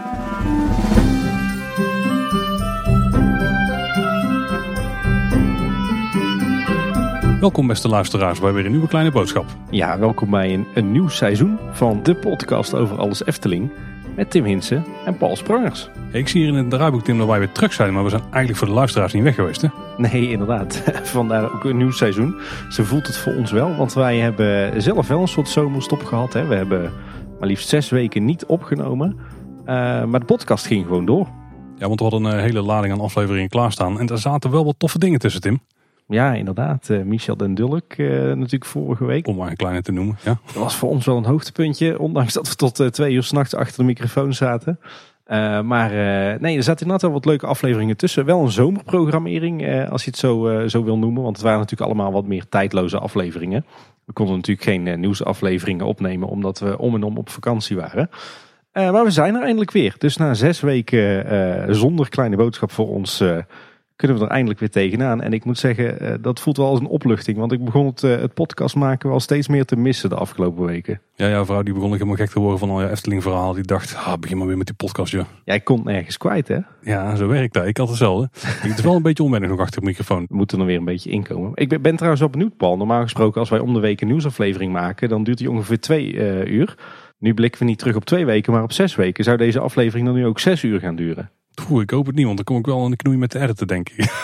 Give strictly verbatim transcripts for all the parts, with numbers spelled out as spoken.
Welkom beste luisteraars bij weer een nieuwe kleine boodschap. Ja, welkom bij een, een nieuw seizoen van de podcast over alles Efteling. Met Tim Hinsen en Paul Sprangers. Ik zie hier in het draaiboek, Tim, dat wij weer terug zijn. Maar we zijn eigenlijk voor de luisteraars niet weg geweest, hè? Nee, inderdaad. Vandaar ook een nieuw seizoen. Zo voelt het voor ons wel. Want wij hebben zelf wel een soort zomerstop gehad. Hè. We hebben maar liefst zes weken niet opgenomen. Uh, maar de podcast ging gewoon door. Ja, want we hadden een hele lading aan afleveringen klaarstaan. En daar zaten wel wat toffe dingen tussen, Tim. Ja, inderdaad. Uh, Michel den Dulk uh, natuurlijk vorige week. Om maar een kleine te noemen, ja. Dat was voor ons wel een hoogtepuntje. Ondanks dat we tot uh, twee uur 's nachts achter de microfoon zaten. Uh, maar uh, nee, er zaten inderdaad wel wat leuke afleveringen tussen. Wel een zomerprogrammering, uh, als je het zo, uh, zo wil noemen. Want het waren natuurlijk allemaal wat meer tijdloze afleveringen. We konden natuurlijk geen uh, nieuwsafleveringen opnemen, omdat we om en om op vakantie waren. Uh, maar we zijn er eindelijk weer. Dus na zes weken uh, zonder kleine boodschap voor ons... Uh, kunnen we er eindelijk weer tegenaan. En ik moet zeggen, uh, dat voelt wel als een opluchting. Want ik begon het, uh, het podcast maken wel steeds meer te missen de afgelopen weken. Ja, jouw vrouw die begon helemaal gek te worden van al je Efteling verhaal. Die dacht, ah, begin maar weer met die podcast, joh. Jij komt nergens kwijt, hè? Ja, zo werkt dat. Ik had hetzelfde. Het is wel een beetje onwennig nog achter de microfoon. We moeten er weer een beetje inkomen. Ik ben, ben trouwens wel benieuwd, Paul. Normaal gesproken, als wij om de week een nieuwsaflevering maken, dan duurt die ongeveer twee uh, uur. Nu blikken we niet terug op twee weken, maar op zes weken. Zou deze aflevering dan nu ook zes uur gaan duren? Oeh, ik hoop het niet, want dan kom ik wel aan de knoei met de editen, denk ik.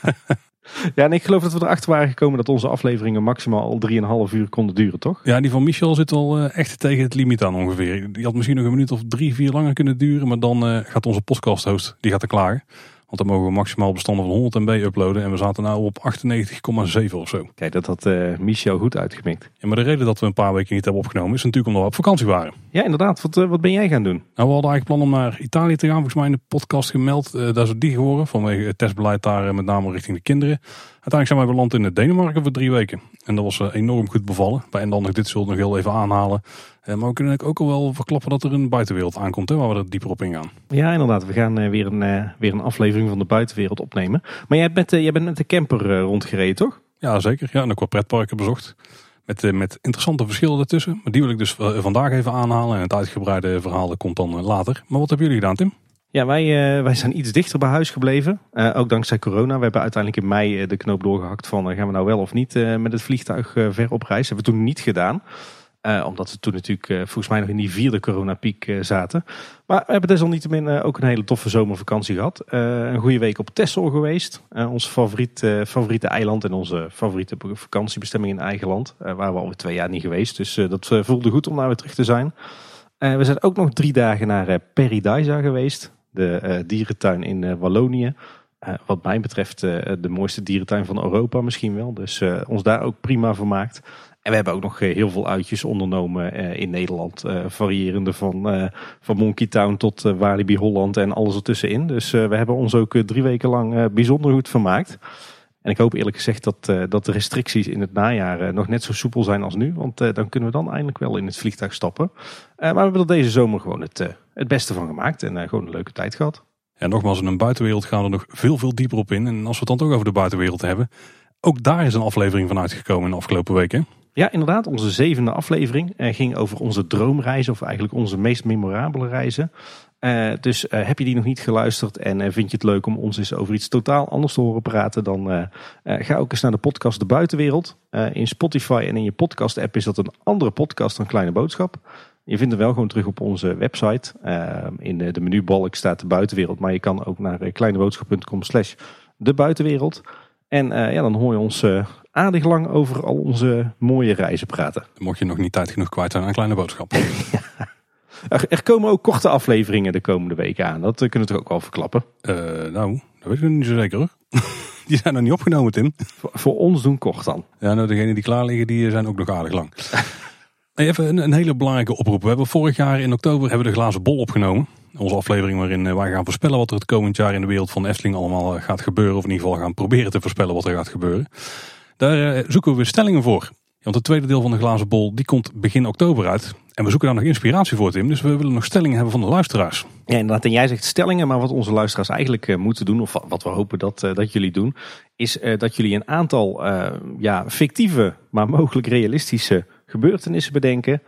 Ja, en ik geloof dat we erachter waren gekomen dat onze afleveringen maximaal al drieënhalf uur konden duren, toch? Ja, die van Michel zit al uh, echt tegen het limiet aan ongeveer. Die had misschien nog een minuut of drie, vier langer kunnen duren, maar dan uh, gaat onze podcasthost, die gaat er klaar. Want dan mogen we maximaal bestanden van honderd megabyte uploaden. En we zaten nou op achtennegentig komma zeven of zo. Kijk, dat had uh, Michel goed uitgemikt. Ja, maar de reden dat we een paar weken niet hebben opgenomen is natuurlijk omdat we op vakantie waren. Ja, inderdaad. Wat, uh, wat ben jij gaan doen? Nou, we hadden eigenlijk plan om naar Italië te gaan. Volgens mij in de podcast gemeld. Uh, daar is het die geworden. Vanwege het testbeleid daar, uh, met name richting de kinderen. Uiteindelijk zijn wij beland in Denemarken voor drie weken. En dat was uh, enorm goed bevallen. Bij en dan nog dit zullen we nog heel even aanhalen. Uh, maar we kunnen ook al wel verklappen dat er een buitenwereld aankomt. Hè, waar we er dieper op ingaan. Ja, inderdaad. We gaan uh, weer, een, uh, weer een aflevering van de buitenwereld opnemen. Maar jij bent, uh, jij bent met de camper uh, rondgereden, toch? Ja, zeker. Ja, en ook wat pretparken bezocht. Met, uh, met interessante verschillen ertussen. Maar die wil ik dus uh, vandaag even aanhalen. En het uitgebreide verhaal komt dan uh, later. Maar wat hebben jullie gedaan, Tim? Ja, wij, uh, wij zijn iets dichter bij huis gebleven. Uh, ook dankzij corona. We hebben uiteindelijk in mei uh, de knoop doorgehakt van uh, gaan we nou wel of niet uh, met het vliegtuig uh, ver op reis. Hebben we toen niet gedaan. Uh, omdat we toen natuurlijk uh, volgens mij nog in die vierde coronapiek uh, zaten. Maar we hebben desalniettemin uh, ook een hele toffe zomervakantie gehad. Uh, een goede week op Texel geweest. Uh, ons favoriet, uh, favoriete eiland en onze favoriete vakantiebestemming in eigen land. Uh, waar we alweer twee jaar niet geweest. Dus uh, dat uh, voelde goed om daar weer terug te zijn. Uh, we zijn ook nog drie dagen naar uh, Paradise geweest. De uh, dierentuin in uh, Wallonië. Uh, wat mij betreft uh, de mooiste dierentuin van Europa misschien wel. Dus uh, ons daar ook prima vermaakt. En we hebben ook nog heel veel uitjes ondernomen uh, in Nederland. Uh, variërende van, uh, van Monkey Town tot uh, Walibi Holland en alles ertussenin. Dus uh, we hebben ons ook uh, drie weken lang uh, bijzonder goed vermaakt. En ik hoop eerlijk gezegd dat, uh, dat de restricties in het najaar uh, nog net zo soepel zijn als nu. Want uh, dan kunnen we dan eindelijk wel in het vliegtuig stappen. Uh, maar we hebben er deze zomer gewoon het, uh, het beste van gemaakt. En uh, gewoon een leuke tijd gehad. Ja, nogmaals, in een buitenwereld gaan we er nog veel, veel dieper op in. En als we het dan toch over de buitenwereld hebben. Ook daar is een aflevering van uitgekomen in de afgelopen weken. Ja, inderdaad. Onze zevende aflevering uh, ging over onze droomreizen. Of eigenlijk onze meest memorabele reizen. Uh, dus uh, heb je die nog niet geluisterd en uh, vind je het leuk om ons eens over iets totaal anders te horen praten. Dan uh, uh, ga ook eens naar de podcast De Buitenwereld. Uh, in Spotify en in je podcast app is dat een andere podcast dan Kleine Boodschap. Je vindt hem wel gewoon terug op onze website. Uh, in de, de menubalk staat De Buitenwereld. Maar je kan ook naar uh, kleineboodschap punt com slash de buitenwereld. En uh, ja, dan hoor je ons uh, aardig lang over al onze mooie reizen praten. Mocht je nog niet tijd genoeg kwijt zijn aan Kleine Boodschap. Ja. er, er komen ook korte afleveringen de komende weken aan. Dat uh, kunnen we toch ook wel verklappen? Uh, nou, dat weet ik niet zo zeker hoor. Die zijn nog niet opgenomen, Tim. Voor, voor ons doen kort dan. Ja, nou degenen die klaar liggen, die zijn ook nog aardig lang. Even een, een hele belangrijke oproep. We hebben vorig jaar in oktober hebben we de Glazen Bol opgenomen. Onze aflevering waarin wij gaan voorspellen wat er het komend jaar in de wereld van de Efteling allemaal gaat gebeuren. Of in ieder geval gaan proberen te voorspellen wat er gaat gebeuren. Daar uh, zoeken we weer stellingen voor. Want het tweede deel van de Glazen Bol die komt begin oktober uit. En we zoeken daar nog inspiratie voor, Tim. Dus we willen nog stellingen hebben van de luisteraars. Ja, inderdaad. En jij zegt stellingen, maar wat onze luisteraars eigenlijk uh, moeten doen, of wat we hopen dat, uh, dat jullie doen, is uh, dat jullie een aantal uh, ja, fictieve, maar mogelijk realistische gebeurtenissen bedenken.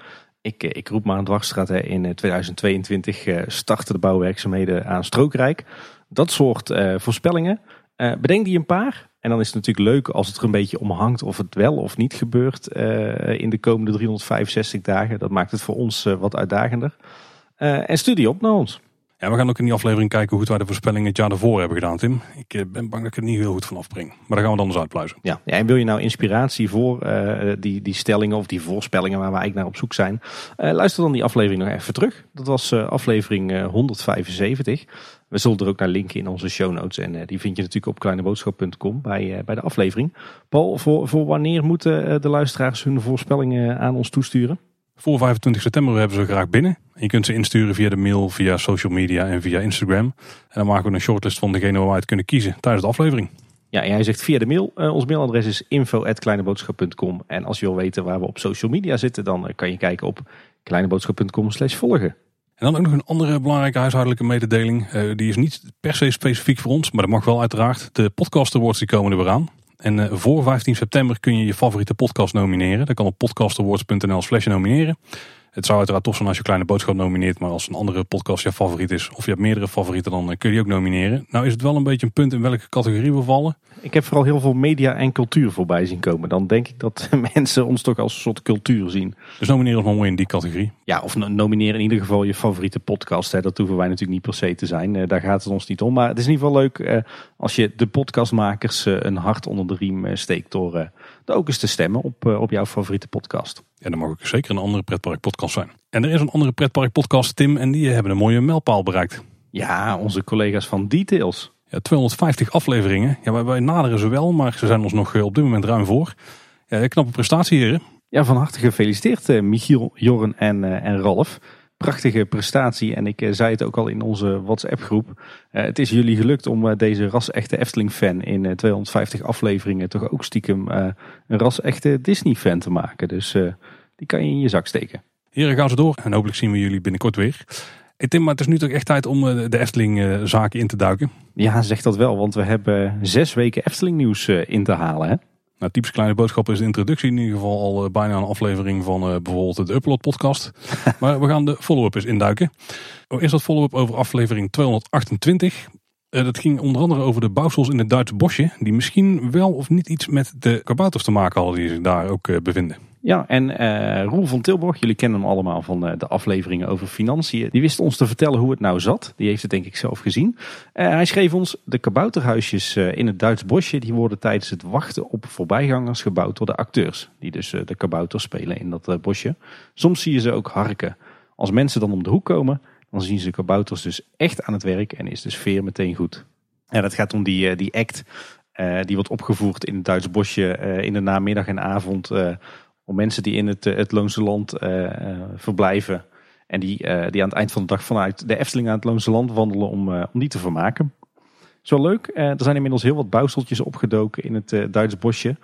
Ik, ik roep maar aan Dwarsstraat. Hè. In tweeduizend tweeëntwintig uh, starten de bouwwerkzaamheden aan Strookrijk. Dat soort uh, voorspellingen. Uh, bedenk die een paar. En dan is het natuurlijk leuk als het er een beetje om hangt of het wel of niet gebeurt uh, in de komende driehonderdvijfenzestig dagen. Dat maakt het voor ons uh, wat uitdagender. Uh, en stuur die op naar ons. Ja, we gaan ook in die aflevering kijken hoe goed wij de voorspellingen het jaar daarvoor hebben gedaan, Tim. Ik uh, ben bang dat ik er niet heel goed van afbreng. Maar daar gaan we dan eens uitpluizen. Ja, ja, en wil je nou inspiratie voor uh, die, die stellingen of die voorspellingen waar we eigenlijk naar op zoek zijn? Uh, luister dan die aflevering nog even terug. Dat was uh, aflevering uh, honderdvijfenzeventig. We zullen er ook naar linken in onze show notes. En uh, die vind je natuurlijk op kleineboodschap punt com bij, uh, bij de aflevering. Paul, voor, voor wanneer moeten uh, de luisteraars hun voorspellingen aan ons toesturen? Voor vijfentwintig september hebben ze graag binnen. En je kunt ze insturen via de mail, via social media en via Instagram. En dan maken we een shortlist van degene waar we uit kunnen kiezen tijdens de aflevering. Ja, en jij zegt via de mail. Uh, ons mailadres is info at kleineboodschap punt com. En als je wil weten waar we op social media zitten, dan uh, kan je kijken op kleineboodschap punt com slash volgen. En dan ook nog een andere belangrijke huishoudelijke mededeling. Uh, die is niet per se specifiek voor ons, maar dat mag wel uiteraard. De podcast awards die komen er weer aan. En uh, voor vijftien september kun je je favoriete podcast nomineren. Dat kan op podcastawards punt n l slash nomineren. Het zou uiteraard tof zijn als je Kleine Boodschap nomineert. Maar als een andere podcast jouw favoriet is, of je hebt meerdere favorieten, dan kun je die ook nomineren. Nou is het wel een beetje een punt in welke categorie we vallen. Ik heb vooral heel veel media en cultuur voorbij zien komen. Dan denk ik dat mensen ons toch als een soort cultuur zien. Dus nomineer ons maar mooi in die categorie. Ja, of nomineer in ieder geval je favoriete podcast. Hè. Dat hoeven wij natuurlijk niet per se te zijn. Uh, daar gaat het ons niet om. Maar het is in ieder geval leuk uh, als je de podcastmakers uh, een hart onder de riem uh, steekt door uh, er ook eens te stemmen op, uh, op jouw favoriete podcast. Ja, dan mag ook zeker een andere pretpark podcast zijn. En er is een andere pretpark podcast, Tim, en die hebben een mooie mijlpaal bereikt. Ja, onze collega's van Details. Ja, tweehonderdvijftig afleveringen. Ja, wij, wij naderen ze wel, maar ze zijn ons nog op dit moment ruim voor. Ja, knappe prestatie, heren. Ja, van harte gefeliciteerd, uh, Michiel, Jorren en, uh, en Ralf. Prachtige prestatie en ik uh, zei het ook al in onze WhatsApp groep. Uh, het is jullie gelukt om uh, deze ras-echte Efteling-fan in uh, tweehonderdvijftig afleveringen toch ook stiekem uh, een ras-echte Disney-fan te maken. Dus uh, die kan je in je zak steken. Heren, gaan ze door en hopelijk zien we jullie binnenkort weer. Hey Tim, maar het is nu toch echt tijd om uh, de Efteling-zaken uh, in te duiken? Ja, zeg dat wel, want we hebben zes weken Efteling-nieuws uh, in te halen, hè? Nou, typisch Kleine Boodschap is de introductie in ieder geval al uh, bijna een aflevering van uh, bijvoorbeeld de Upload podcast. Maar we gaan de follow-up eens induiken. Oh, eerst dat follow-up over aflevering tweehonderdachtentwintig. Uh, dat ging onder andere over de bouwsels in het Duitse bosje. Die misschien wel of niet iets met de kabouters te maken hadden die zich daar ook uh, bevinden. Ja, en uh, Roel van Tilborg, jullie kennen hem allemaal van uh, de afleveringen over financiën. Die wist ons te vertellen hoe het nou zat. Die heeft het denk ik zelf gezien. Uh, hij schreef ons, de kabouterhuisjes uh, in het Duits bosje, die worden tijdens het wachten op voorbijgangers gebouwd door de acteurs. Die dus uh, de kabouters spelen in dat uh, bosje. Soms zie je ze ook harken. Als mensen dan om de hoek komen, dan zien ze kabouters dus echt aan het werk en is de sfeer meteen goed. Ja, dat gaat om die, uh, die act, uh, die wordt opgevoerd in het Duits bosje uh, in de namiddag en avond. Uh, Om mensen die in het, het Loonse Land uh, uh, verblijven. En die, uh, die aan het eind van de dag vanuit de Efteling aan het Loonse Land wandelen om, uh, om die te vermaken. Zo leuk. Uh, er zijn inmiddels heel wat bouwseltjes opgedoken in het uh, Duits bosje.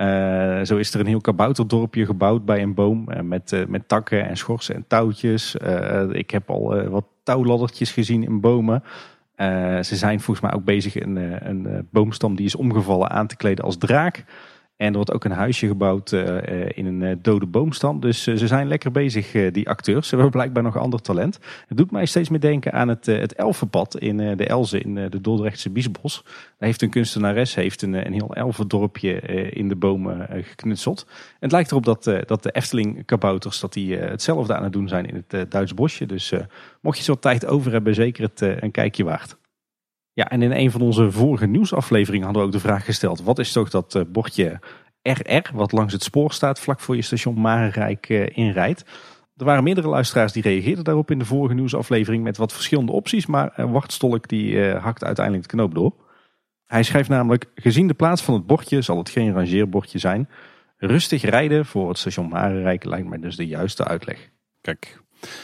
Uh, zo is er een heel kabouterdorpje gebouwd bij een boom. Uh, met, uh, met takken en schorsen en touwtjes. Uh, ik heb al uh, wat touwladdertjes gezien in bomen. Uh, ze zijn volgens mij ook bezig een, een, een boomstam die is omgevallen aan te kleden als draak. En er wordt ook een huisje gebouwd uh, in een uh, dode boomstam. Dus uh, ze zijn lekker bezig, uh, die acteurs. Ze hebben blijkbaar nog ander talent. Het doet mij steeds meer denken aan het, uh, het elfenpad in uh, de Elze in uh, de Dordrechtse Biesbos. Daar heeft een kunstenares heeft een, een heel elfendorpje uh, in de bomen uh, geknutseld. En het lijkt erop dat, uh, dat de Efteling kabouters dat die, uh, hetzelfde aan het doen zijn in het uh, Duits bosje. Dus uh, mocht je zo tijd over hebben, zeker het, uh, een kijkje waard. Ja, en in een van onze vorige nieuwsafleveringen hadden we ook de vraag gesteld: wat is toch dat uh, bordje R R, wat langs het spoor staat, vlak voor je station Marenrijk uh, inrijdt? Er waren meerdere luisteraars die reageerden daarop in de vorige nieuwsaflevering met wat verschillende opties, maar uh, Wartstolk die uh, hakt uiteindelijk de knoop door. Hij schrijft namelijk: gezien de plaats van het bordje zal het geen rangeerbordje zijn. Rustig rijden voor het station Marenrijk lijkt mij dus de juiste uitleg. Kijk.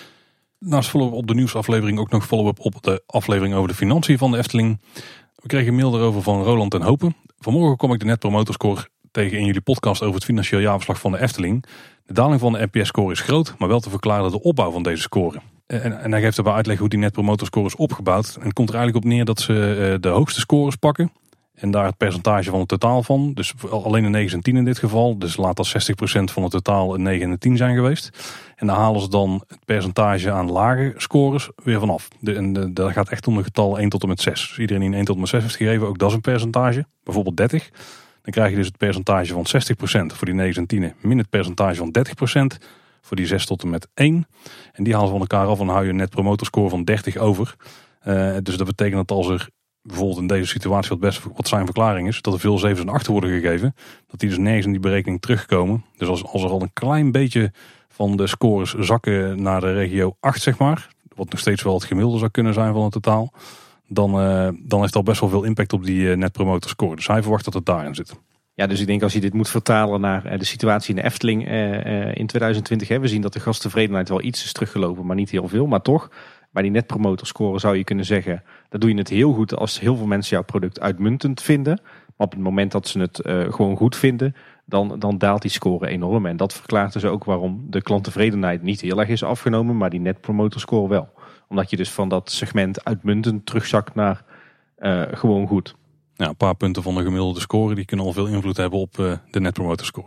Naast follow-up op de nieuwsaflevering ook nog follow-up op de aflevering over de financiën van de Efteling. We kregen een mail daarover van Roland ten Hopen. Vanmorgen kwam ik de Net Promoter Score tegen in jullie podcast over het financieel jaarverslag van de Efteling. De daling van de N P S-score is groot, maar wel te verklaren de opbouw van deze score. En, en hij geeft daarbij uitleg hoe die Net Promoter Score is opgebouwd. En het komt er eigenlijk op neer dat ze uh, de hoogste scores pakken. En daar het percentage van het totaal van. Dus alleen een negen en tien in dit geval. Dus laat dat zestig procent van het totaal een negen en een tien zijn geweest. En daar halen ze dan het percentage aan lage scores weer vanaf. De, en de, dat gaat echt om de getal één tot en met zes. Dus iedereen die een één tot en met zes heeft gegeven, ook dat is een percentage. Bijvoorbeeld dertig. Dan krijg je dus het percentage van zestig procent voor die negen en tien. Min het percentage van dertig procent voor die zes tot en met één. En die halen ze van elkaar af en dan hou je een net promoter score van dertig over. Uh, dus dat betekent dat als er bijvoorbeeld in deze situatie, wat best wat zijn verklaring is, dat er veel zevens en achten worden gegeven, dat die dus nergens in die berekening terugkomen. Dus als, als er al een klein beetje van de scores zakken naar de regio acht, zeg maar, wat nog steeds wel het gemiddelde zou kunnen zijn van het totaal, dan, uh, dan heeft dat best wel veel impact op die uh, net promoter score. Dus hij verwacht dat het daarin zit. Ja, dus ik denk als je dit moet vertalen naar uh, de situatie in de Efteling uh, uh, in tweeduizend twintig, hè, we zien dat de gasttevredenheid wel iets is teruggelopen, maar niet heel veel, maar toch. Bij die net promoter score zou je kunnen zeggen, dat doe je het heel goed als heel veel mensen jouw product uitmuntend vinden. Maar op het moment dat ze het uh, gewoon goed vinden, dan, dan daalt die score enorm. En dat verklaart dus ook waarom de klanttevredenheid niet heel erg is afgenomen, maar die net promoter score wel. Omdat je dus van dat segment uitmuntend terugzakt naar uh, gewoon goed. Ja, een paar punten van de gemiddelde score die kunnen al veel invloed hebben op uh, de net promoter score.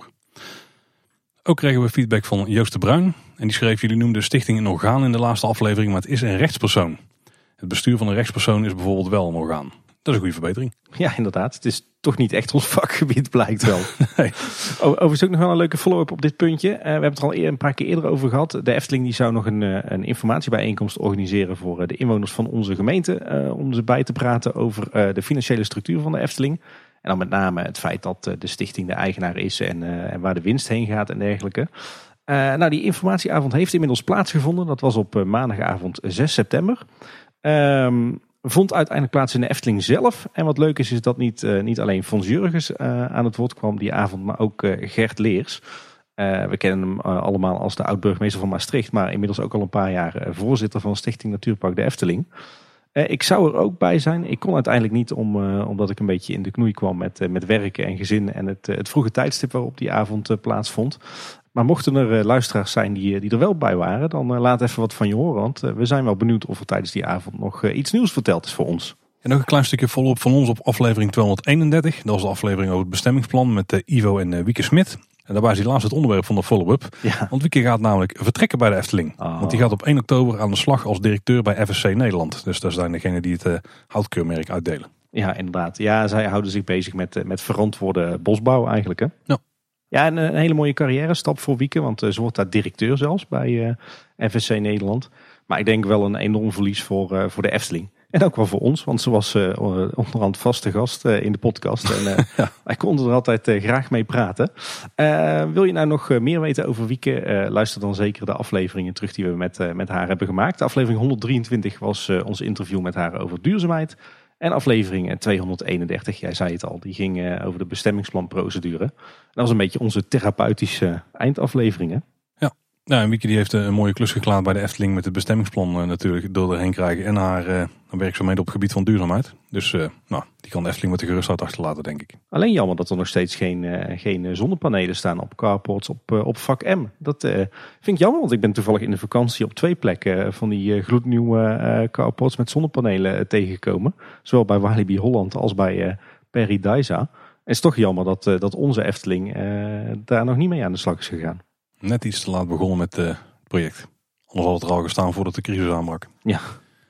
Ook kregen we feedback van Joost de Bruin. En die schreef, jullie noemden de stichting een orgaan in de laatste aflevering, maar het is een rechtspersoon. Het bestuur van een rechtspersoon is bijvoorbeeld wel een orgaan. Dat is een goede verbetering. Ja, inderdaad. Het is toch niet echt ons vakgebied, blijkt wel. Nee. Overigens ook nog wel een leuke follow-up op dit puntje. Uh, we hebben het er al een paar keer eerder over gehad. De Efteling die zou nog een, een informatiebijeenkomst organiseren voor de inwoners van onze gemeente. Uh, om ze bij te praten over uh, de financiële structuur van de Efteling. En dan met name het feit dat de stichting de eigenaar is en, uh, en waar de winst heen gaat en dergelijke. Uh, nou, die informatieavond heeft inmiddels plaatsgevonden. Dat was op uh, maandagavond zes september. Um, vond uiteindelijk plaats in de Efteling zelf. En wat leuk is, is dat niet, uh, niet alleen Fons Jurgens uh, aan het woord kwam die avond, maar ook uh, Gert Leers. Uh, we kennen hem uh, allemaal als de oud-burgemeester van Maastricht, maar inmiddels ook al een paar jaar uh, voorzitter van Stichting Natuurpark de Efteling. Uh, ik zou er ook bij zijn. Ik kon uiteindelijk niet om, uh, omdat ik een beetje in de knoei kwam met, uh, met werken en gezin en het, uh, het vroege tijdstip waarop die avond uh, plaatsvond. Maar mochten er uh, luisteraars zijn die, die er wel bij waren, dan uh, laat even wat van je horen. Want uh, we zijn wel benieuwd of er tijdens die avond nog uh, iets nieuws verteld is voor ons. En nog een klein stukje follow-up van ons op aflevering tweehonderdeenendertig. Dat was de aflevering over het bestemmingsplan met uh, Ivo en uh, Wieke Smit. En daarbij is helaas het onderwerp van de follow-up. Ja. Want Wieke gaat namelijk vertrekken bij de Efteling. Oh. Want die gaat op één oktober aan de slag als directeur bij F S C Nederland. Dus dat zijn degenen die het uh, houtkeurmerk uitdelen. Ja, inderdaad. Ja, zij houden zich bezig met, uh, met verantwoorde bosbouw eigenlijk. Hè? Ja. Ja, een, een hele mooie carrière stap voor Wieke. Want uh, ze wordt daar directeur zelfs bij uh, F S C Nederland. Maar ik denk wel een enorm verlies voor, uh, voor de Efteling. En ook wel voor ons, want ze was uh, onderhand vaste gast uh, in de podcast. En uh, ja. wij konden er altijd uh, graag mee praten. Uh, wil je nou nog uh, meer weten over Wieke? Uh, luister dan zeker de afleveringen terug die we met, uh, met haar hebben gemaakt. De aflevering honderdrieëntwintig was uh, ons interview met haar over duurzaamheid. En aflevering tweehonderdeenendertig, jij zei het al, die ging uh, over de bestemmingsplanprocedure. Dat was een beetje onze therapeutische eindaflevering, hè? Ja, en Wieke die heeft een mooie klus geklaard bij de Efteling met het bestemmingsplan uh, natuurlijk door erheen krijgen. En haar uh, werkzaamheden op het gebied van duurzaamheid. Dus uh, nou, die kan de Efteling met de gerustheid achterlaten, denk ik. Alleen jammer dat er nog steeds geen, uh, geen zonnepanelen staan op carports op, uh, op vak M. Dat uh, vind ik jammer, want ik ben toevallig in de vakantie op twee plekken van die uh, gloednieuwe uh, carports met zonnepanelen uh, tegengekomen. Zowel bij Walibi Holland als bij uh, Paradisa. En het is toch jammer dat, uh, dat onze Efteling uh, daar nog niet mee aan de slag is gegaan. Net iets te laat begonnen met uh, het project. Anders had het er al gestaan voordat de crisis aanbrak. Ja.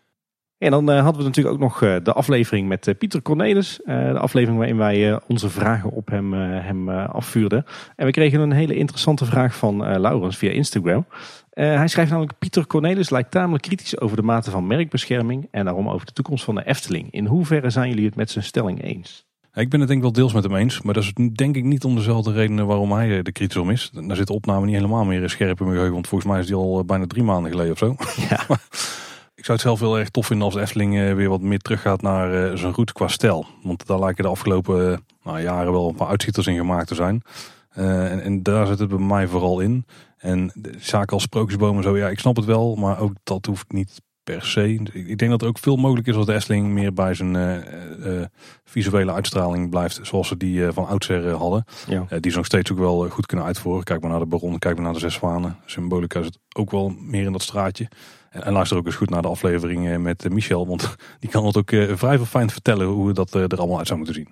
En dan uh, hadden we natuurlijk ook nog uh, de aflevering met uh, Pieter Cornelis. Uh, de aflevering waarin wij uh, onze vragen op hem, uh, hem uh, afvuurden. En we kregen een hele interessante vraag van uh, Laurens via Instagram. Uh, hij schrijft namelijk: Pieter Cornelis lijkt tamelijk kritisch over de mate van merkbescherming. En daarom over de toekomst van de Efteling. In hoeverre zijn jullie het met zijn stelling eens? Ik ben het denk ik wel deels met hem eens. Maar dat is denk ik niet om dezelfde redenen waarom hij er kritisch om is. Daar zit de opname niet helemaal meer scherp in mijn geheugen. Want volgens mij is die al bijna drie maanden geleden of zo. Ja. Ik zou het zelf heel erg tof vinden als de Efteling weer wat meer teruggaat naar zijn route qua stijl. Want daar lijken de afgelopen nou, jaren wel een paar uitschieters in gemaakt te zijn. Uh, en, en daar zit het bij mij vooral in. En de zaken als sprookjesbomen zo, ja, ik snap het wel. Maar ook dat hoeft niet per se. Ik denk dat er ook veel mogelijk is als de Efteling meer bij zijn uh, uh, visuele uitstraling blijft. Zoals ze die uh, van oudsher uh, hadden. Ja. Uh, die ze nog steeds ook wel uh, goed kunnen uitvoeren. Kijk maar naar de Baron, kijk maar naar de Zes Zwanen. Symbolica zit ook wel meer in dat straatje. En, en luister ook eens goed naar de aflevering uh, met uh, Michel. Want die kan het ook uh, vrij verfijnd vertellen hoe dat uh, er allemaal uit zou moeten zien.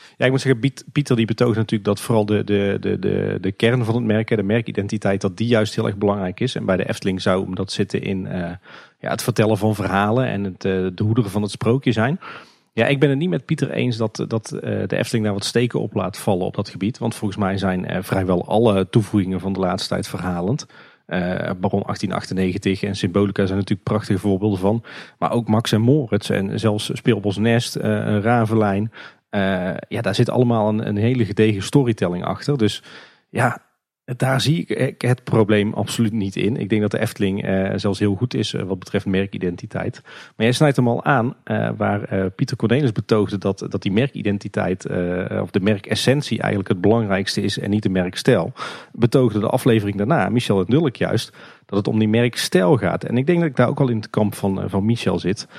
Ja, ik moet zeggen, Pieter die betoogt natuurlijk dat vooral de, de, de, de, de kern van het merk, de merkidentiteit, dat die juist heel erg belangrijk is. En bij de Efteling zou hem dat zitten in uh, ja, het vertellen van verhalen en het, uh, de hoederen van het sprookje zijn. Ja, ik ben het niet met Pieter eens dat, dat uh, de Efteling daar wat steken op laat vallen op dat gebied. Want volgens mij zijn uh, vrijwel alle toevoegingen van de laatste tijd verhalend. Uh, Baron achttien achtennegentig en Symbolica zijn natuurlijk prachtige voorbeelden van. Maar ook Max en Moritz en zelfs Speelbos Nest, uh, Ravelijn. Uh, ja, daar zit allemaal een, een hele gedegen storytelling achter. Dus ja, daar zie ik het probleem absoluut niet in. Ik denk dat de Efteling uh, zelfs heel goed is uh, wat betreft merkidentiteit. Maar jij snijdt hem al aan uh, waar uh, Pieter Cornelis betoogde dat, dat die merkidentiteit uh, of de merkessentie eigenlijk het belangrijkste is en niet de merkstijl. Betoogde de aflevering daarna, Michel het Nulk juist, dat het om die merkstijl gaat. En ik denk dat ik daar ook al in het kamp van, uh, van Michel zit.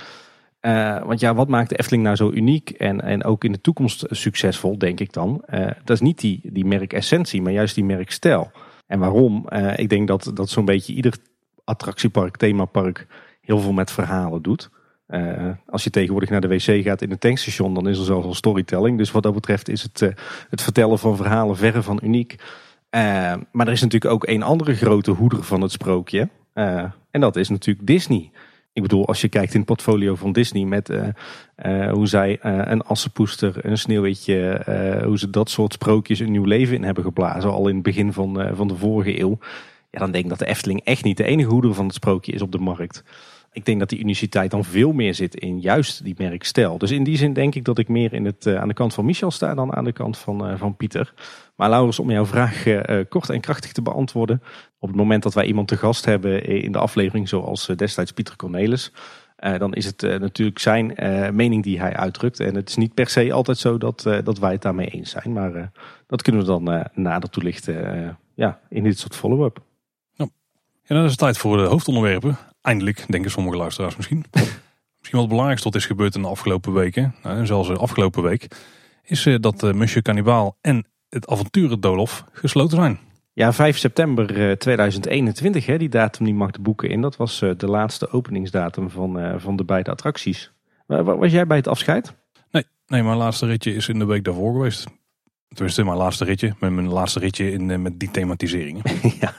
Uh, want ja, wat maakt de Efteling nou zo uniek en, en ook in de toekomst succesvol, denk ik dan? Uh, dat is niet die, die merkessentie, maar juist die merkstijl. En waarom? Uh, ik denk dat, dat zo'n beetje ieder attractiepark, themapark heel veel met verhalen doet. Uh, als je tegenwoordig naar de wc gaat in een tankstation, dan is er zelfs al storytelling. Dus wat dat betreft is het, uh, het vertellen van verhalen verre van uniek. Uh, maar er is natuurlijk ook een andere grote hoeder van het sprookje. Uh, en dat is natuurlijk Disney. Ik bedoel, als je kijkt in het portfolio van Disney met uh, uh, hoe zij uh, een Assepoester, een Sneeuwwitje, uh, hoe ze dat soort sprookjes een nieuw leven in hebben geblazen, al in het begin van, uh, van de vorige eeuw. Ja, dan denk ik dat de Efteling echt niet de enige hoeder van het sprookje is op de markt. Ik denk dat die uniciteit dan veel meer zit in juist die merkstijl. Dus in die zin denk ik dat ik meer in het, uh, aan de kant van Michel sta dan aan de kant van, uh, van Pieter. Maar Laurens, om jouw vraag uh, kort en krachtig te beantwoorden. Op het moment dat wij iemand te gast hebben in de aflevering, zoals uh, destijds Pieter Cornelis, uh, dan is het uh, natuurlijk zijn uh, mening die hij uitdrukt. En het is niet per se altijd zo dat, uh, dat wij het daarmee eens zijn. Maar uh, dat kunnen we dan uh, nader toelichten uh, ja, in dit soort follow-up. Ja, dan is het tijd voor de hoofdonderwerpen. Eindelijk, denken sommige luisteraars misschien. Misschien wat het belangrijkste wat is gebeurd in de afgelopen weken, nou, zelfs de afgelopen week, is uh, dat uh, Monsieur Cannibal en het avonturendoolhof gesloten zijn. Ja, vijf september tweeduizend eenentwintig, hè, die datum die mag de boeken in. Dat was uh, de laatste openingsdatum van, uh, van de beide attracties. Uh, was jij bij het afscheid? Nee, nee, mijn laatste ritje is in de week daarvoor geweest. Tenminste, mijn laatste ritje, met mijn laatste ritje in, uh, met die thematiseringen. ja.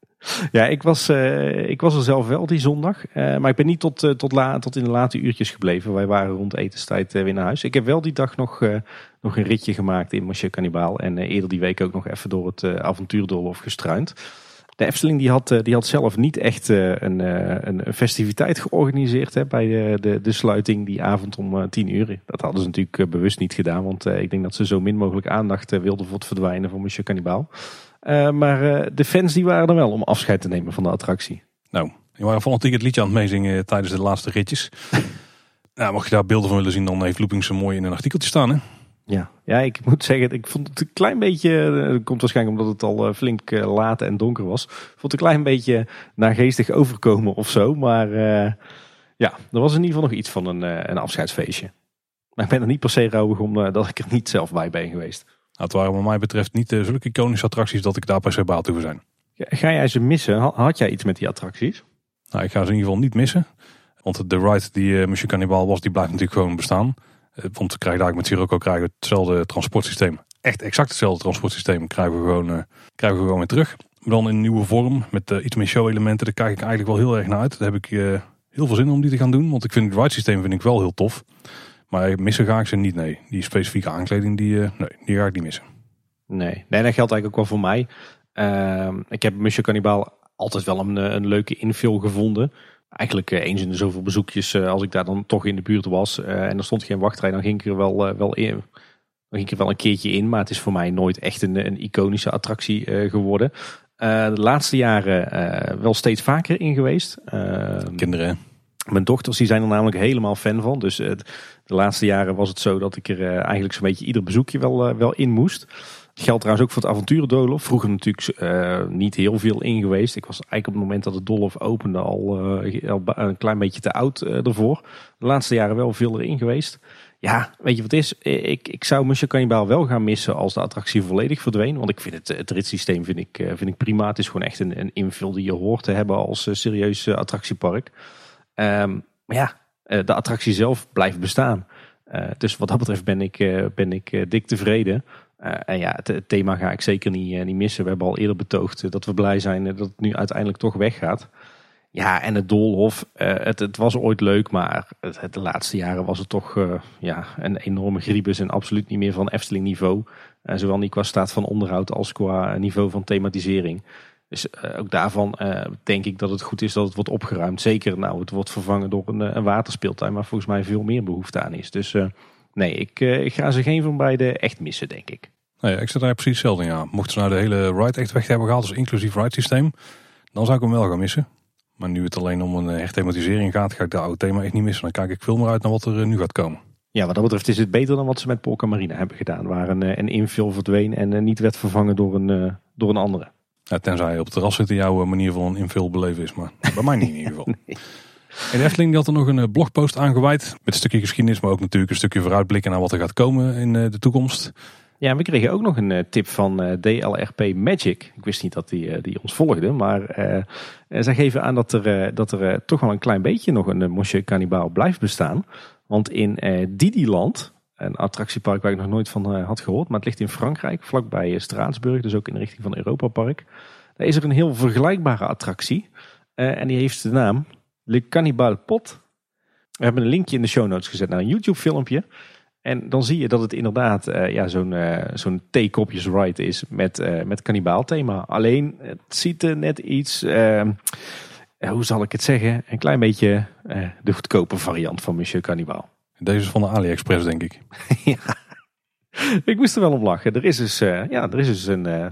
Ja, ik was, uh, ik was er zelf wel die zondag. Uh, maar ik ben niet tot, uh, tot, la, tot in de late uurtjes gebleven. Wij waren rond etenstijd uh, weer naar huis. Ik heb wel die dag nog, uh, nog een ritje gemaakt in Monsieur Cannibal. En uh, eerder die week ook nog even door het uh, avontuurdoolhof gestruind. De Efteling die had, uh, die had zelf niet echt uh, een, uh, een festiviteit georganiseerd hè, bij de, de, de sluiting die avond om uh, tien uur. Dat hadden ze natuurlijk uh, bewust niet gedaan. Want uh, ik denk dat ze zo min mogelijk aandacht uh, wilden voor het verdwijnen van Monsieur Cannibal. Uh, maar uh, de fans die waren er wel om afscheid te nemen van de attractie. Nou, die waren fanatiek het liedje aan het meezingen tijdens de laatste ritjes. Nou, mocht je daar beelden van willen zien, dan heeft Loopings zo mooi in een artikeltje staan. Hè? Ja, ja, ik moet zeggen, ik vond het een klein beetje, dat komt waarschijnlijk omdat het al flink laat en donker was. Ik vond het een klein beetje naargeestig overkomen of zo. Maar uh, ja, er was in ieder geval nog iets van een, een afscheidsfeestje. Maar ik ben er niet per se rouwig om uh, dat ik er niet zelf bij ben geweest. Nou, het waren wat mij betreft niet uh, zulke iconische attracties dat ik daar per se baat toe zijn. Ga jij ze missen? Had jij iets met die attracties? Nou, ik ga ze in ieder geval niet missen. Want de ride die uh, Monsieur Cannibal was, die blijft natuurlijk gewoon bestaan. Uh, want we krijgen daar met Sirocco krijgen we hetzelfde transportsysteem. Echt exact hetzelfde transportsysteem krijgen we gewoon, uh, krijgen we gewoon weer terug. Maar dan in een nieuwe vorm met uh, iets meer show elementen. Daar kijk ik eigenlijk wel heel erg naar uit. Daar heb ik uh, heel veel zin in om die te gaan doen. Want ik vind het ride systeem vind ik wel heel tof. Maar missen ga ik ze niet, nee. Die specifieke aankleding, die, uh, nee, die ga ik niet missen. Nee, nee, dat geldt eigenlijk ook wel voor mij. Uh, ik heb Monsieur Cannibal altijd wel een, een leuke invul gevonden. Eigenlijk uh, eens in de zoveel bezoekjes uh, als ik daar dan toch in de buurt was. Uh, en er stond geen wachtrij, dan ging ik er wel, uh, wel in. Dan ging ik er wel een keertje in. Maar het is voor mij nooit echt een, een iconische attractie uh, geworden. Uh, de laatste jaren uh, wel steeds vaker in geweest. Uh, Kinderen. Mijn dochters die zijn er namelijk helemaal fan van. Dus uh, de laatste jaren was het zo dat ik er uh, eigenlijk zo'n beetje ieder bezoekje wel, uh, wel in moest. Geldt trouwens ook voor het avonturendoolhof. Vroeger natuurlijk uh, niet heel veel in geweest. Ik was eigenlijk op het moment dat het doolhof opende al, uh, al een klein beetje te oud uh, ervoor. De laatste jaren wel veel erin geweest. Ja, weet je wat het is? Ik, ik zou Monsieur Cannibal wel gaan missen als de attractie volledig verdween. Want ik vind het, het ritssysteem vind ik, uh, vind ik prima. Het is gewoon echt een, een invul die je hoort te hebben als uh, serieus uh, attractiepark. Um, maar ja, uh, de attractie zelf blijft bestaan. Uh, dus wat dat betreft ben ik, uh, ben ik uh, dik tevreden. Uh, en ja, het, het thema ga ik zeker niet, uh, niet missen. We hebben al eerder betoogd uh, dat we blij zijn uh, dat het nu uiteindelijk toch weggaat. Ja, en het Doolhof, uh, het, het was ooit leuk, maar het, het, de laatste jaren was het toch uh, ja, een enorme griebus en absoluut niet meer van Efteling niveau. Uh, zowel niet qua staat van onderhoud als qua niveau van thematisering. Dus uh, ook daarvan uh, denk ik dat het goed is dat het wordt opgeruimd. Zeker nou, het wordt vervangen door een, een waterspeeltuin waar volgens mij veel meer behoefte aan is. Dus uh, nee, ik, uh, ik ga ze geen van beide echt missen, denk ik. Nee, ik zit daar precies hetzelfde in. Ja. Mochten ze nou de hele ride echt weg hebben gehaald, dus inclusief ride systeem, dan zou ik hem wel gaan missen. Maar nu het alleen om een herthematisering gaat, ga ik dat oude thema echt niet missen. Dan kijk ik veel meer uit naar wat er nu gaat komen. Ja, wat dat betreft is het beter dan wat ze met Polka Marina hebben gedaan. Waar een, een infill verdween en niet werd vervangen door een, door een andere. Ja, tenzij je op het terras zit, jouw manier van een infill beleven is. Maar bij mij niet in ieder geval. Nee. En de Efteling die had er nog een blogpost aangeweid. Met een stukje geschiedenis, maar ook natuurlijk een stukje vooruitblikken naar wat er gaat komen in de toekomst. Ja, we kregen ook nog een tip van D L R P Magic. Ik wist niet dat die, die ons volgde, maar uh, zij geven aan dat er, uh, dat er uh, toch wel een klein beetje nog een uh, Monsieur Cannibal blijft bestaan. Want in uh, Didiland, een attractiepark waar ik nog nooit van uh, had gehoord, maar het ligt in Frankrijk, vlakbij uh, Straatsburg, dus ook in de richting van Europa Park. Daar is er een heel vergelijkbare attractie uh, en die heeft de naam Le Cannibal Pot. We hebben een linkje in de show notes gezet naar een YouTube filmpje. En dan zie je dat het inderdaad uh, ja, zo'n, uh, zo'n theekopjes ride is met, uh, met kannibaal thema. Alleen het ziet er net iets, uh, hoe zal ik het zeggen, een klein beetje uh, de goedkope variant van Monsieur Cannibal. Deze is van de AliExpress, denk ik. Ja, ik moest er wel om lachen. Er is dus, uh, ja, er is dus een, uh,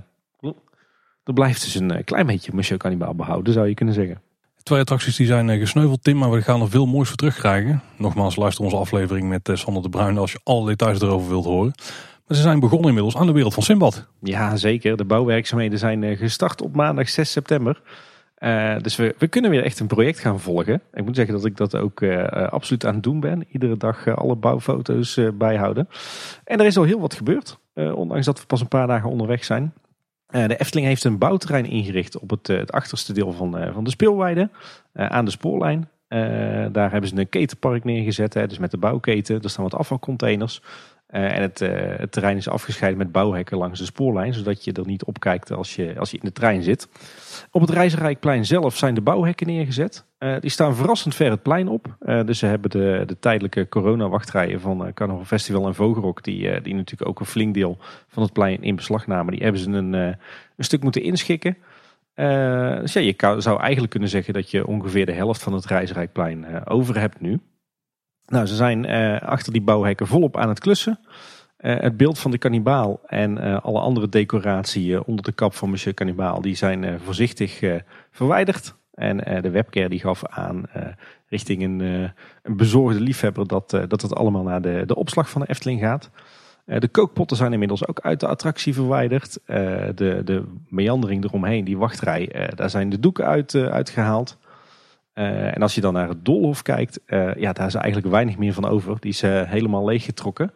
er blijft dus een klein beetje Monsieur Cannibal behouden, zou je kunnen zeggen. Twee attracties die zijn gesneuveld, Tim, maar we gaan er veel moois voor terugkrijgen. Nogmaals, luister onze aflevering met Sander de Bruin als je alle details erover wilt horen. Maar ze zijn begonnen inmiddels aan de wereld van Sinbad. Ja, zeker. De bouwwerkzaamheden zijn gestart op maandag zes september. Uh, dus we, we kunnen weer echt een project gaan volgen. Ik moet zeggen dat ik dat ook uh, absoluut aan het doen ben. Iedere dag uh, alle bouwfoto's uh, bijhouden. En er is al heel wat gebeurd, uh, ondanks dat we pas een paar dagen onderweg zijn. Uh, de Efteling heeft een bouwterrein ingericht op het, uh, het achterste deel van, uh, van de speelweide. Uh, aan de spoorlijn. Uh, daar hebben ze een ketenpark neergezet. Hè, dus met de bouwketen. Er staan wat afvalcontainers. Uh, en het, uh, het terrein is afgescheiden met bouwhekken langs de spoorlijn. Zodat je er niet op kijkt als je, als je in de trein zit. Op het Reizenrijkplein zelf zijn de bouwhekken neergezet. Uh, die staan verrassend ver het plein op. Uh, dus ze hebben de, de tijdelijke coronawachtrijen van uh, Carnaval Festival en Vogelrok. Die, uh, die natuurlijk ook een flink deel van het plein in beslag namen. Die hebben ze een, uh, een stuk moeten inschikken. Uh, dus ja, je kan, zou eigenlijk kunnen zeggen dat je ongeveer de helft van het Reizenrijkplein uh, over hebt nu. Nou, ze zijn uh, achter die bouwhekken volop aan het klussen. Uh, het beeld van de kannibaal en uh, alle andere decoratie uh, onder de kap van Monsieur Cannibal, die zijn uh, voorzichtig uh, verwijderd. En uh, de webcare die gaf aan uh, richting een, uh, een bezorgde liefhebber dat, uh, dat het allemaal naar de, de opslag van de Efteling gaat. Uh, de kookpotten zijn inmiddels ook uit de attractie verwijderd. Uh, de, de meandering eromheen, die wachtrij, uh, daar zijn de doeken uit, uh, uitgehaald. Uh, en als je dan naar het Doolhof kijkt, uh, ja, daar is eigenlijk weinig meer van over. Die is uh, helemaal leeggetrokken.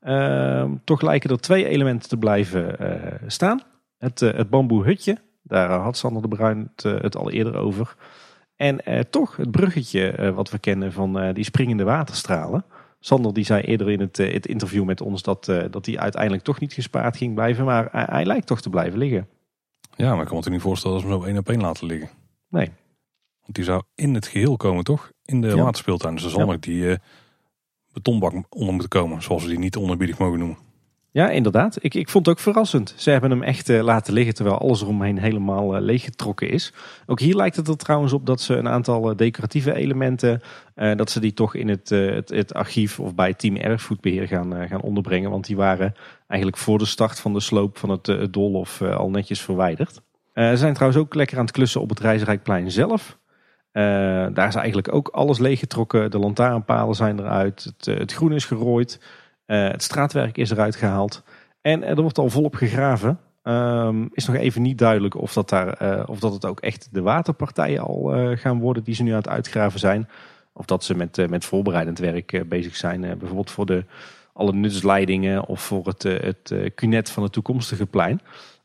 Uh, toch lijken er twee elementen te blijven uh, staan. Het, uh, het bamboe hutje, daar had Sander de Bruin het, uh, het al eerder over. En uh, toch het bruggetje uh, wat we kennen van uh, die springende waterstralen. Sander die zei eerder in het, uh, het interview met ons dat, uh, dat die uiteindelijk toch niet gespaard ging blijven. Maar hij, hij lijkt toch te blijven liggen. Ja, maar ik kan me niet voorstellen dat ze hem zo één op één laten liggen. Nee. Want die zou in het geheel komen, toch? In de ja. waterspeeltuin. Dus er zal ja. nog die uh, betonbak onder moeten komen. Zoals we die niet onerbiedig mogen noemen. Ja, inderdaad. Ik, ik vond het ook verrassend. Ze hebben hem echt uh, laten liggen terwijl alles eromheen helemaal uh, leeggetrokken is. Ook hier lijkt het er trouwens op dat ze een aantal uh, decoratieve elementen, uh, dat ze die toch in het, uh, het, het archief of bij Team Erfgoedbeheer gaan, uh, gaan onderbrengen. Want die waren eigenlijk voor de start van de sloop van het, uh, het Doolhof uh, al netjes verwijderd. Uh, ze zijn trouwens ook lekker aan het klussen op het Reizenrijkplein zelf. Uh, daar is eigenlijk ook alles leeggetrokken. De lantaarnpalen zijn eruit. Het, uh, het groen is gerooid. Uh, het straatwerk is eruit gehaald. En uh, er wordt al volop gegraven. Um, is nog even niet duidelijk of dat, daar, uh, of dat het ook echt de waterpartijen al uh, gaan worden die ze nu aan het uitgraven zijn. Of dat ze met, uh, met voorbereidend werk uh, bezig zijn. Uh, bijvoorbeeld voor de, alle nutsleidingen of voor het, uh, het uh, cunet van het toekomstige plein.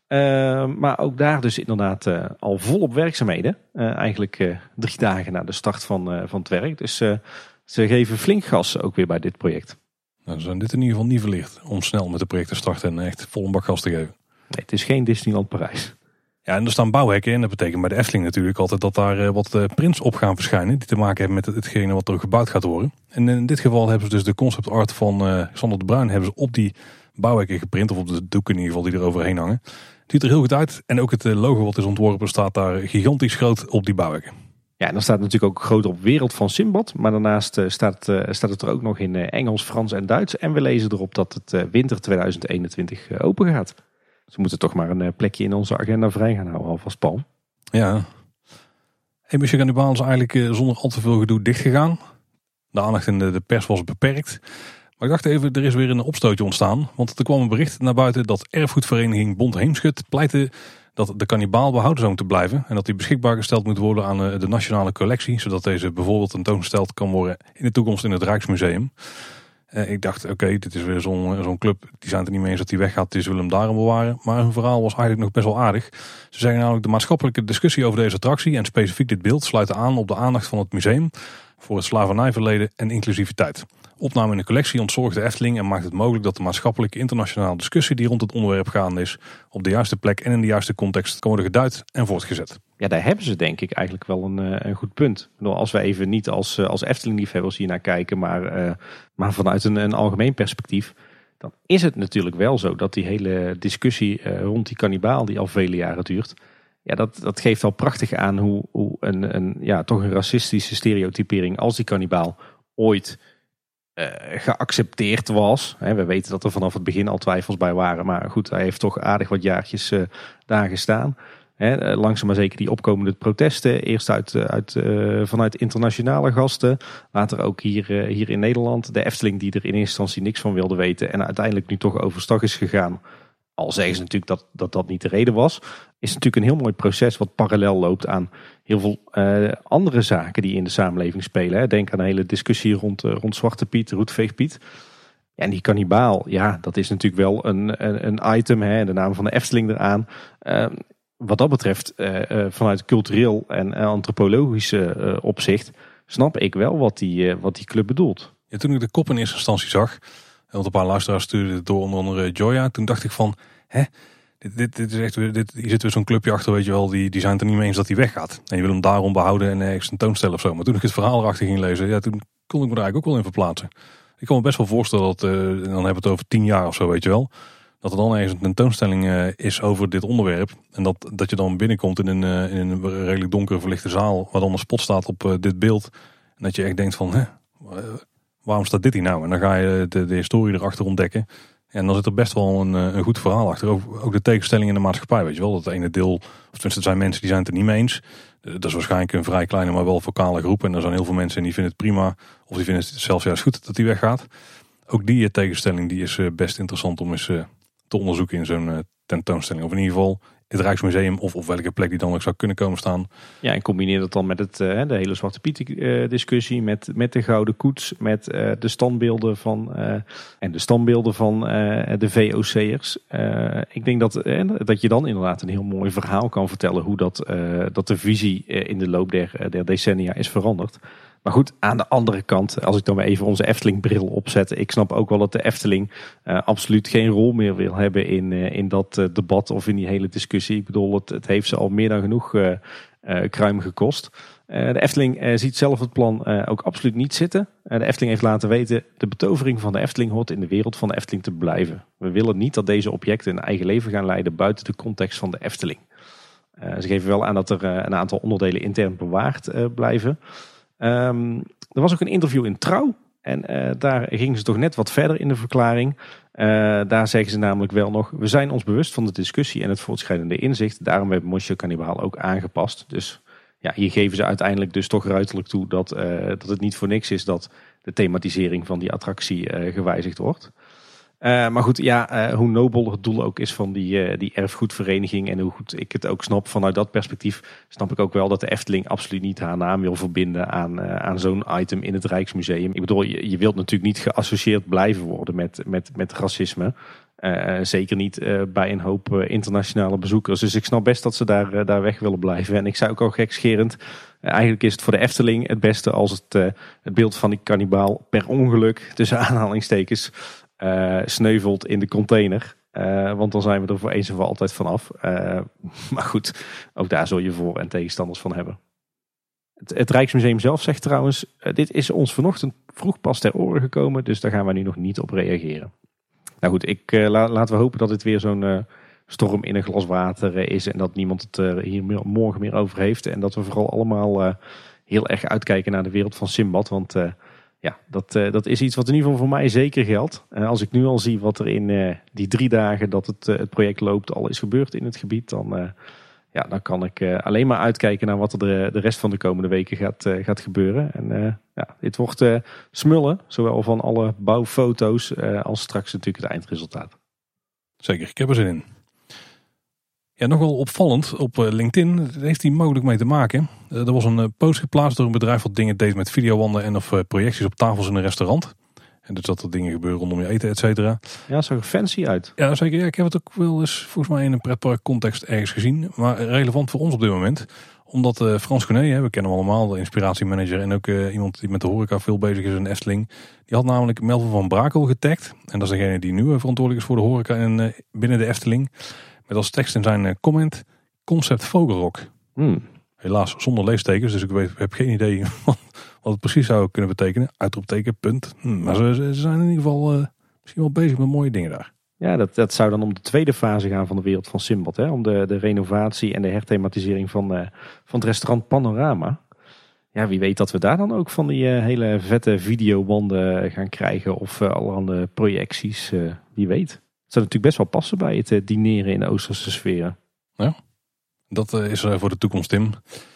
Uh, maar ook daar dus inderdaad uh, al volop werkzaamheden. Uh, eigenlijk uh, drie dagen na de start van, uh, van het werk. Dus uh, ze geven flink gas ook weer bij dit project. Nou, ze zijn dit in ieder geval niet verlicht om snel met de project te starten en echt vol een bak gas te geven. Nee, het is geen Disneyland Parijs. Ja, en er staan bouwhekken en dat betekent bij de Efteling natuurlijk altijd dat daar uh, wat uh, prints op gaan verschijnen die te maken hebben met hetgene wat er gebouwd gaat worden. En in dit geval hebben ze dus de concept art van uh, Sander de Bruin hebben ze op die bouwhekken geprint, of op de doeken in ieder geval die er overheen hangen. Het ziet er heel goed uit en ook het uh, logo wat is ontworpen staat daar gigantisch groot op die bouwhekken. Ja, en dan staat natuurlijk ook groot op Wereld van Simbad. Maar daarnaast uh, staat, uh, staat het er ook nog in uh, Engels, Frans en Duits. En we lezen erop dat het uh, winter tweeduizend eenentwintig uh, open gaat. Dus we moeten toch maar een uh, plekje in onze agenda vrij gaan houden, alvast Paul. Ja. Hey, Mission Cannibal is eigenlijk uh, zonder al te veel gedoe dichtgegaan. De aandacht in de, de pers was beperkt. Maar ik dacht even, er is weer een opstootje ontstaan. Want er kwam een bericht naar buiten dat erfgoedvereniging Bond Heemschut pleitte dat de kannibaal behouden zou moeten blijven. En dat die beschikbaar gesteld moet worden aan de nationale collectie. Zodat deze bijvoorbeeld tentoongesteld kan worden in de toekomst in het Rijksmuseum. Uh, ik dacht, oké, okay, dit is weer zo'n zo'n club. Die zijn het er niet mee eens dat die weggaat. Die zullen hem daarom bewaren. Maar hun verhaal was eigenlijk nog best wel aardig. Ze zeggen namelijk de maatschappelijke discussie over deze attractie en specifiek dit beeld sluit aan op de aandacht van het museum voor het slavernijverleden en inclusiviteit. Opname in de collectie ontzorgt de Efteling en maakt het mogelijk dat de maatschappelijke internationale discussie die rond het onderwerp gaande is op de juiste plek en in de juiste context kan worden geduid en voortgezet. Ja, daar hebben ze denk ik eigenlijk wel een, een goed punt. Als we even niet als, als Efteling-liefhebbers hier naar kijken, maar, uh, maar vanuit een, een algemeen perspectief, dan is het natuurlijk wel zo dat die hele discussie uh, rond die kannibaal die al vele jaren duurt, ja, dat, dat geeft wel prachtig aan hoe, hoe een, een, ja, toch een racistische stereotypering als die kannibaal ooit Uh, geaccepteerd was. He, we weten dat er vanaf het begin al twijfels bij waren. Maar goed, hij heeft toch aardig wat jaartjes uh, daar gestaan. He, uh, langzaam maar zeker die opkomende protesten. Eerst uit, uit, uh, vanuit internationale gasten. Later ook hier, uh, hier in Nederland. De Efteling die er in eerste instantie niks van wilde weten. En uiteindelijk nu toch overstag is gegaan. Al zeggen ze natuurlijk dat, dat dat niet de reden was. Is natuurlijk een heel mooi proces wat parallel loopt aan heel veel uh, andere zaken die in de samenleving spelen. Hè. Denk aan de hele discussie rond, uh, rond Zwarte Piet, Roetveegpiet. Ja, en die kannibaal, ja, dat is natuurlijk wel een, een, een item. Hè, de naam van de Efteling eraan. Uh, wat dat betreft, uh, uh, vanuit cultureel en uh, antropologische uh, opzicht, snap ik wel wat die, uh, wat die club bedoelt. Ja, toen ik de kop in eerste instantie zag, want een paar luisteraars stuurden het door, onder andere Joya. Toen dacht ik van, hè, dit, dit, dit is echt, dit, hier zit weer zo'n clubje achter, weet je wel. Die, die zijn het er niet mee eens dat hij weggaat. En je wil hem daarom behouden en ergens tentoonstellen of zo. Maar toen ik het verhaal erachter ging lezen, ja, toen kon ik me er eigenlijk ook wel in verplaatsen. Ik kan me best wel voorstellen dat, uh, dan hebben we het over tien jaar of zo, weet je wel. Dat er dan ergens een tentoonstelling uh, is over dit onderwerp. En dat, dat je dan binnenkomt in een, uh, in een redelijk donkere verlichte zaal, waar dan een spot staat op uh, dit beeld. En dat je echt denkt van, hè, uh, waarom staat dit hier nou? En dan ga je de, de historie erachter ontdekken. En dan zit er best wel een, een goed verhaal achter. Ook, ook de tegenstelling in de maatschappij, weet je wel. Dat het ene deel, of tenminste er zijn mensen die zijn het er niet mee eens. Dat is waarschijnlijk een vrij kleine, maar wel vocale groep. En er zijn heel veel mensen die vinden het prima. Of die vinden het zelfs juist goed dat die weggaat. Ook die tegenstelling die is best interessant om eens te onderzoeken in zo'n tentoonstelling. Of in ieder geval het Rijksmuseum of op welke plek die dan ook zou kunnen komen staan. Ja, en combineer dat dan met het, de hele Zwarte Piet discussie, met, met de Gouden Koets, met uh, de standbeelden van uh, en de standbeelden van uh, de V O C'ers. Uh, ik denk dat, uh, dat je dan inderdaad een heel mooi verhaal kan vertellen hoe dat, uh, dat de visie uh, in de loop der, der decennia is veranderd. Maar goed, aan de andere kant, als ik dan weer even onze Efteling-bril opzet. Ik snap ook wel dat de Efteling uh, absoluut geen rol meer wil hebben in, uh, in dat uh, debat of in die hele discussie. Ik bedoel, het, het heeft ze al meer dan genoeg uh, uh, kruim gekost. Uh, de Efteling uh, ziet zelf het plan uh, ook absoluut niet zitten. Uh, de Efteling heeft laten weten, de betovering van de Efteling hoort in de wereld van de Efteling te blijven. We willen niet dat deze objecten een eigen leven gaan leiden buiten de context van de Efteling. Uh, ze geven wel aan dat er uh, een aantal onderdelen intern bewaard uh, blijven. Um, er was ook een interview in Trouw. En uh, daar gingen ze toch net wat verder in de verklaring. Uh, daar zeggen ze namelijk wel nog: we zijn ons bewust van de discussie en het voortschrijdende inzicht. Daarom hebben we Monsieur Cannibal ook aangepast. Dus ja, hier geven ze uiteindelijk dus toch ruiterlijk toe dat, uh, dat het niet voor niks is dat de thematisering van die attractie uh, gewijzigd wordt. Uh, maar goed, ja, uh, hoe nobel het doel ook is van die, uh, die erfgoedvereniging en hoe goed ik het ook snap vanuit dat perspectief, snap ik ook wel dat de Efteling absoluut niet haar naam wil verbinden aan, uh, aan zo'n item in het Rijksmuseum. Ik bedoel, je, je wilt natuurlijk niet geassocieerd blijven worden met, met, met racisme. Uh, zeker niet uh, bij een hoop uh, internationale bezoekers. Dus ik snap best dat ze daar, uh, daar weg willen blijven. En ik zou ook al gekscherend Uh, eigenlijk is het voor de Efteling het beste als het, uh, het beeld van die kannibaal per ongeluk, tussen aanhalingstekens, uh, sneuvelt in de container. Uh, want dan zijn we er voor eens en voor altijd vanaf. Uh, maar goed, ook daar zul je voor- en tegenstanders van hebben. Het, het Rijksmuseum zelf zegt trouwens, uh, dit is ons vanochtend vroeg pas ter oren gekomen, dus daar gaan wij nu nog niet op reageren. Nou goed, ik, uh, la, laten we hopen dat dit weer zo'n uh, storm in een glas water uh, is en dat niemand het uh, hier meer, morgen meer over heeft. En dat we vooral allemaal uh, heel erg uitkijken naar de wereld van Simbad, want uh, ja, dat, uh, dat is iets wat in ieder geval voor mij zeker geldt. Uh, als ik nu al zie wat er in uh, die drie dagen dat het, uh, het project loopt al is gebeurd in het gebied, dan, uh, ja, dan kan ik uh, alleen maar uitkijken naar wat er de, de rest van de komende weken gaat, uh, gaat gebeuren. En uh, ja, dit wordt uh, smullen, zowel van alle bouwfoto's uh, als straks natuurlijk het eindresultaat. Zeker, ik heb er zin in. Ja, nogal opvallend op LinkedIn, daar heeft hij mogelijk mee te maken. Er was een post geplaatst door een bedrijf wat dingen deed met videowanden en of projecties op tafels in een restaurant. En dus dat er dingen gebeuren rondom je eten, et cetera. Ja, het zag er fancy uit. Ja, zeker. Ja, ik heb het ook wel eens volgens mij in een pretpark context ergens gezien. Maar relevant voor ons op dit moment. Omdat uh, Frans Conet, we kennen hem allemaal, de inspiratiemanager en ook uh, iemand die met de horeca veel bezig is in Efteling. Die had namelijk Melvin van Brakel getagd. En dat is degene die nu uh, verantwoordelijk is voor de horeca in, uh, binnen de Efteling. Met als tekst in zijn uh, comment, concept Vogelrok. Hmm. Helaas zonder leestekens, dus ik weet, heb geen idee wat, wat het precies zou kunnen betekenen. Uitroepteken, punt. Hmm, maar ze, ze zijn in ieder geval uh, misschien wel bezig met mooie dingen daar. Ja, dat, dat zou dan om de tweede fase gaan van de wereld van Simbad. Hè? Om de, de renovatie en de herthematisering van, uh, van het restaurant Panorama. Ja, wie weet dat we daar dan ook van die uh, hele vette videobanden gaan krijgen. Of uh, allerhande projecties, uh, wie weet. Het zou natuurlijk best wel passen bij het uh, dineren in de Oosterse sferen. Ja, dat uh, is uh, voor de toekomst, Tim.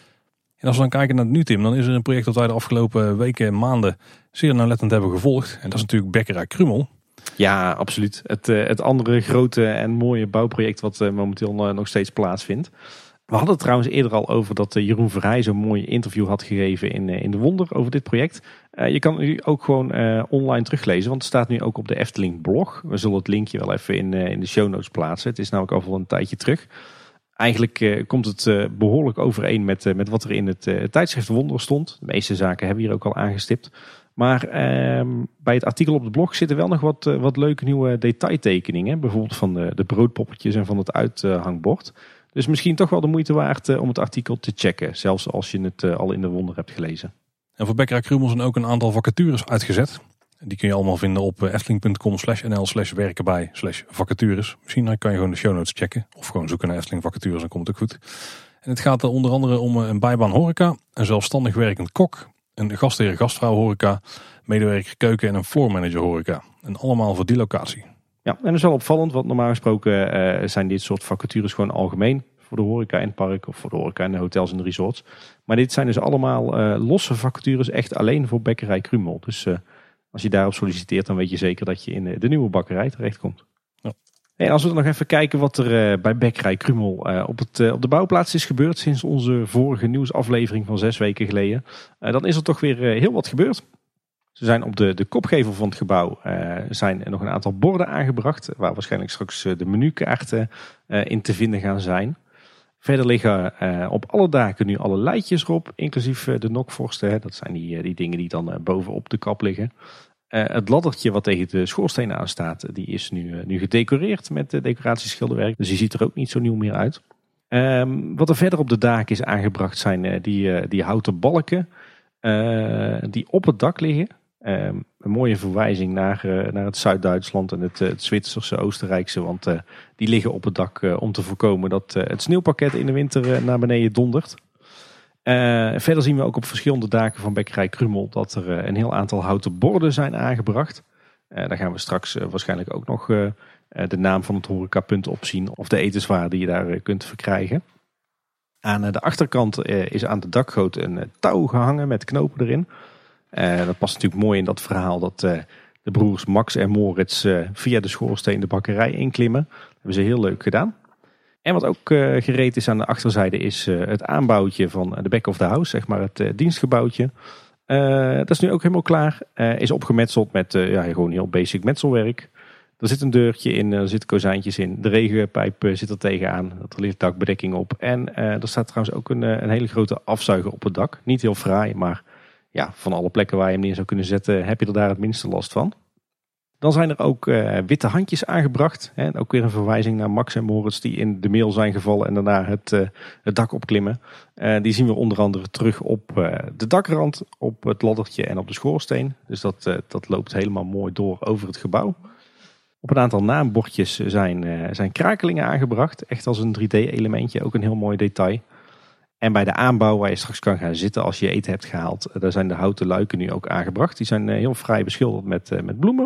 En als we dan kijken naar het nu, Tim, dan is er een project dat wij de afgelopen weken en maanden zeer nauwlettend hebben gevolgd. En dat is natuurlijk Bekkerij Krummel. Ja, absoluut. Het, uh, het andere grote en mooie bouwproject wat uh, momenteel uh, nog steeds plaatsvindt. We hadden het trouwens eerder al over dat uh, Jeroen Verheij zo'n mooi interview had gegeven in, uh, in De Wonder over dit project. Uh, je kan nu ook gewoon uh, online teruglezen, want het staat nu ook op de Efteling blog. We zullen het linkje wel even in, uh, in de show notes plaatsen. Het is namelijk al wel een tijdje terug. Eigenlijk uh, komt het uh, behoorlijk overeen met, uh, met wat er in het uh, tijdschrift Wonder stond. De meeste zaken hebben we hier ook al aangestipt. Maar uh, bij het artikel op de blog zitten wel nog wat, uh, wat leuke nieuwe detailtekeningen. Bijvoorbeeld van de, de broodpoppetjes en van het uithangbord. Dus misschien toch wel de moeite waard uh, om het artikel te checken. Zelfs als je het uh, al in de Wonder hebt gelezen. En voor Bekkerij Krummel zijn ook een aantal vacatures uitgezet. Die kun je allemaal vinden op efteling.com slash nl slash werken bij slash vacatures. Misschien kan je gewoon de show notes checken. Of gewoon zoeken naar Efteling vacatures, dan komt het ook goed. En het gaat er onder andere om een bijbaan horeca, een zelfstandig werkend kok, een gastheer gastvrouw horeca, medewerker keuken en een floor manager horeca. En allemaal voor die locatie. Ja, en dat is wel opvallend, want normaal gesproken uh, zijn dit soort vacatures gewoon algemeen. Voor de horeca in het park of voor de horeca in de hotels en de resorts. Maar dit zijn dus allemaal uh, losse vacatures echt alleen voor Bekkerij Krummel. Dus uh, als je daarop solliciteert, dan weet je zeker dat je in de nieuwe bakkerij terechtkomt. Ja. En als we dan nog even kijken wat er uh, bij Bekkerij Krummel uh, op, het, uh, op de bouwplaats is gebeurd sinds onze vorige nieuwsaflevering van zes weken geleden. Uh, dan is er toch weer uh, heel wat gebeurd. Ze zijn op de, de kopgevel van het gebouw uh, zijn nog een aantal borden aangebracht. Waar waarschijnlijk straks uh, de menukaarten uh, in te vinden gaan zijn. Verder liggen uh, op alle daken nu alle leidjes erop, inclusief uh, de nokvorsten. Hè. Dat zijn die, uh, die dingen die dan uh, bovenop de kap liggen. Uh, het laddertje wat tegen de schoorsteen aan staat, die is nu, uh, nu gedecoreerd met uh, decoratieschilderwerk. Dus die ziet er ook niet zo nieuw meer uit. Um, wat er verder op de daken is aangebracht zijn uh, die, uh, die houten balken uh, die op het dak liggen. Um, een mooie verwijzing naar, uh, naar het Zuid-Duitsland en het, uh, het Zwitserse, Oostenrijkse. Want uh, die liggen op het dak uh, om te voorkomen dat uh, het sneeuwpakket in de winter uh, naar beneden dondert. Uh, verder zien we ook op verschillende daken van Bekkerij Krummel dat er uh, een heel aantal houten borden zijn aangebracht. Uh, daar gaan we straks uh, waarschijnlijk ook nog uh, de naam van het horecapunt op zien. Of de etenswaren die je daar uh, kunt verkrijgen. Aan uh, de achterkant uh, is aan de dakgoot een uh, touw gehangen met knopen erin. Uh, dat past natuurlijk mooi in dat verhaal dat uh, de broers Max en Moritz uh, via de schoorsteen de bakkerij inklimmen. Dat hebben ze heel leuk gedaan. En wat ook uh, gereed is aan de achterzijde is uh, het aanbouwtje van de back of the house, zeg maar het uh, dienstgebouwtje. Uh, dat is nu ook helemaal klaar. Uh, is opgemetseld met uh, ja, gewoon heel basic metselwerk. Er zit een deurtje in, er zitten kozijntjes in. De regenpijp zit er tegenaan. Er ligt dakbedekking op. En uh, er staat trouwens ook een, een hele grote afzuiger op het dak. Niet heel fraai, maar ja, van alle plekken waar je hem neer zou kunnen zetten, heb je er daar het minste last van. Dan zijn er ook uh, witte handjes aangebracht. Hè. Ook weer een verwijzing naar Max en Moritz die in de mail zijn gevallen en daarna het, uh, het dak opklimmen. Uh, die zien we onder andere terug op uh, de dakrand, op het laddertje en op de schoorsteen. Dus dat, uh, dat loopt helemaal mooi door over het gebouw. Op een aantal naambordjes zijn, uh, zijn krakelingen aangebracht. Echt als een drie D elementje, ook een heel mooi detail. En bij de aanbouw waar je straks kan gaan zitten als je eten hebt gehaald, uh, daar zijn de houten luiken nu ook aangebracht. Die zijn uh, heel fraai beschilderd met, uh, met bloemen.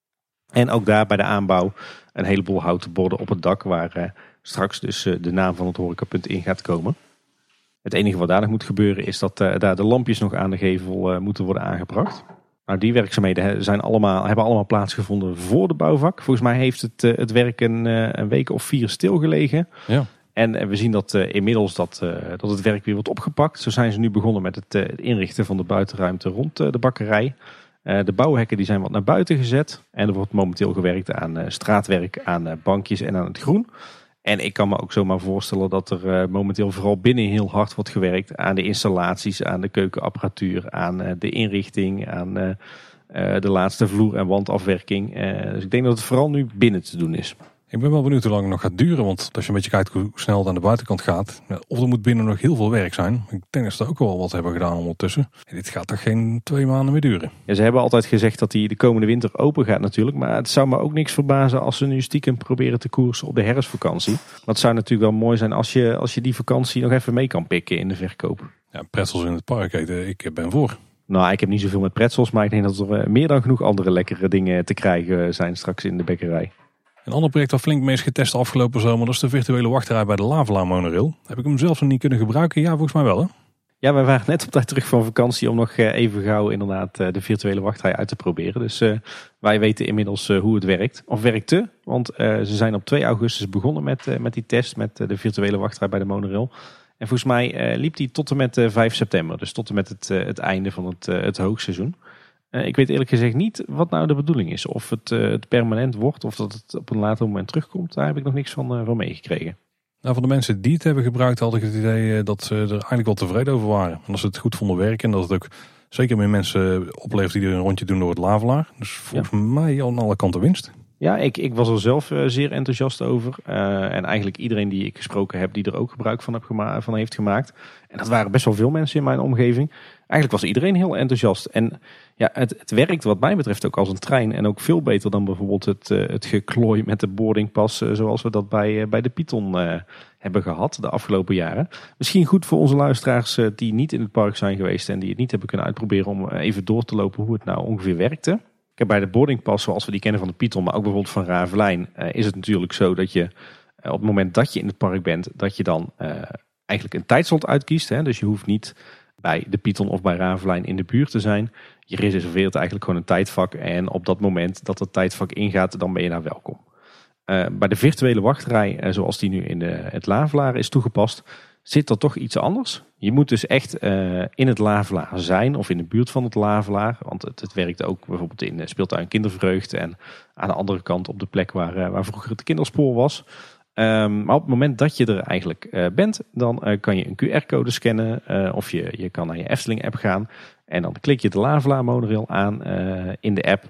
En ook daar bij de aanbouw een heleboel houten borden op het dak waar uh, straks dus uh, de naam van het horecapunt in gaat komen. Het enige wat daar nog moet gebeuren is dat uh, daar de lampjes nog aan de gevel uh, moeten worden aangebracht. Nou, die werkzaamheden zijn allemaal, hebben allemaal plaatsgevonden voor de bouwvak. Volgens mij heeft het, uh, het werk een, uh, een week of vier stilgelegen. Ja. En uh, we zien dat uh, inmiddels dat, uh, dat het werk weer wordt opgepakt. Zo zijn ze nu begonnen met het, uh, het inrichten van de buitenruimte rond uh, de bakkerij. Uh, de bouwhekken die zijn wat naar buiten gezet. En er wordt momenteel gewerkt aan uh, straatwerk, aan uh, bankjes en aan het groen. En ik kan me ook zomaar voorstellen dat er uh, momenteel vooral binnen heel hard wordt gewerkt aan de installaties, aan de keukenapparatuur, aan uh, de inrichting, aan uh, uh, de laatste vloer- en wandafwerking. Uh, dus ik denk dat het vooral nu binnen te doen is. Ik ben wel benieuwd hoe lang het nog gaat duren. Want als je een beetje kijkt hoe snel het aan de buitenkant gaat. Of er moet binnen nog heel veel werk zijn. Ik denk dat ze er ook wel wat hebben gedaan ondertussen. En dit gaat toch geen twee maanden meer duren. Ja, ze hebben altijd gezegd dat die de komende winter open gaat natuurlijk. Maar het zou me ook niks verbazen als ze nu stiekem proberen te koersen op de herfstvakantie. Maar het zou natuurlijk wel mooi zijn als je, als je die vakantie nog even mee kan pikken in de verkoop. Ja, pretzels in het park eten, ik ben voor. Nou, ik heb niet zoveel met pretzels. Maar ik denk dat er meer dan genoeg andere lekkere dingen te krijgen zijn straks in de bekkerij. Een ander project dat flink mee is getest de afgelopen zomer, dat is de virtuele wachtrij bij de Lavelaar monorail. Heb ik hem zelf nog niet kunnen gebruiken? Ja, volgens mij wel hè? Ja, wij waren net op tijd terug van vakantie om nog even gauw inderdaad de virtuele wachtrij uit te proberen. Dus uh, wij weten inmiddels uh, hoe het werkt. Of werkte, want uh, ze zijn op twee augustus begonnen met, uh, met die test met uh, de virtuele wachtrij bij de monorail. En volgens mij uh, liep die tot en met uh, vijf september, dus tot en met het, uh, het einde van het, uh, het hoogseizoen. Uh, ik weet eerlijk gezegd niet wat nou de bedoeling is. Of het, uh, het permanent wordt of dat het op een later moment terugkomt. Daar heb ik nog niks van, uh, van meegekregen. Nou, van de mensen die het hebben gebruikt had ik het idee dat ze er eigenlijk wel tevreden over waren. En dat ze het goed vonden werken en dat het ook zeker meer mensen oplevert die er een rondje doen door het Lavelaar. Dus volgens ja. mij aan alle kanten winst. Ja, ik, ik was er zelf uh, zeer enthousiast over. Uh, en eigenlijk iedereen die ik gesproken heb die er ook gebruik van, heb gema- van heeft gemaakt. En dat waren best wel veel mensen in mijn omgeving. Eigenlijk was iedereen heel enthousiast. En ja, het, het werkt wat mij betreft ook als een trein. En ook veel beter dan bijvoorbeeld het, uh, het geklooi met de boardingpas. Uh, zoals we dat bij, uh, bij de Python uh, hebben gehad de afgelopen jaren. Misschien goed voor onze luisteraars uh, die niet in het park zijn geweest. En die het niet hebben kunnen uitproberen om uh, even door te lopen hoe het nou ongeveer werkte. Bij de boardingpas, zoals we die kennen van de Python, maar ook bijvoorbeeld van Ravelijn, uh, is het natuurlijk zo dat je uh, op het moment dat je in het park bent, dat je dan uh, eigenlijk een tijdslot uitkiest. Hè? Dus je hoeft niet bij de Python of bij Ravelijn in de buurt te zijn. Je reserveert eigenlijk gewoon een tijdvak en op dat moment dat het tijdvak ingaat, dan ben je daar welkom. Uh, bij de virtuele wachtrij, uh, zoals die nu in de, het Lavelaar is toegepast, zit er toch iets anders. Je moet dus echt uh, in het Lavelaar zijn of in de buurt van het Lavelaar. Want het, het werkt ook bijvoorbeeld in speeltuin Kindervreugde en aan de andere kant op de plek waar, uh, waar vroeger het kinderspoor was. Um, maar op het moment dat je er eigenlijk uh, bent, dan uh, kan je een Q R-code scannen uh, of je, je kan naar je Efteling-app gaan. En dan klik je de Lavelaar monorail aan uh, in de app.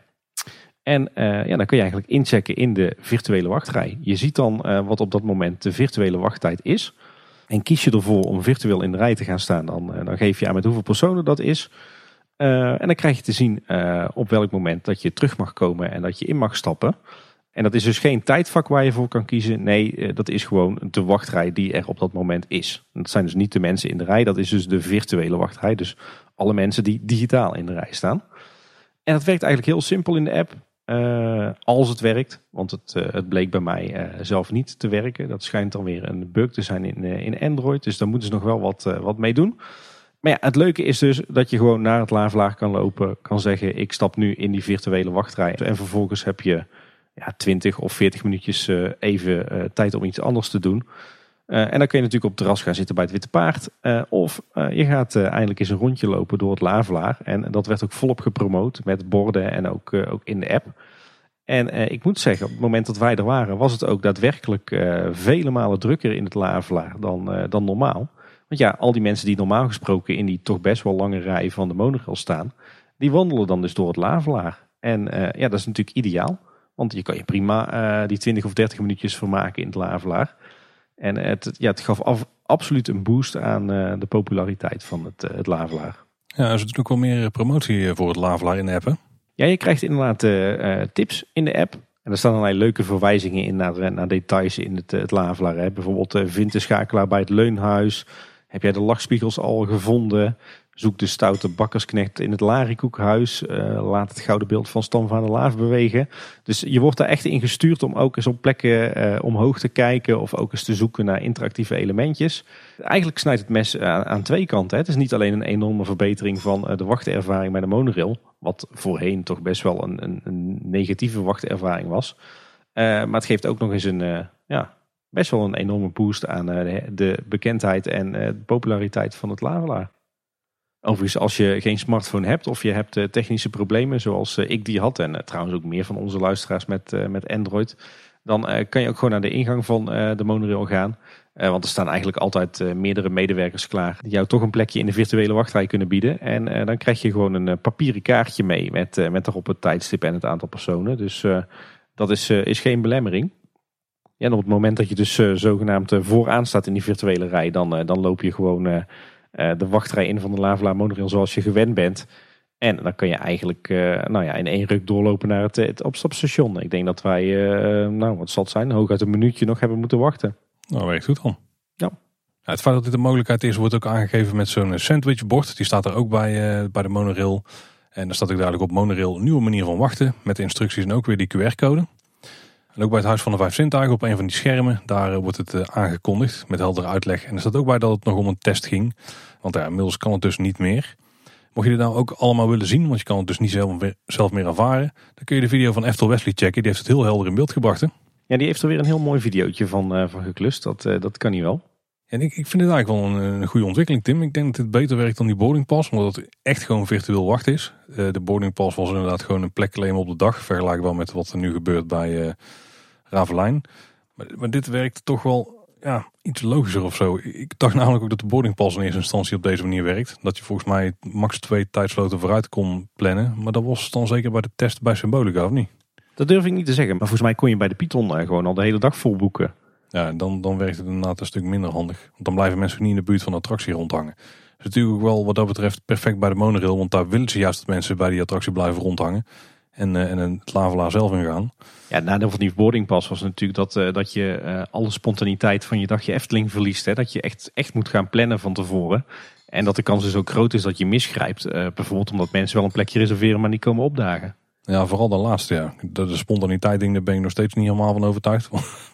En uh, ja, dan kun je eigenlijk inchecken in de virtuele wachtrij. Je ziet dan uh, wat op dat moment de virtuele wachttijd is. En kies je ervoor om virtueel in de rij te gaan staan, dan, uh, dan geef je aan met hoeveel personen dat is. Uh, en dan krijg je te zien uh, op welk moment dat je terug mag komen en dat je in mag stappen. En dat is dus geen tijdvak waar je voor kan kiezen. Nee, uh, dat is gewoon de wachtrij die er op dat moment is. En dat zijn dus niet de mensen in de rij, dat is dus de virtuele wachtrij. Dus alle mensen die digitaal in de rij staan. En dat werkt eigenlijk heel simpel in de app. Uh, als het werkt, want het, uh, het bleek bij mij uh, zelf niet te werken. Dat schijnt dan weer een bug te zijn in, uh, in Android. Dus daar moeten ze nog wel wat, uh, wat mee doen. Maar ja, het leuke is dus dat je gewoon naar het Lavelaar kan lopen. Kan zeggen, ik stap nu in die virtuele wachtrij. En vervolgens heb je ja, twintig of veertig minuutjes uh, even uh, tijd om iets anders te doen. Uh, en dan kun je natuurlijk op het terras gaan zitten bij het Witte Paard. Uh, of uh, je gaat uh, eindelijk eens een rondje lopen door het Lavelaar. En dat werd ook volop gepromoot met borden en ook, uh, ook in de app. En uh, ik moet zeggen, op het moment dat wij er waren, was het ook daadwerkelijk uh, vele malen drukker in het Lavelaar dan, uh, dan normaal. Want ja, al die mensen die normaal gesproken in die toch best wel lange rij van de monorail staan, die wandelen dan dus door het Lavelaar. En uh, ja, dat is natuurlijk ideaal. Want je kan je prima uh, die twintig of dertig minuutjes vermaken in het Lavelaar. En het, ja, het gaf af, absoluut een boost aan uh, de populariteit van het, uh, het Lavelaar. Ja, er zit ook wel meer promotie voor het Lavelaar in de app, hè? Ja, je krijgt inderdaad uh, tips in de app. En er staan allerlei leuke verwijzingen in naar, naar details in het, het Lavelaar. Hè. Bijvoorbeeld uh, vind de schakelaar bij het leunhuis. Heb jij de lachspiegels al gevonden? Zoek de stoute bakkersknecht in het Lariekoekhuis. Uh, laat het gouden beeld van Stam van der Laaf bewegen. Dus je wordt daar echt in gestuurd om ook eens op plekken uh, omhoog te kijken. Of ook eens te zoeken naar interactieve elementjes. Eigenlijk snijdt het mes aan, aan twee kanten. Hè. Het is niet alleen een enorme verbetering van uh, de wachtervaring bij de monorail. Wat voorheen toch best wel een, een, een negatieve wachtervaring was. Uh, maar het geeft ook nog eens een... Uh, ja, best wel een enorme boost aan uh, de, de bekendheid en uh, de populariteit van het Lavelaar. Overigens, als je geen smartphone hebt of je hebt uh, technische problemen zoals uh, ik die had, en uh, trouwens ook meer van onze luisteraars met, uh, met Android, dan uh, kan je ook gewoon naar de ingang van uh, de monorail gaan. Uh, want er staan eigenlijk altijd uh, meerdere medewerkers klaar die jou toch een plekje in de virtuele wachtrij kunnen bieden. En uh, dan krijg je gewoon een uh, papieren kaartje mee met, uh, met daarop het tijdstip en het aantal personen. Dus uh, dat is, uh, is geen belemmering. Ja, en op het moment dat je dus uh, zogenaamd uh, vooraan staat in die virtuele rij, dan, uh, dan loop je gewoon uh, uh, de wachtrij in van de Lavelaar monorail zoals je gewend bent. En dan kan je eigenlijk uh, nou ja, in één ruk doorlopen naar het, het opstapstation. Ik denk dat wij, uh, nou wat zal het zijn, hooguit een minuutje nog hebben moeten wachten. Nou, werkt goed dan. Ja. Ja, het feit dat dit een mogelijkheid is, wordt ook aangegeven met zo'n sandwichbord. Die staat er ook bij, uh, bij de monorail. En daar staat ook duidelijk op monorail een nieuwe manier van wachten. Met de instructies en ook weer die Q R-code. En ook bij het Huis van de Vijf Zintuigen op een van die schermen, daar uh, wordt het uh, aangekondigd met heldere uitleg. En er staat ook bij dat het nog om een test ging. Want ja, inmiddels kan het dus niet meer. Mocht je dit nou ook allemaal willen zien, want je kan het dus niet zelf, zelf meer ervaren, dan kun je de video van Eftel Wesley checken. Die heeft het heel helder in beeld gebracht. Hè? Ja, die heeft er weer een heel mooi videootje van, uh, van geklust. Dat, uh, dat kan hij wel. En ik, ik vind het eigenlijk wel een, een goede ontwikkeling, Tim. Ik denk dat dit beter werkt dan die boarding pass, omdat het echt gewoon virtueel wachten is. Uh, de boarding pass was inderdaad gewoon een plek claimen op de dag, vergelijkbaar met wat er nu gebeurt bij uh, Ravelijn. Maar, maar dit werkt toch wel ja, iets logischer of zo. Ik dacht namelijk ook dat de boarding pass in eerste instantie op deze manier werkt. Dat je volgens mij max twee tijdsloten vooruit kon plannen. Maar dat was dan zeker bij de test bij Symbolica, of niet? Dat durf ik niet te zeggen. Maar volgens mij kon je bij de Python uh, gewoon al de hele dag vol boeken. Ja, dan, dan werkt het inderdaad een stuk minder handig. Want dan blijven mensen niet in de buurt van de attractie rondhangen. Dat is natuurlijk ook wel wat dat betreft perfect bij de monorail. Want daar willen ze juist dat mensen bij die attractie blijven rondhangen. En, uh, en het Lavelaar zelf ingaan. Ja, het nadeel van die boardingpas was natuurlijk dat, uh, dat je uh, alle spontaniteit van je dagje Efteling verliest. Hè? Dat je echt, echt moet gaan plannen van tevoren. En dat de kans dus ook groot is dat je misgrijpt. Uh, bijvoorbeeld omdat mensen wel een plekje reserveren, maar niet komen opdagen. Ja, vooral de laatste, ja. De, de spontaniteit ding, daar ben ik nog steeds niet helemaal van overtuigd.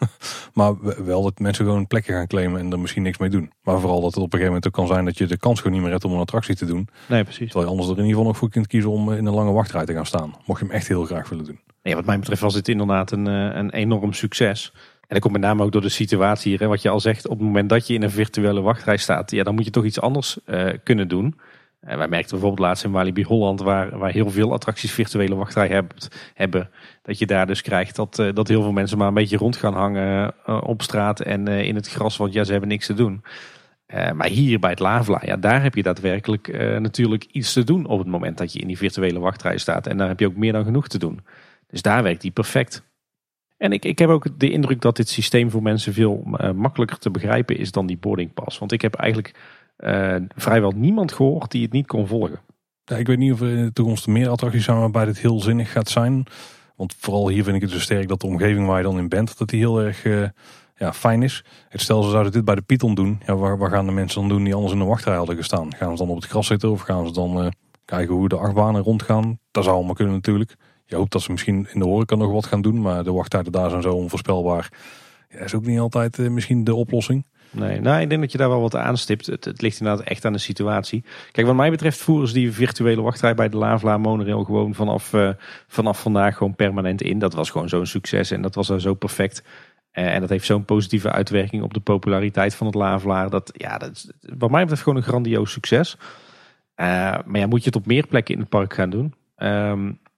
Maar wel dat mensen gewoon een plekje gaan claimen en er misschien niks mee doen. Maar vooral dat het op een gegeven moment ook kan zijn dat je de kans gewoon niet meer hebt om een attractie te doen. Nee, precies. Terwijl je anders er in ieder geval nog voor kunt kiezen om in een lange wachtrij te gaan staan. Mocht je hem echt heel graag willen doen. Nee, wat mij betreft was dit inderdaad een, een enorm succes. En dat komt met name ook door de situatie hier. Hè. Wat je al zegt, op het moment dat je in een virtuele wachtrij staat, ja, dan moet je toch iets anders uh, kunnen doen. En wij merkten bijvoorbeeld laatst in Walibi Holland, waar, waar heel veel attracties virtuele wachtrij hebt, hebben, dat je daar dus krijgt dat, uh, dat heel veel mensen maar een beetje rond gaan hangen uh, op straat en uh, in het gras, want ja, ze hebben niks te doen. Uh, maar hier bij het Lavelaar, ja, daar heb je daadwerkelijk uh, natuurlijk iets te doen op het moment dat je in die virtuele wachtrij staat. En daar heb je ook meer dan genoeg te doen. Dus daar werkt die perfect. En ik, ik heb ook de indruk dat dit systeem voor mensen veel uh, makkelijker te begrijpen is dan die boarding pass. Want ik heb eigenlijk uh, vrijwel niemand gehoord die het niet kon volgen. Ja, ik weet niet of er in de toekomst meer attracties zijn waarbij dit heel zinnig gaat zijn. Want vooral hier vind ik het zo sterk dat de omgeving waar je dan in bent, dat die heel erg uh, ja, fijn is. Het stel ze zouden dit bij de Python doen, ja, waar, waar gaan de mensen dan doen die anders in de wachtrij hadden gestaan? Gaan ze dan op het gras zitten of gaan ze dan uh, kijken hoe de achtbanen rondgaan? Dat zou allemaal kunnen natuurlijk. Je hoopt dat ze misschien in de horeca nog wat gaan doen, maar de wachttijden daar zijn zo onvoorspelbaar. Ja, is ook niet altijd uh, misschien de oplossing. Nee, nou, ik denk dat je daar wel wat aanstipt. Het, het ligt inderdaad echt aan de situatie. Kijk, wat mij betreft voeren ze die virtuele wachtrij bij de Lavelaar monorail gewoon vanaf, uh, vanaf vandaag gewoon permanent in. Dat was gewoon zo'n succes en dat was uh, zo perfect. Uh, en dat heeft zo'n positieve uitwerking op de populariteit van het Lavelaar. Dat, ja, dat is wat mij betreft gewoon een grandioos succes. Uh, maar ja, moet je het op meer plekken in het park gaan doen? Um,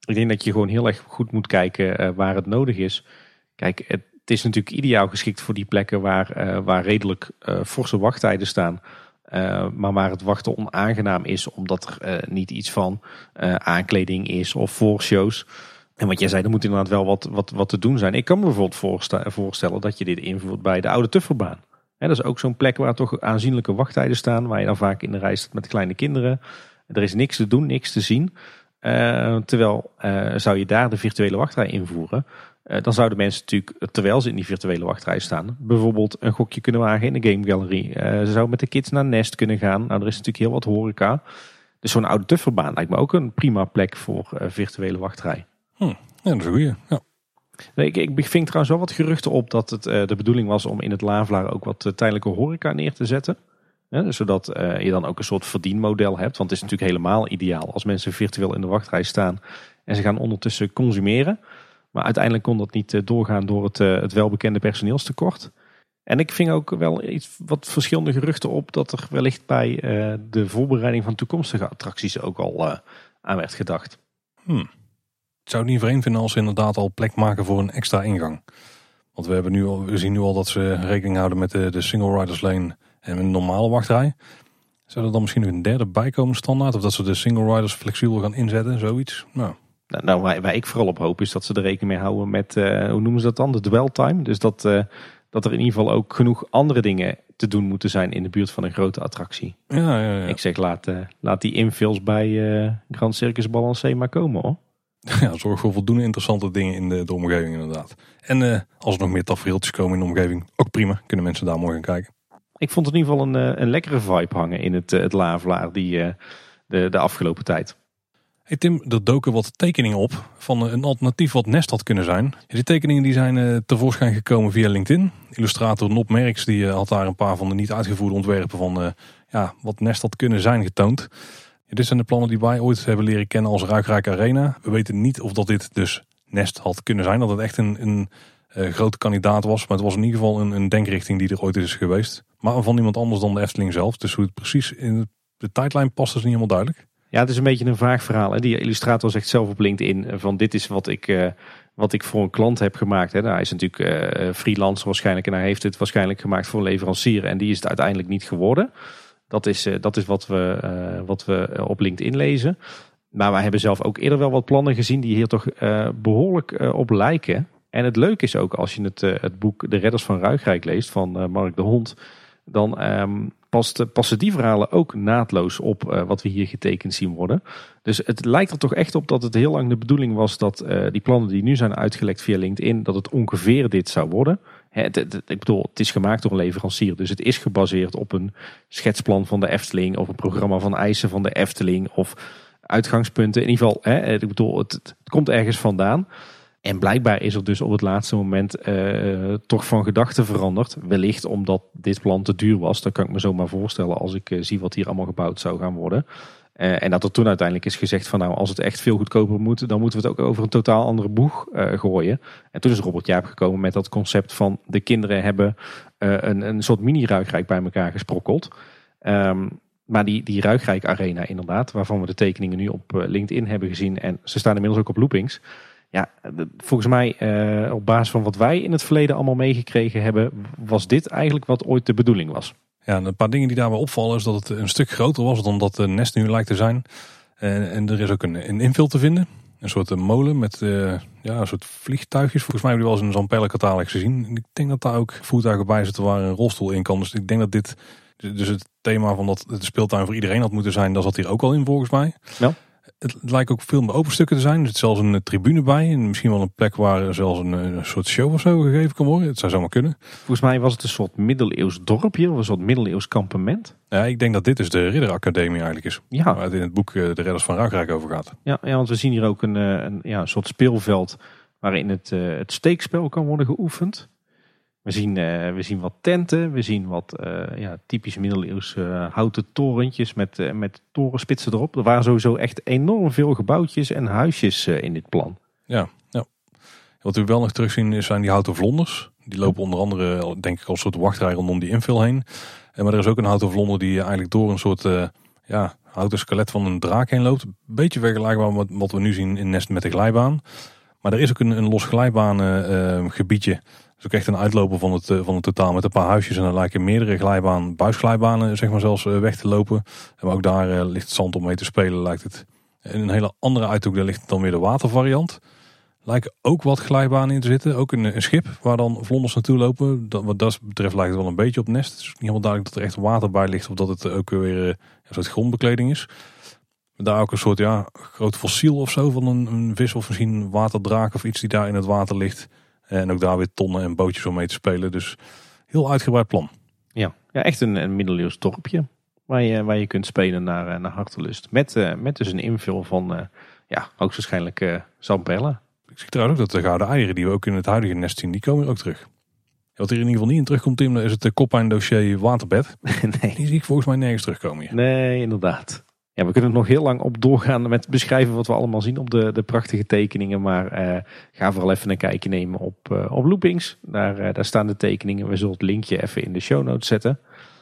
Ik denk dat je gewoon heel erg goed moet kijken uh, waar het nodig is. Kijk, het, het is natuurlijk ideaal geschikt voor die plekken waar, uh, waar redelijk uh, forse wachttijden staan. Uh, maar waar het wachten onaangenaam is omdat er uh, niet iets van uh, aankleding is of voorshows. En wat jij zei, er moet inderdaad wel wat, wat, wat te doen zijn. Ik kan me bijvoorbeeld voorsta- voorstellen dat je dit invoert bij de Oude Tufferbaan. Hè, dat is ook zo'n plek waar toch aanzienlijke wachttijden staan. Waar je dan vaak in de rij staat met kleine kinderen. Er is niks te doen, niks te zien. Uh, terwijl uh, zou je daar de virtuele wachtrij invoeren. Uh, dan zouden mensen natuurlijk, terwijl ze in die virtuele wachtrij staan, bijvoorbeeld een gokje kunnen wagen in de Game Gallery. Uh, ze zouden met de kids naar Nest kunnen gaan. Nou, er is natuurlijk heel wat horeca. Dus zo'n Oude Tufferbaan lijkt me ook een prima plek voor uh, virtuele wachtrij. Hm, ja, dat is een goeie. Ja. Nee, ik, ik ving trouwens wel wat geruchten op dat het uh, de bedoeling was om in het Lavelaar ook wat uh, tijdelijke horeca neer te zetten. Ja, zodat uh, je dan ook een soort verdienmodel hebt. Want het is natuurlijk helemaal ideaal als mensen virtueel in de wachtrij staan en ze gaan ondertussen consumeren. Maar uiteindelijk kon dat niet uh, doorgaan door het, uh, het welbekende personeelstekort. En ik ving ook wel iets wat verschillende geruchten op dat er wellicht bij uh, de voorbereiding van toekomstige attracties ook al uh, aan werd gedacht. Hmm. Ik zou het niet vreemd vinden als ze inderdaad al plek maken voor een extra ingang. Want we, hebben nu al, we zien nu al dat ze rekening houden met de, de single riders lane en een normale wachtrij. Zou er dan misschien nog een derde bijkomen standaard? Of dat ze de single riders flexibel gaan inzetten, zoiets? Nou, nou, nou waar, waar ik vooral op hoop is dat ze er rekening mee houden met, uh, hoe noemen ze dat dan, de dwell time. Dus dat, uh, dat er in ieder geval ook genoeg andere dingen te doen moeten zijn in de buurt van een grote attractie. Ja, ja, ja. Ik zeg, laat, uh, laat die infills bij uh, Grand Circus Balancé maar komen, hoor. Ja, zorg voor voldoende interessante dingen in de, de omgeving inderdaad. En uh, als er nog meer tafereeltjes komen in de omgeving, ook prima. Kunnen mensen daar mooi gaan kijken. Ik vond in ieder geval een, een lekkere vibe hangen in het, het Lavelaar die, uh, de, de afgelopen tijd. Hey Tim, er doken wat tekeningen op van een alternatief wat Nest had kunnen zijn. Die tekeningen die zijn uh, tevoorschijn gekomen via LinkedIn. Illustrator Nop Merks die uh, had daar een paar van de niet uitgevoerde ontwerpen van uh, ja, wat Nest had kunnen zijn getoond. Ja, dit zijn de plannen die wij ooit hebben leren kennen als Ruigrijk Arena. We weten niet of dat dit dus Nest had kunnen zijn. Dat het echt een, een uh, grote kandidaat was. Maar het was in ieder geval een, een denkrichting die er ooit is geweest. Maar van iemand anders dan de Efteling zelf. Dus hoe het precies in de tijdlijn past is niet helemaal duidelijk. Ja, het is een beetje een vaag verhaal. Hè? Die illustrator zegt zelf op LinkedIn van dit is wat ik, uh, wat ik voor een klant heb gemaakt. Hè? Nou, hij is natuurlijk uh, freelancer waarschijnlijk en hij heeft het waarschijnlijk gemaakt voor een leverancier. En die is het uiteindelijk niet geworden. Dat is, uh, dat is wat, we, uh, wat we op LinkedIn lezen. Maar wij hebben zelf ook eerder wel wat plannen gezien die hier toch uh, behoorlijk uh, op lijken. En het leuke is ook als je het, uh, het boek De Redders van Ruigrijk leest van uh, Mark de Hond. Dan um, past, passen die verhalen ook naadloos op uh, wat we hier getekend zien worden. Dus het lijkt er toch echt op dat het heel lang de bedoeling was dat uh, die plannen die nu zijn uitgelekt via LinkedIn, dat het ongeveer dit zou worden. Het, het, ik bedoel, het is gemaakt door een leverancier. Dus het is gebaseerd op een schetsplan van de Efteling of een programma van eisen van de Efteling of uitgangspunten. In ieder geval, hè, ik bedoel, het, het komt ergens vandaan. En blijkbaar is er dus op het laatste moment uh, toch van gedachten veranderd. Wellicht omdat dit plan te duur was. Dat kan ik me zomaar voorstellen als ik uh, zie wat hier allemaal gebouwd zou gaan worden. Uh, en dat er toen uiteindelijk is gezegd van nou, als het echt veel goedkoper moet, dan moeten we het ook over een totaal andere boeg uh, gooien. En toen is Robert Jaap gekomen met dat concept van de kinderen hebben uh, een, een soort mini-Ruigrijk bij elkaar gesprokkeld. Um, maar die, die Ruigrijk Arena inderdaad, waarvan we de tekeningen nu op uh, LinkedIn hebben gezien. En ze staan inmiddels ook op Loopings. Ja, volgens mij uh, op basis van wat wij in het verleden allemaal meegekregen hebben, was dit eigenlijk wat ooit de bedoeling was. Ja, en een paar dingen die daarbij opvallen is dat het een stuk groter was dan dat de Nest nu lijkt te zijn. En, en er is ook een, een invul te vinden. Een soort molen met uh, ja, een soort vliegtuigjes. Volgens mij hebben we wel eens een Zamperle-catalogus gezien. En ik denk dat daar ook voertuigen bij zitten waar een rolstoel in kan. Dus ik denk dat dit, dus het thema van dat het de speeltuin voor iedereen had moeten zijn, dat zat hier ook al in volgens mij. Ja. Het lijkt ook veel meer open stukken te zijn. Er zit zelfs een tribune bij. En misschien wel een plek waar zelfs een, een soort show of zo gegeven kan worden. Het zou zomaar kunnen. Volgens mij was het een soort middeleeuws dorpje. Of een soort middeleeuws kampement. Ja, ik denk dat dit dus de Ridderacademie eigenlijk is. Ja. Waar het in het boek De Redders van Ruigrijk over gaat. Ja, ja, want we zien hier ook een, een, ja, een soort speelveld waarin het, uh, het steekspel kan worden geoefend. We zien, uh, we zien wat tenten, we zien wat uh, ja, typische middeleeuwse uh, houten torentjes met, uh, met torenspitsen erop. Er waren sowieso echt enorm veel gebouwtjes en huisjes uh, in dit plan. Ja, ja. Wat we wel nog terugzien zijn die houten vlonders. Die lopen onder andere, denk ik, als een soort wachtrij rondom die invul heen. Uh, maar er is ook een houten vlonder die eigenlijk door een soort uh, ja, houten skelet van een draak heen loopt. Een beetje vergelijkbaar met wat we nu zien in Nest met de glijbaan. Maar er is ook een, een los glijbanengebiedje. Uh, dat is ook echt een uitloper van het, uh, van het totaal met een paar huisjes. En er lijken meerdere glijbaan, buisglijbanen zeg maar zelfs uh, weg te lopen. En ook daar uh, ligt het zand om mee te spelen, lijkt het. In een hele andere uithoek, daar ligt dan weer de watervariant. Lijken ook wat glijbanen in te zitten. Ook een, een schip waar dan vlonders naartoe lopen. Dat, wat dat betreft lijkt het wel een beetje op Nest. Het is niet helemaal duidelijk dat er echt water bij ligt. Of dat het ook weer uh, een soort grondbekleding is. Daar ook een soort ja, groot fossiel of zo van een, een vis of misschien een waterdraak of iets die daar in het water ligt. En ook daar weer tonnen en bootjes om mee te spelen. Dus heel uitgebreid plan. Ja, ja echt een, een middeleeuws dorpje waar je, waar je kunt spelen naar, naar hartelust. Met, uh, met dus een invul van uh, ja, hoogstwaarschijnlijk uh, Zamperla. Ik zie trouwens ook dat de gouden eieren die we ook in het huidige Nest zien, die komen er ook terug. Wat er in ieder geval niet in terugkomt, Tim, is het koppijn-dossier waterbed. Nee. Die zie ik volgens mij nergens terugkomen hier. Nee, inderdaad. Ja, we kunnen er nog heel lang op doorgaan met beschrijven wat we allemaal zien op de, de prachtige tekeningen. Maar uh, ga vooral even een kijkje nemen op, uh, op Loopings. Daar, uh, daar staan de tekeningen. We zullen het linkje even in de show notes zetten.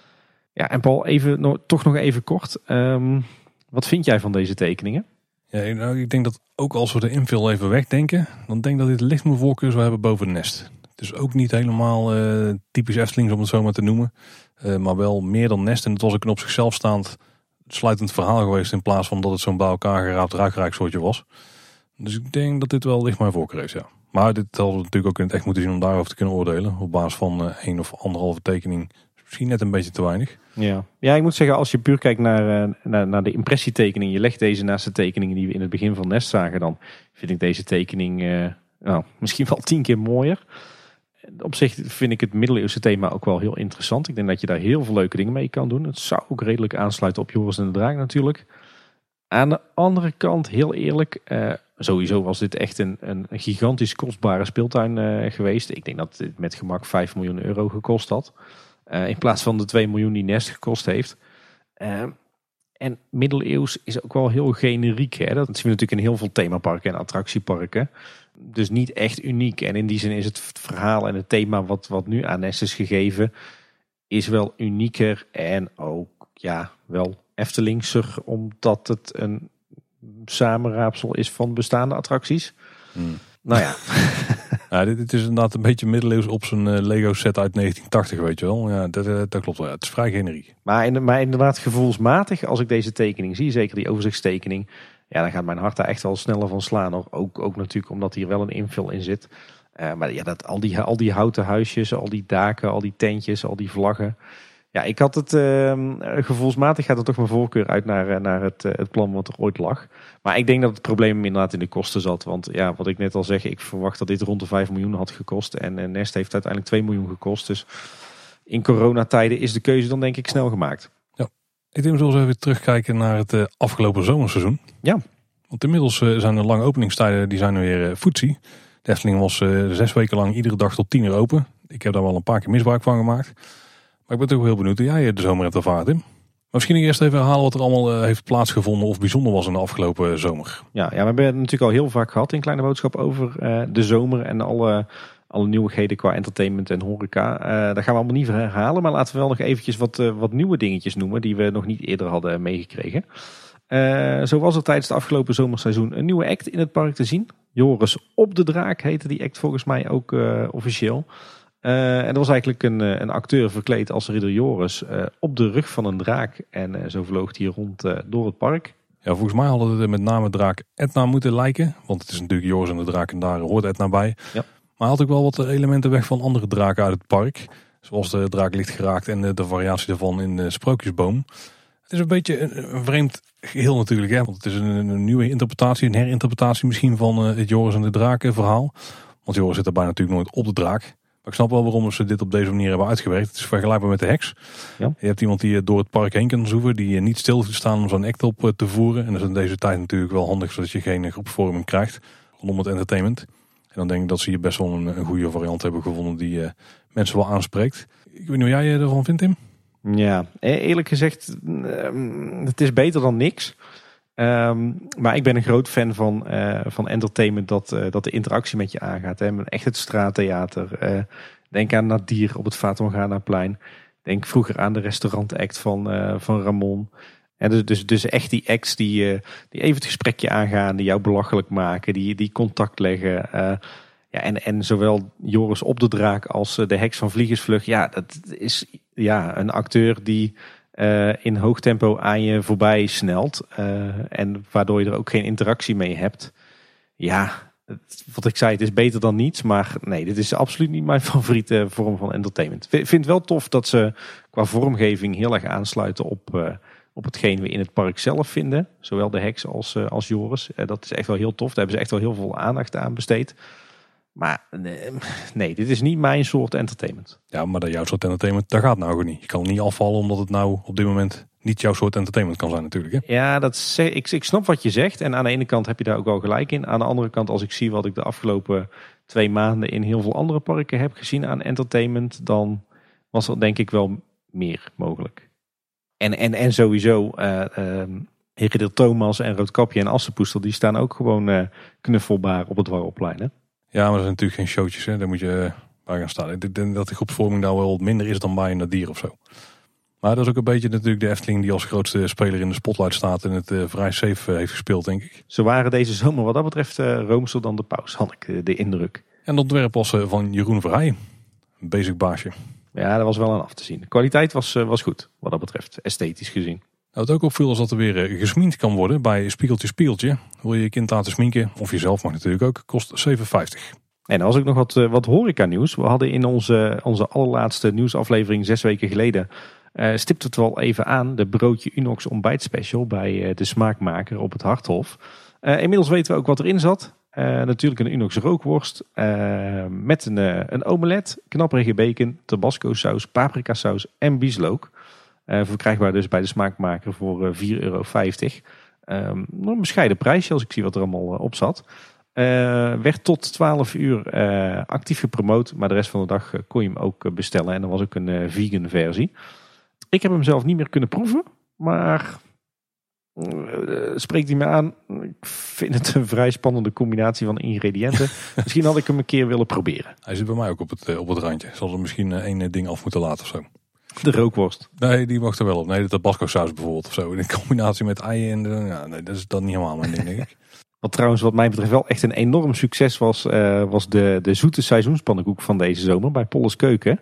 Ja, en Paul, even, no, toch nog even kort. Um, wat vind jij van deze tekeningen? Ja, nou, ik denk dat ook als we de invul even wegdenken, dan denk ik dat dit licht mijn voorkeur zou hebben boven het Nest. Het is ook niet helemaal uh, typisch Eftelings om het zo maar te noemen. Uh, maar wel meer dan Nest. En het was ook een op zichzelf staand sluitend verhaal geweest in plaats van dat het zo'n bij elkaar geraapt ruikrijk soortje was. Dus ik denk dat dit wel licht mijn voorkeur is, ja. Maar dit hadden we natuurlijk ook in het echt moeten zien om daarover te kunnen oordelen. Op basis van uh, één of anderhalve tekening misschien net een beetje te weinig. Ja, ja, ik moet zeggen, als je puur kijkt naar, uh, naar, naar de impressietekening, je legt deze naast de tekeningen die we in het begin van Nest zagen, dan vind ik deze tekening uh, nou, misschien wel tien keer mooier. Op zich vind ik het middeleeuwse thema ook wel heel interessant. Ik denk dat je daar heel veel leuke dingen mee kan doen. Het zou ook redelijk aansluiten op Joris en de Draak natuurlijk. Aan de andere kant, heel eerlijk, uh, sowieso was dit echt een, een gigantisch kostbare speeltuin uh, geweest. Ik denk dat dit met gemak vijf miljoen euro gekost had. Uh, in plaats van de twee miljoen die Nest gekost heeft. Uh, en middeleeuws is ook wel heel generiek. Hè? Dat zien we natuurlijk in heel veel themaparken en attractieparken. Dus niet echt uniek. En in die zin is het verhaal en het thema wat, wat nu aan Nest is gegeven, is wel unieker en ook ja, wel Eftelingser, omdat het een samenraapsel is van bestaande attracties. Hmm. Nou ja. Ja, dit, dit is inderdaad een beetje middeleeuws op zijn uh, Lego set uit negentien tachtig, weet je wel. Ja, dat, uh, dat klopt wel. Ja, het is vrij generiek. Maar, in, maar inderdaad gevoelsmatig, als ik deze tekening zie, zeker die overzichtstekening, ja, dan gaat mijn hart daar echt wel sneller van slaan. Hoor. Ook, ook natuurlijk omdat hier wel een invul in zit. Uh, maar ja, dat, al, die, al die houten huisjes, al die daken, al die tentjes, al die vlaggen. Ja, ik had het uh, gevoelsmatig gaat er toch mijn voorkeur uit naar, naar het, uh, het plan wat er ooit lag. Maar ik denk dat het probleem inderdaad in de kosten zat. Want ja, wat ik net al zeg, ik verwacht dat dit rond de vijf miljoen had gekost. En uh, Nest heeft uiteindelijk twee miljoen gekost. Dus in coronatijden is de keuze dan denk ik snel gemaakt. Ja, ik denk we zullen even terugkijken naar het uh, afgelopen zomerseizoen. Ja. Want inmiddels uh, zijn de lange openingstijden die zijn weer uh, footsie. De Efteling was uh, zes weken lang iedere dag tot tien uur open. Ik heb daar wel een paar keer misbruik van gemaakt. Maar ik ben toch heel benieuwd hoe jij de zomer hebt ervaren, Tim. Maar misschien eerst even herhalen wat er allemaal uh, heeft plaatsgevonden of bijzonder was in de afgelopen zomer. Ja, ja, we hebben het natuurlijk al heel vaak gehad in Kleine Boodschap over uh, de zomer en alle, alle nieuwigheden qua entertainment en horeca. Uh, daar gaan we allemaal niet herhalen, maar laten we wel nog eventjes wat, uh, wat nieuwe dingetjes noemen die we nog niet eerder hadden meegekregen. Uh, zo was er tijdens het afgelopen zomerseizoen een nieuwe act in het park te zien. Joris op de Draak heette die act volgens mij ook uh, officieel. Uh, en dat was eigenlijk een, een acteur verkleed als ridder Joris uh, op de rug van een draak. En uh, zo vloog hij rond uh, door het park. Ja, volgens mij hadden het met name draak Etna moeten lijken. Want het is natuurlijk Joris en de Draak en daar hoort Etna bij. Ja. Maar had ook wel wat elementen weg van andere draken uit het park. Zoals de draak licht geraakt en de, de variatie daarvan in de Sprookjesboom. Het is een beetje een, een vreemd geheel natuurlijk. Hè? Want het is een, een nieuwe interpretatie, een herinterpretatie misschien van uh, het Joris en de Draak verhaal. Want Joris zit erbij natuurlijk nooit op de draak. Maar ik snap wel waarom ze dit op deze manier hebben uitgewerkt. Het is vergelijkbaar met de heks. Ja. Je hebt iemand die door het park heen kan zoeven. Die niet stil te staan om zo'n act op te voeren. En dat is in deze tijd natuurlijk wel handig. Zodat je geen groepsvorming krijgt rondom het entertainment. En dan denk ik dat ze hier best wel een, een goede variant hebben gevonden. Die uh, mensen wel aanspreekt. Ik weet niet hoe jij ervan vindt, Tim? Ja, eerlijk gezegd. Uh, het is beter dan niks. Um, maar ik ben een groot fan van, uh, van entertainment dat, uh, dat de interactie met je aangaat. Hè? Echt het straattheater. Uh, denk aan Nadir op het Fata Morganaplein. Denk vroeger aan de restaurantact van, uh, van Ramon. Ja, dus, dus, dus echt die acts die, uh, die even het gesprekje aangaan, die jou belachelijk maken, die, die contact leggen. Uh, ja, en, en zowel Joris op de Draak als uh, de heks van Vliegersvlug. Ja, dat is ja, een acteur die uh, in hoog tempo aan je voorbij snelt. Uh, en waardoor je er ook geen interactie mee hebt. Ja, het, wat ik zei, het is beter dan niets. Maar nee, dit is absoluut niet mijn favoriete vorm van entertainment. Ik vind het wel tof dat ze qua vormgeving heel erg aansluiten op... Uh, op hetgeen we in het park zelf vinden. Zowel de heks als, uh, als Joris. Uh, dat is echt wel heel tof. Daar hebben ze echt wel heel veel aandacht aan besteed. Maar nee, nee, dit is niet mijn soort entertainment. Ja, maar dat jouw soort entertainment, dat gaat nou gewoon niet. Je kan niet afvallen omdat het nou op dit moment niet jouw soort entertainment kan zijn natuurlijk. Hè? Ja, dat is, ik, ik snap wat je zegt. En aan de ene kant heb je daar ook wel gelijk in. Aan de andere kant, als ik zie wat ik de afgelopen twee maanden in heel veel andere parken heb gezien aan entertainment, dan was er denk ik wel meer mogelijk. En, en, en sowieso, uh, uh, Heridir Thomas en Roodkapje en Assepoester, die staan ook gewoon uh, knuffelbaar op het Warroplein. Hè? Ja, maar dat zijn natuurlijk geen showtjes. Hè? Daar moet je bij gaan staan. Ik denk dat de groepsvorming daar wel wat minder is dan bij een Nadir of zo. Maar dat is ook een beetje natuurlijk de Efteling die als grootste speler in de spotlight staat en het uh, vrij safe uh, heeft gespeeld, denk ik. Ze waren deze zomer wat dat betreft uh, roomser dan de paus, had ik uh, de indruk. En het ontwerp was uh, van Jeroen Verheijen. Een basic baasje. Ja, dat was wel aan af te zien. De kwaliteit was, uh, was goed, wat dat betreft, esthetisch gezien. Nou, wat ook opviel is dat er weer uh, gesminkt kan worden bij Spiegeltje Spieltje. Wil je je kind laten sminken, of jezelf mag natuurlijk ook, kost zeven vijftig. En dan was ook nog wat, uh, wat horeca nieuws. We hadden in onze, onze allerlaatste nieuwsaflevering zes weken geleden, uh, stipte het wel even aan, de broodje Unox ontbijtspecial bij uh, de Smaakmaker op het Harthof. Uh, inmiddels weten we ook wat erin zat. Uh, natuurlijk een Unox rookworst uh, met een, uh, een omelet, knapperige bacon, tabasco saus, paprika saus en bieslook. Uh, verkrijgbaar dus bij de Smaakmaker voor uh, vier euro vijftig. Um, een bescheiden prijsje als ik zie wat er allemaal uh, op zat. Uh, werd tot twaalf uur uh, actief gepromoot, maar de rest van de dag uh, kon je hem ook uh, bestellen. En er was ook een uh, vegan versie. Ik heb hem zelf niet meer kunnen proeven, maar uh, spreekt hij me aan. Ik vind het een vrij spannende combinatie van ingrediënten. Misschien had ik hem een keer willen proberen. Hij zit bij mij ook op het, uh, op het randje. Zal er misschien uh, één ding af moeten laten of zo. De rookworst. Nee, die mag er wel op. Nee, de tabasco saus bijvoorbeeld of zo. In combinatie met eieren. En de, ja, nee, dat is dan niet helemaal mijn ding, denk ik. Wat trouwens wat mij betreft wel echt een enorm succes was, uh, was de, de zoete seizoenspannenkoek van deze zomer bij Polles Keuken.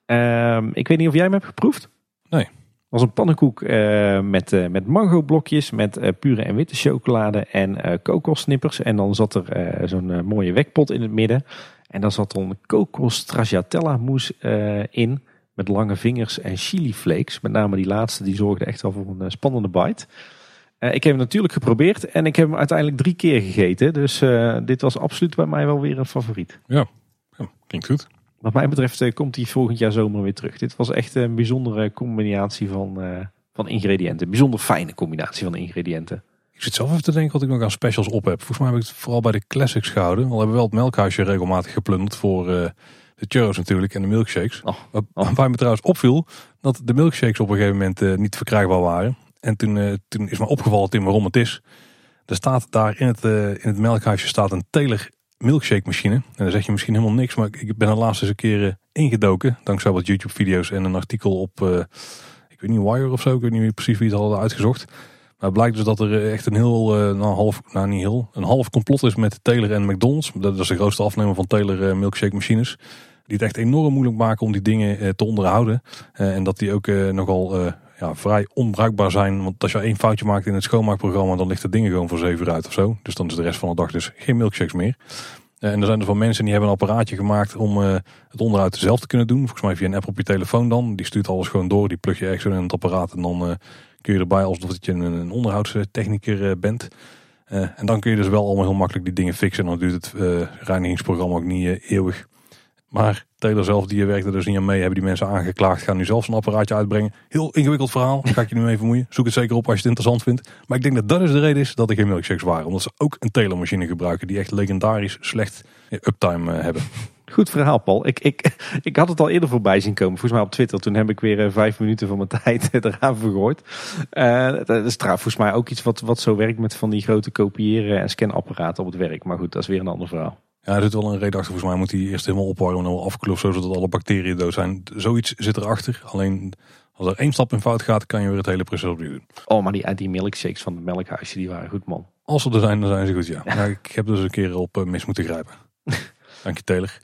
Uh, ik weet niet of jij hem hebt geproefd? Nee. Het was een pannenkoek uh, met, uh, met mango blokjes, met uh, pure en witte chocolade en uh, kokossnippers. En dan zat er uh, zo'n uh, mooie wekpot in het midden. En dan zat er een kokos stracciatella mousse uh, in. Met lange vingers en chili flakes. Met name die laatste, die zorgde echt wel voor een uh, spannende bite. Uh, ik heb hem natuurlijk geprobeerd en ik heb hem uiteindelijk drie keer gegeten. Dus uh, dit was absoluut bij mij wel weer een favoriet. Ja, ja, klinkt goed. Wat mij betreft uh, komt hij volgend jaar zomer weer terug. Dit was echt een bijzondere combinatie van, uh, van ingrediënten. Bijzonder fijne combinatie van ingrediënten. Ik zit zelf even te denken wat ik nog aan specials op heb. Volgens mij heb ik het vooral bij de classics gehouden. Al hebben we wel het melkhuisje regelmatig geplunderd voor uh, de churros natuurlijk en de milkshakes. Oh. Waar, oh. waar me trouwens opviel dat de milkshakes op een gegeven moment uh, niet verkrijgbaar waren. En toen, uh, toen is me opgevallen, Tim, waarom het is. Er staat daar in het, uh, in het melkhuisje staat een Taylor milkshake machine. En dan zeg je misschien helemaal niks, maar ik ben er laatst eens een keer uh, ingedoken. Dankzij wat YouTube video's en een artikel op, uh, ik weet niet, Wire of zo. Ik weet niet precies wie het al had uitgezocht. Maar het blijkt dus dat er echt een heel, uh, nou half, nou niet heel, een half complot is met Taylor en McDonald's. Dat is de grootste afnemer van Taylor uh, milkshake machines. Die het echt enorm moeilijk maken om die dingen uh, te onderhouden. Uh, en dat die ook uh, nogal... Uh, Ja, vrij onbruikbaar zijn. Want als je één foutje maakt in het schoonmaakprogramma, dan ligt het ding gewoon voor zeven uur uit of zo. Dus dan is de rest van de dag dus geen milkshakes meer. Uh, en er zijn dus wel mensen die hebben een apparaatje gemaakt om uh, het onderhoud zelf te kunnen doen. Volgens mij via een app op je telefoon dan. Die stuurt alles gewoon door. Die plug je ergens in het apparaat. En dan uh, kun je erbij alsof je een, een onderhoudstechnieker uh, bent. Uh, en dan kun je dus wel allemaal heel makkelijk die dingen fixen. En dan duurt het uh, reinigingsprogramma ook niet uh, eeuwig. Maar Taylor zelf, die werkt er dus niet aan mee. Hebben die mensen aangeklaagd. Gaan nu zelf een apparaatje uitbrengen. Heel ingewikkeld verhaal. Ga ik je nu mee vermoeien. Zoek het zeker op als je het interessant vindt. Maar ik denk dat dat is de reden is dat er geen milkshakes waren. Omdat ze ook een Taylor machine gebruiken. Die echt legendarisch slecht uptime uh, hebben. Goed verhaal, Paul. Ik, ik, ik had het al eerder voorbij zien komen. Volgens mij op Twitter. Toen heb ik weer uh, vijf minuten van mijn tijd eraan vergooid. Uh, dat is trouwens volgens mij ook iets wat, wat zo werkt met van die grote kopiëren en scanapparaten op het werk. Maar goed, dat is weer een ander verhaal. Ja, er zit wel een reden achter. Volgens mij moet hij eerst helemaal opwarmen en dan afkoelen, zodat alle bacteriën dood zijn. Zoiets zit erachter. Alleen als er één stap in fout gaat, kan je weer het hele proces opnieuw doen. Oh, maar die, die milkshakes van het melkhuisje, die waren goed, man. Als ze er zijn, dan zijn ze goed, ja. ja ik heb dus een keer op uh, mis moeten grijpen. Dank je, Taylor.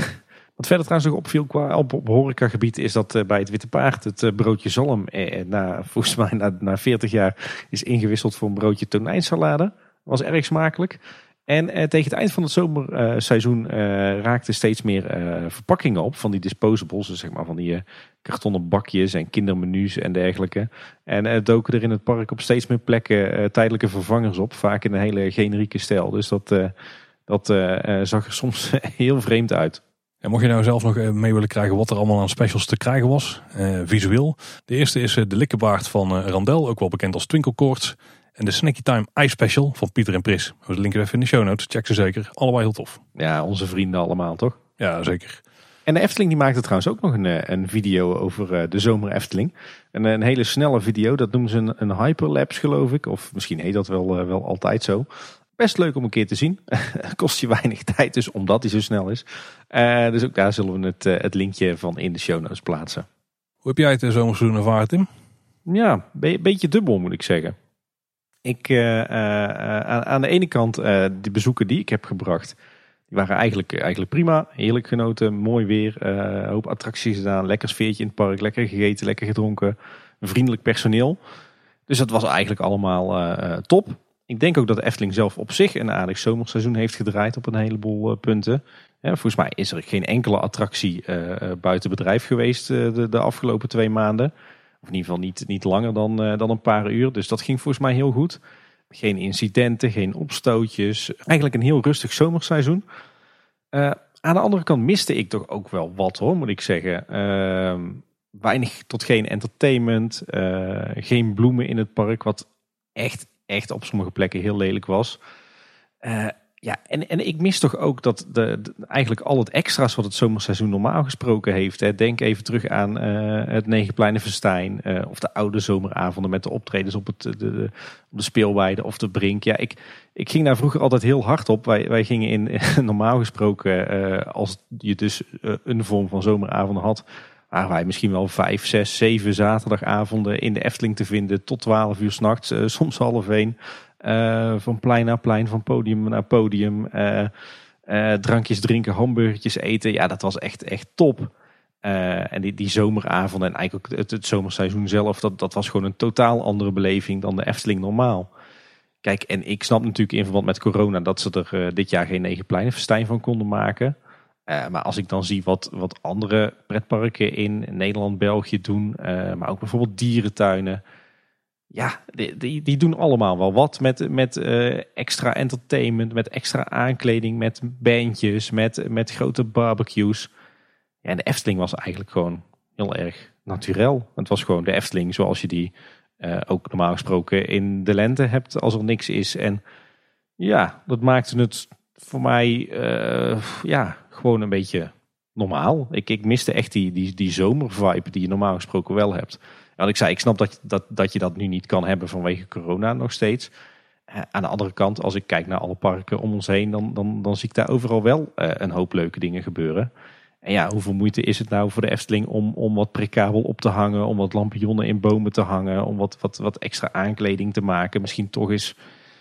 Wat verder trouwens nog opviel qua op, op horecagebied is dat uh, bij het Witte Paard het uh, broodje zalm eh, na, volgens mij na, na veertig jaar is ingewisseld voor een broodje tonijnsalade. Was erg smakelijk. En uh, tegen het eind van het zomerseizoen uh, uh, raakten steeds meer uh, verpakkingen op van die disposables. Dus zeg maar van die uh, kartonnen bakjes en kindermenu's en dergelijke. En uh, doken er in het park op steeds meer plekken uh, tijdelijke vervangers op. Vaak in een hele generieke stijl. Dus dat, uh, dat uh, uh, zag er soms heel vreemd uit. En mocht je nou zelf nog mee willen krijgen wat er allemaal aan specials te krijgen was, uh, visueel. De eerste is uh, de likkebaard van uh, Randel, ook wel bekend als Twinkle Quartz. En de Snacky Time Eye Special van Pieter en Pris. We linken even in de show notes, check ze zeker. Allebei heel tof. Ja, onze vrienden allemaal, toch? Ja, zeker. En de Efteling die maakte trouwens ook nog een, een video over de zomer Efteling. Een, een hele snelle video, dat noemen ze een, een hyperlapse geloof ik. Of misschien heet dat wel, wel altijd zo. Best leuk om een keer te zien. Kost je weinig tijd dus, omdat hij zo snel is. Uh, dus ook daar zullen we het, uh, het linkje van in de show notes plaatsen. Hoe heb jij het uh, zomerseizoen ervaren, Tim? Ja, een be- beetje dubbel moet ik zeggen. Ik, uh, uh, aan, aan de ene kant, uh, de bezoeken die ik heb gebracht, die waren eigenlijk, eigenlijk prima. Heerlijk genoten, mooi weer, uh, een hoop attracties gedaan, lekker sfeertje in het park, lekker gegeten, lekker gedronken, vriendelijk personeel. Dus dat was eigenlijk allemaal uh, top. Ik denk ook dat de Efteling zelf op zich een aardig zomerseizoen heeft gedraaid op een heleboel uh, punten. Ja, volgens mij is er geen enkele attractie uh, buiten bedrijf geweest uh, de, de afgelopen twee maanden. Of in ieder geval niet, niet langer dan, uh, dan een paar uur. Dus dat ging volgens mij heel goed. Geen incidenten, geen opstootjes. Eigenlijk een heel rustig zomerseizoen. Uh, aan de andere kant miste ik toch ook wel wat hoor, moet ik zeggen. Uh, weinig tot geen entertainment. Uh, geen bloemen in het park, wat echt, echt op sommige plekken heel lelijk was. Uh, ja, en, en ik mis toch ook dat de, de, eigenlijk al het extra's wat het zomerseizoen normaal gesproken heeft. Hè. Denk even terug aan uh, het Negenpleinen-festijn. Uh, of de oude zomeravonden met de optredens op, het, de, de, op de speelweide of de Brink. Ja, ik, ik ging daar vroeger altijd heel hard op. Wij, wij gingen in, normaal gesproken, uh, als je dus uh, een vorm van zomeravonden had, waren wij misschien wel vijf, zes, zeven zaterdagavonden in de Efteling te vinden tot twaalf uur 's nachts, uh, soms half één. Uh, van plein naar plein, van podium naar podium. Uh, uh, drankjes drinken, hamburgertjes eten. Ja, dat was echt, echt top. Uh, en die, die zomeravond en eigenlijk ook het, het zomerseizoen zelf, dat, dat was gewoon een totaal andere beleving dan de Efteling normaal. Kijk, en ik snap natuurlijk in verband met corona dat ze er uh, dit jaar geen Negenpleinenfestijn van konden maken. Uh, maar als ik dan zie wat, wat andere pretparken in Nederland, België doen, uh, maar ook bijvoorbeeld dierentuinen. Ja, die, die, die doen allemaal wel wat met, met uh, extra entertainment, met extra aankleding, met bandjes, met, met grote barbecues. Ja, en de Efteling was eigenlijk gewoon heel erg naturel. Het was gewoon de Efteling zoals je die uh, ook normaal gesproken in de lente hebt als er niks is. En ja, dat maakte het voor mij uh, ja, gewoon een beetje normaal. Ik, ik miste echt die, die, die zomervibe die je normaal gesproken wel hebt. En ik zei, ik snap dat, dat, dat je dat nu niet kan hebben vanwege corona nog steeds. Uh, aan de andere kant, als ik kijk naar alle parken om ons heen, dan, dan, dan zie ik daar overal wel uh, een hoop leuke dingen gebeuren. En ja, hoeveel moeite is het nou voor de Efteling om, om wat prikabel op te hangen, om wat lampionnen in bomen te hangen, om wat, wat, wat extra aankleding te maken. Misschien toch eens,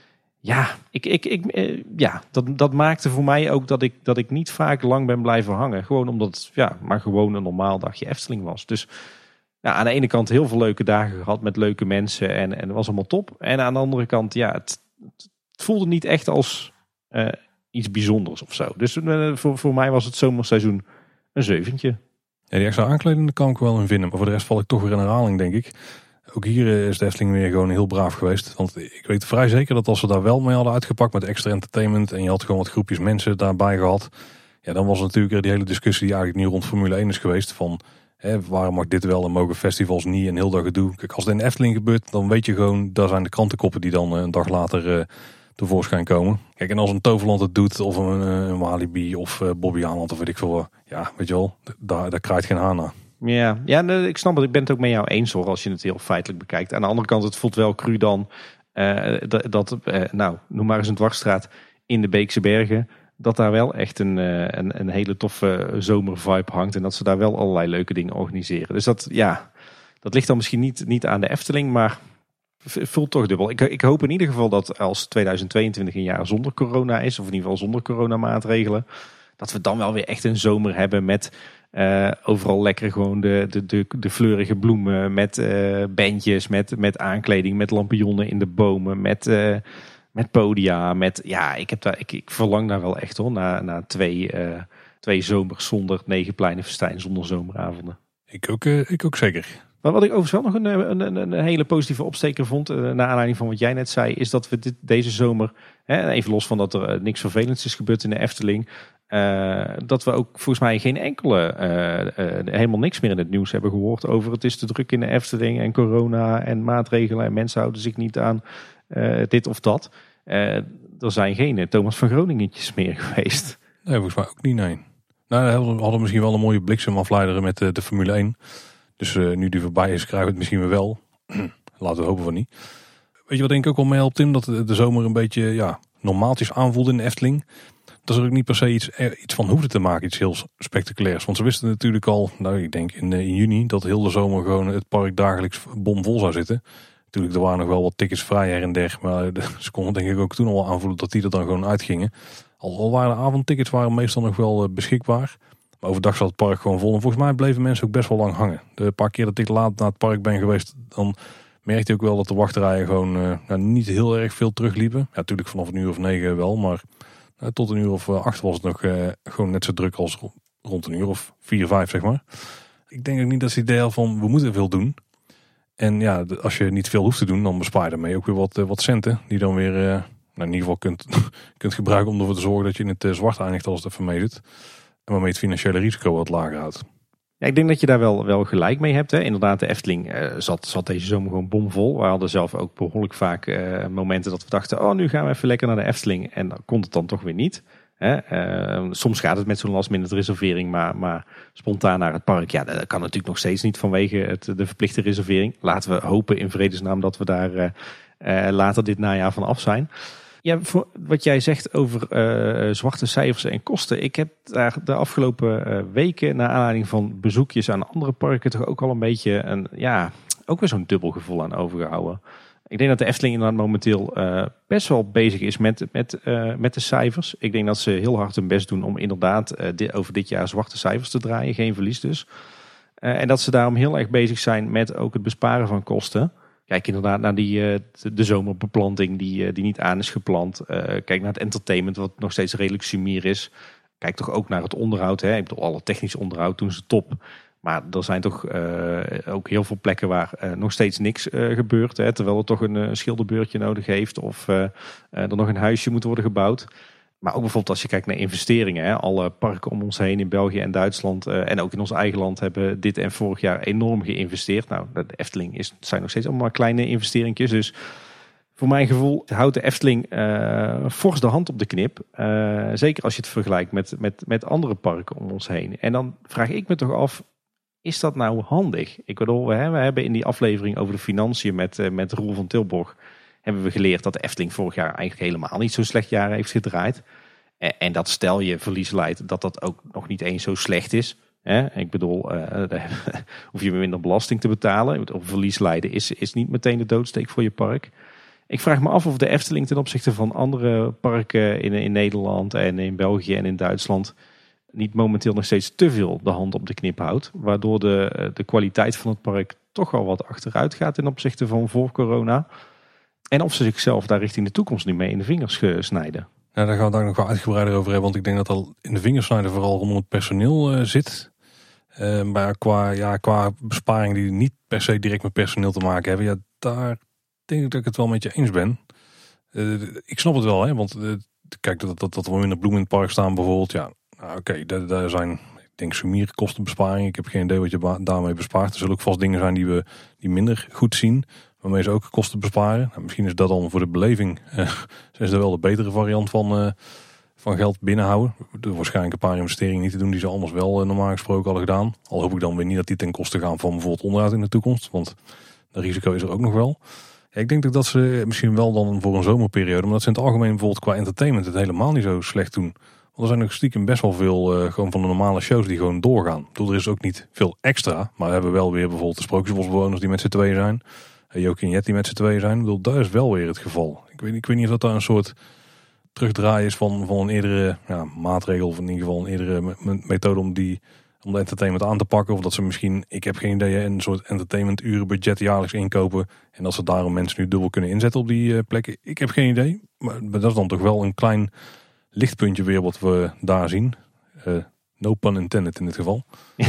ja, ik, ik, ik, uh, ja dat, dat maakte voor mij ook dat ik, dat ik niet vaak lang ben blijven hangen. Gewoon omdat het ja, maar gewoon een normaal dagje Efteling was. Dus ja, aan de ene kant heel veel leuke dagen gehad met leuke mensen en, en dat was allemaal top. En aan de andere kant, ja, het, het voelde niet echt als uh, iets bijzonders of zo. Dus uh, voor, voor mij was het zomerseizoen een zeventje. Ja, die extra aankleding daar kan ik wel in vinden. Maar voor de rest val ik toch weer in herhaling, denk ik. Ook hier is de Efteling weer gewoon heel braaf geweest. Want ik weet vrij zeker dat als ze daar wel mee hadden uitgepakt met extra entertainment en je had gewoon wat groepjes mensen daarbij gehad. Ja, dan was natuurlijk die hele discussie die eigenlijk nu rond Formule één is geweest van Hè, waarom mag dit wel en mogen festivals niet en heel dat gedoe. Kijk, als het in de Efteling gebeurt, dan weet je gewoon, daar zijn de krantenkoppen die dan een dag later uh, tevoorschijn komen. Kijk, en als een Toverland het doet, of een, een Walibi of uh, Bobby Aanland of weet ik veel, ja, weet je wel, daar, daar krijgt geen haan naar. Ja, ja, ik snap het. Ik ben het ook met jou eens hoor, als je het heel feitelijk bekijkt. Aan de andere kant, het voelt wel cru dan uh, dat, uh, nou, noem maar eens een dwarsstraat in de Beekse Bergen. dat daar wel echt een, een, een hele toffe zomervibe hangt. En dat ze daar wel allerlei leuke dingen organiseren. Dus dat, ja, dat ligt dan misschien niet, niet aan de Efteling, maar voelt toch dubbel. Ik, ik hoop in ieder geval dat als tweeduizend tweeëntwintig een jaar zonder corona is, of in ieder geval zonder coronamaatregelen, dat we dan wel weer echt een zomer hebben met uh, overal lekker gewoon de, de, de, de fleurige bloemen, met uh, bandjes, met, met aankleding, met lampionnen in de bomen, met, uh, met podia. Met, ja, ik, heb daar, ik, ik verlang daar wel echt hoor, na, na twee, uh, twee zomers zonder Negenpleinenfestijn, zonder zomeravonden. Ik ook, uh, ik ook zeker. Maar wat ik overigens wel nog een, een, een, een hele positieve opsteker vond, uh, naar aanleiding van wat jij net zei, is dat we dit, deze zomer, hè, even los van dat er uh, niks vervelends is gebeurd in de Efteling, uh, dat we ook volgens mij geen enkele, uh, uh, helemaal niks meer in het nieuws hebben gehoord over het is te druk in de Efteling en corona en maatregelen en mensen houden zich niet aan uh, dit of dat. Uh, er zijn geen uh, Thomas van Groningetjes meer geweest. Nee, volgens mij ook niet, nee. Nou, we hadden misschien wel een mooie bliksemafleider met de, de Formule één. Dus uh, nu die voorbij is, krijgen we het misschien weer wel. Laten we hopen van niet. Weet je wat denk ik ook wel mee helpt, Tim? Dat de zomer een beetje ja, normaaltjes aanvoelde in de Efteling. Dat er ook niet per se iets, iets van hoefde te maken, iets heel spectaculairs. Want ze wisten natuurlijk al, nou ik denk in, in juni, dat heel de zomer gewoon het park dagelijks bomvol zou zitten. Natuurlijk, er waren nog wel wat tickets vrij her en der. Maar de, ze konden denk ik ook toen al aanvoelen dat die er dan gewoon uitgingen. Al, al waren de avondtickets waren meestal nog wel uh, beschikbaar. Maar overdag zat het park gewoon vol. En volgens mij bleven mensen ook best wel lang hangen. De paar keer dat ik laat naar het park ben geweest, dan merkte ik ook wel dat de wachtrijen gewoon uh, nou, niet heel erg veel terugliepen. Ja, natuurlijk vanaf een uur of negen wel, maar uh, tot een uur of uh, acht was het nog uh, gewoon net zo druk als rond een uur of vier, vijf zeg maar. Ik denk ook niet dat ze het idee hadden van we moeten veel doen. En ja, als je niet veel hoeft te doen, dan bespaar je daarmee ook weer wat, uh, wat centen. Die dan weer uh, nou, in ieder geval kunt, kunt gebruiken om ervoor te zorgen dat je in het uh, zwart eindigt als het even mee zit. En waarmee het financiële risico wat lager houdt. Ja, ik denk dat je daar wel, wel gelijk mee hebt. Hè. Inderdaad, de Efteling uh, zat, zat deze zomer gewoon bomvol. We hadden zelf ook behoorlijk vaak uh, momenten dat we dachten, oh nu gaan we even lekker naar de Efteling. En dan kon het dan toch weer niet. Hè. Uh, soms gaat het met zo'n last minute reservering, maar, maar spontaan naar het park. Ja, dat kan natuurlijk nog steeds niet vanwege het, de verplichte reservering. Laten we hopen in vredesnaam dat we daar uh, uh, later dit najaar van af zijn. Ja, voor wat jij zegt over uh, zwarte cijfers en kosten. Ik heb daar de afgelopen uh, weken, naar aanleiding van bezoekjes aan andere parken, toch ook al een beetje een, ja, ook weer zo'n dubbel gevoel aan overgehouden. Ik denk dat de Efteling inderdaad momenteel uh, best wel bezig is met, met, uh, met de cijfers. Ik denk dat ze heel hard hun best doen om inderdaad uh, dit, over dit jaar zwarte cijfers te draaien. Geen verlies dus. Uh, en dat ze daarom heel erg bezig zijn met ook het besparen van kosten. Kijk inderdaad naar die, uh, de, de zomerbeplanting die, uh, die niet aan is geplant. Uh, kijk naar het entertainment wat nog steeds redelijk sumier is. Kijk toch ook naar het onderhoud. Hè. Ik bedoel, alle technisch onderhoud doen ze top. Maar er zijn toch uh, ook heel veel plekken waar uh, nog steeds niks uh, gebeurt. Hè, terwijl het toch een uh, schilderbeurtje nodig heeft. Of uh, uh, er nog een huisje moet worden gebouwd. Maar ook bijvoorbeeld als je kijkt naar investeringen. Hè, alle parken om ons heen in België en Duitsland. Uh, en ook in ons eigen land hebben dit en vorig jaar enorm geïnvesteerd. Nou, de Efteling is, zijn nog steeds allemaal maar kleine investeringjes. Dus voor mijn gevoel houdt de Efteling uh, fors de hand op de knip. Uh, zeker als je het vergelijkt met, met, met andere parken om ons heen. En dan vraag ik me toch af, is dat nou handig? Ik bedoel, we hebben in die aflevering over de financiën met, met Roel van Tilborg hebben we geleerd dat de Efteling vorig jaar eigenlijk helemaal niet zo'n slecht jaar heeft gedraaid. En dat stel je verlies leidt, dat dat ook nog niet eens zo slecht is. Ik bedoel, uh, daar hoef je minder belasting te betalen. Op verlies leiden is, is niet meteen de doodsteek voor je park. Ik vraag me af of de Efteling ten opzichte van andere parken in, in Nederland en in België en in Duitsland niet momenteel nog steeds te veel de hand op de knip houdt. Waardoor de, de kwaliteit van het park toch al wat achteruit gaat ten opzichte van voor corona. En of ze zichzelf daar richting de toekomst niet mee in de vingers snijden. Ja, daar gaan we daar nog wel uitgebreider over hebben. Want ik denk dat al in de vingers snijden vooral rondom het personeel uh, zit. Uh, maar qua, ja, qua besparing die niet per se direct met personeel te maken hebben. Ja, daar denk ik dat ik het wel met je eens ben. Uh, ik snap het wel, hè. Want uh, kijk, dat, dat, dat er wel minder bloemen in het park staan bijvoorbeeld. Ja, nou, oké, okay, daar, daar zijn, ik denk, sumiere kostenbesparingen. Ik heb geen idee wat je ba- daarmee bespaart. Er zullen ook vast dingen zijn die we die minder goed zien. Waarmee ze ook kosten besparen. Nou, misschien is dat dan voor de beleving. Uh, is er wel de betere variant van, uh, van geld binnenhouden. Er waarschijnlijk een paar investeringen niet te doen die ze anders wel uh, normaal gesproken hadden gedaan. Al hoop ik dan weer niet dat die ten koste gaan van bijvoorbeeld onderhoud in de toekomst. Want dat risico is er ook nog wel. Ja, ik denk ook dat ze misschien wel dan voor een zomerperiode. Maar dat ze in het algemeen bijvoorbeeld qua entertainment het helemaal niet zo slecht doen. Want er zijn nog stiekem best wel veel uh, gewoon van de normale shows die gewoon doorgaan. Er is ook niet veel extra. Maar we hebben wel weer bijvoorbeeld de Sprookjesbosbewoners die met z'n tweeën zijn. Uh, Jokie en Jet die met z'n tweeën zijn. Ik bedoel, dat is wel weer het geval. Ik weet, ik weet niet of dat daar een soort terugdraai is van, van een eerdere ja, maatregel. Of in ieder geval een eerdere me- methode om die... om de entertainment aan te pakken. Of dat ze misschien, ik heb geen idee, een soort entertainment urenbudget jaarlijks inkopen. En dat ze daarom mensen nu dubbel kunnen inzetten op die uh, plekken. Ik heb geen idee. Maar, maar dat is dan toch wel een klein lichtpuntje weer wat we daar zien. Uh, no pun intended in dit geval.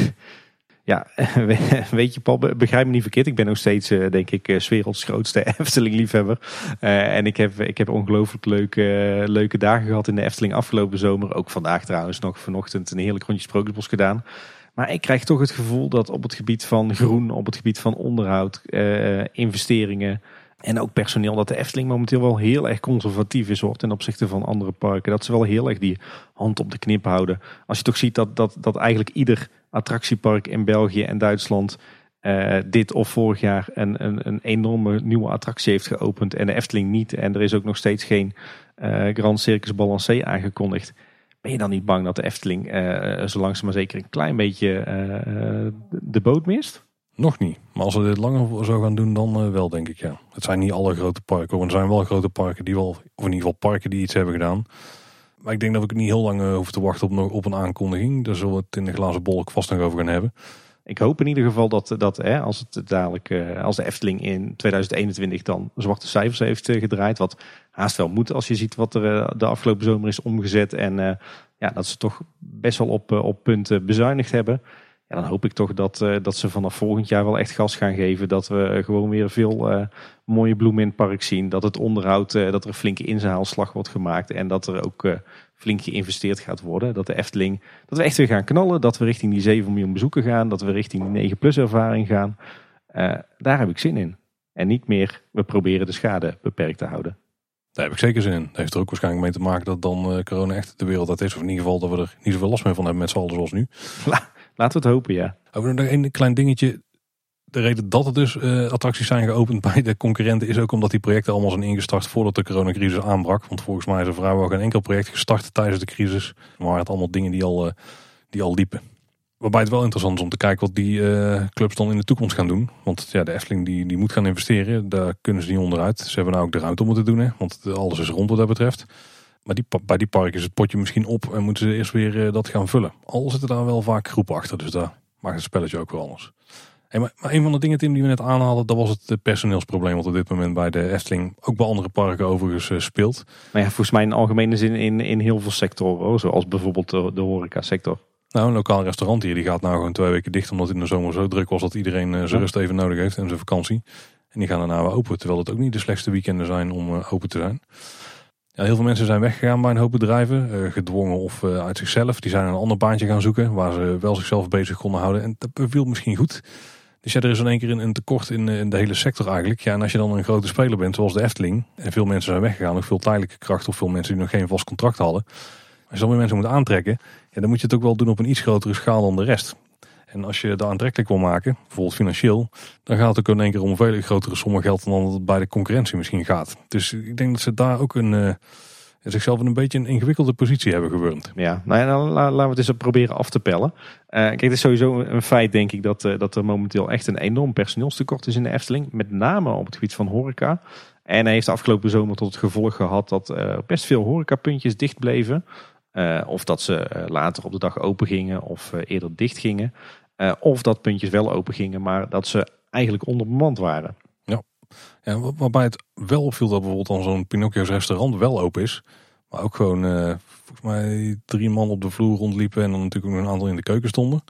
Ja, weet je Paul, begrijp me niet verkeerd. Ik ben nog steeds, denk ik, 's werelds grootste Efteling-liefhebber. Uh, en ik heb, ik heb ongelooflijk leuke, leuke dagen gehad in de Efteling afgelopen zomer. Ook vandaag trouwens nog vanochtend een heerlijk rondje Sprookjesbos gedaan. Maar ik krijg toch het gevoel dat op het gebied van groen, op het gebied van onderhoud, uh, investeringen en ook personeel, dat de Efteling momenteel wel heel erg conservatief is hoor, ten opzichte van andere parken. Dat ze wel heel erg die hand op de knip houden. Als je toch ziet dat, dat, dat eigenlijk ieder attractiepark in België en Duitsland uh, dit of vorig jaar een, een, een enorme nieuwe attractie heeft geopend en de Efteling niet. En er is ook nog steeds geen uh, Grand Circus Balancé aangekondigd. Ben je dan niet bang dat de Efteling uh, zo langzaam maar zeker een klein beetje uh, de boot mist? Nog niet. Maar als we dit langer zo gaan doen, dan uh, wel denk ik ja. Het zijn niet alle grote parken. Want er zijn wel grote parken die wel, of in ieder geval parken die iets hebben gedaan. Maar ik denk dat we niet heel lang uh, hoeven te wachten op, op een aankondiging. Daar zullen we het in de glazen bol ook vast nog over gaan hebben. Ik hoop in ieder geval dat, dat hè, als, het dadelijk, uh, als de Efteling in tweeduizend eenentwintig dan zwarte cijfers heeft uh, gedraaid. Wat haast wel moet als je ziet wat er uh, de afgelopen zomer is omgezet. En uh, ja, dat ze toch best wel op, uh, op punten bezuinigd hebben. Ja, dan hoop ik toch dat, uh, dat ze vanaf volgend jaar wel echt gas gaan geven. Dat we uh, gewoon weer veel uh, mooie bloemen in het park zien. Dat het onderhoud, uh, dat er een flinke inzaalslag wordt gemaakt. En dat er ook uh, flink geïnvesteerd gaat worden. Dat de Efteling, dat we echt weer gaan knallen. Dat we richting die zeven miljoen bezoeken gaan. Dat we richting die negen plus ervaring gaan. Uh, daar heb ik zin in. En niet meer, we proberen de schade beperkt te houden. Daar heb ik zeker zin in. Dat heeft er ook waarschijnlijk mee te maken dat dan uh, corona echt de wereld uit is. Of in ieder geval dat we er niet zoveel last meer van hebben met z'n allen zoals nu. Laten we het hopen, ja. Over nog een klein dingetje. De reden dat er dus uh, attracties zijn geopend bij de concurrenten is ook omdat die projecten allemaal zijn ingestart voordat de coronacrisis aanbrak. Want volgens mij is er vrijwel geen enkel project gestart tijdens de crisis. Maar waren het allemaal dingen die al, uh, die al liepen. Waarbij het wel interessant is om te kijken wat die uh, clubs dan in de toekomst gaan doen. Want ja, de Efteling die, die moet gaan investeren. Daar kunnen ze niet onderuit. Ze hebben nou ook de ruimte om het te doen. Hè? Want alles is rond wat dat betreft. Maar die, bij die parken is het potje misschien op en moeten ze eerst weer uh, dat gaan vullen. Al zitten daar wel vaak groepen achter. Dus daar maakt het spelletje ook wel anders. Hey, maar, maar een van de dingen, Tim, die we net aanhaalden, dat was het personeelsprobleem wat op dit moment bij de Efteling, ook bij andere parken overigens uh, speelt. Maar ja, volgens mij in algemene zin in, in heel veel sectoren. Hoor. Zoals bijvoorbeeld de, de horecasector. Nou, een lokaal restaurant hier die gaat nou gewoon twee weken dicht omdat het in de zomer zo druk was dat iedereen uh, zijn rust even nodig heeft en zijn vakantie. En die gaan daarna weer open, terwijl het ook niet de slechtste weekenden zijn om uh, open te zijn. Ja, heel veel mensen zijn weggegaan bij een hoop bedrijven, uh, gedwongen of uh, uit zichzelf. Die zijn een ander baantje gaan zoeken waar ze wel zichzelf bezig konden houden. En dat beviel misschien goed. Dus ja, er is in één keer een, een tekort in, in de hele sector eigenlijk. Ja, en als je dan een grote speler bent zoals de Efteling en veel mensen zijn weggegaan, ook veel tijdelijke kracht of veel mensen die nog geen vast contract hadden. Als je dan weer mensen moet aantrekken, ja, dan moet je het ook wel doen op een iets grotere schaal dan de rest. En als je het aantrekkelijk wil maken, bijvoorbeeld financieel, dan gaat het ook in één keer om een veel grotere sommen geld dan dat het bij de concurrentie misschien gaat. Dus ik denk dat ze daar ook een, uh, zichzelf in een beetje een ingewikkelde positie hebben gewurmd. Ja, nou ja, dan laten we het eens proberen af te pellen. Uh, kijk, het is sowieso een feit, denk ik, dat, uh, dat er momenteel echt een enorm personeelstekort is in de Efteling. Met name op het gebied van horeca. En hij heeft de afgelopen zomer tot het gevolg gehad dat uh, best veel horecapuntjes dicht bleven. Uh, of dat ze uh, later op de dag open gingen of uh, eerder dicht gingen. Uh, of dat puntjes wel open gingen, maar dat ze eigenlijk onderbemand waren. Ja, ja waarbij het wel opviel dat bijvoorbeeld dan zo'n Pinocchio's restaurant wel open is. Maar ook gewoon uh, volgens mij drie man op de vloer rondliepen en dan natuurlijk ook een aantal in de keuken stonden.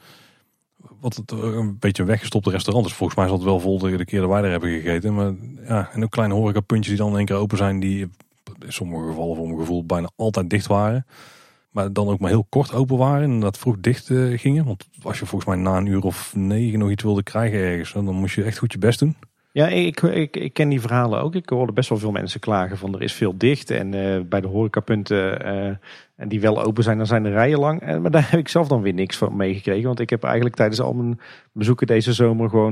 Wat het een beetje een weggestopte restaurant is. Volgens mij is dat wel vol de, de keer dat wij er hebben gegeten. Maar ja, en ook kleine horecapuntjes die dan in één keer open zijn, die in sommige gevallen voor mijn gevoel bijna altijd dicht waren. Maar dan ook maar heel kort open waren en dat vroeg dicht uh, gingen. Want als je volgens mij na een uur of negen nog iets wilde krijgen ergens, dan moest je echt goed je best doen. Ja, ik, ik, ik ken die verhalen ook. Ik hoorde best wel veel mensen klagen van er is veel dicht. En uh, bij de horecapunten uh, en die wel open zijn, dan zijn de rijen lang. En, maar daar heb ik zelf dan weer niks van meegekregen. Want ik heb eigenlijk tijdens al mijn bezoeken deze zomer gewoon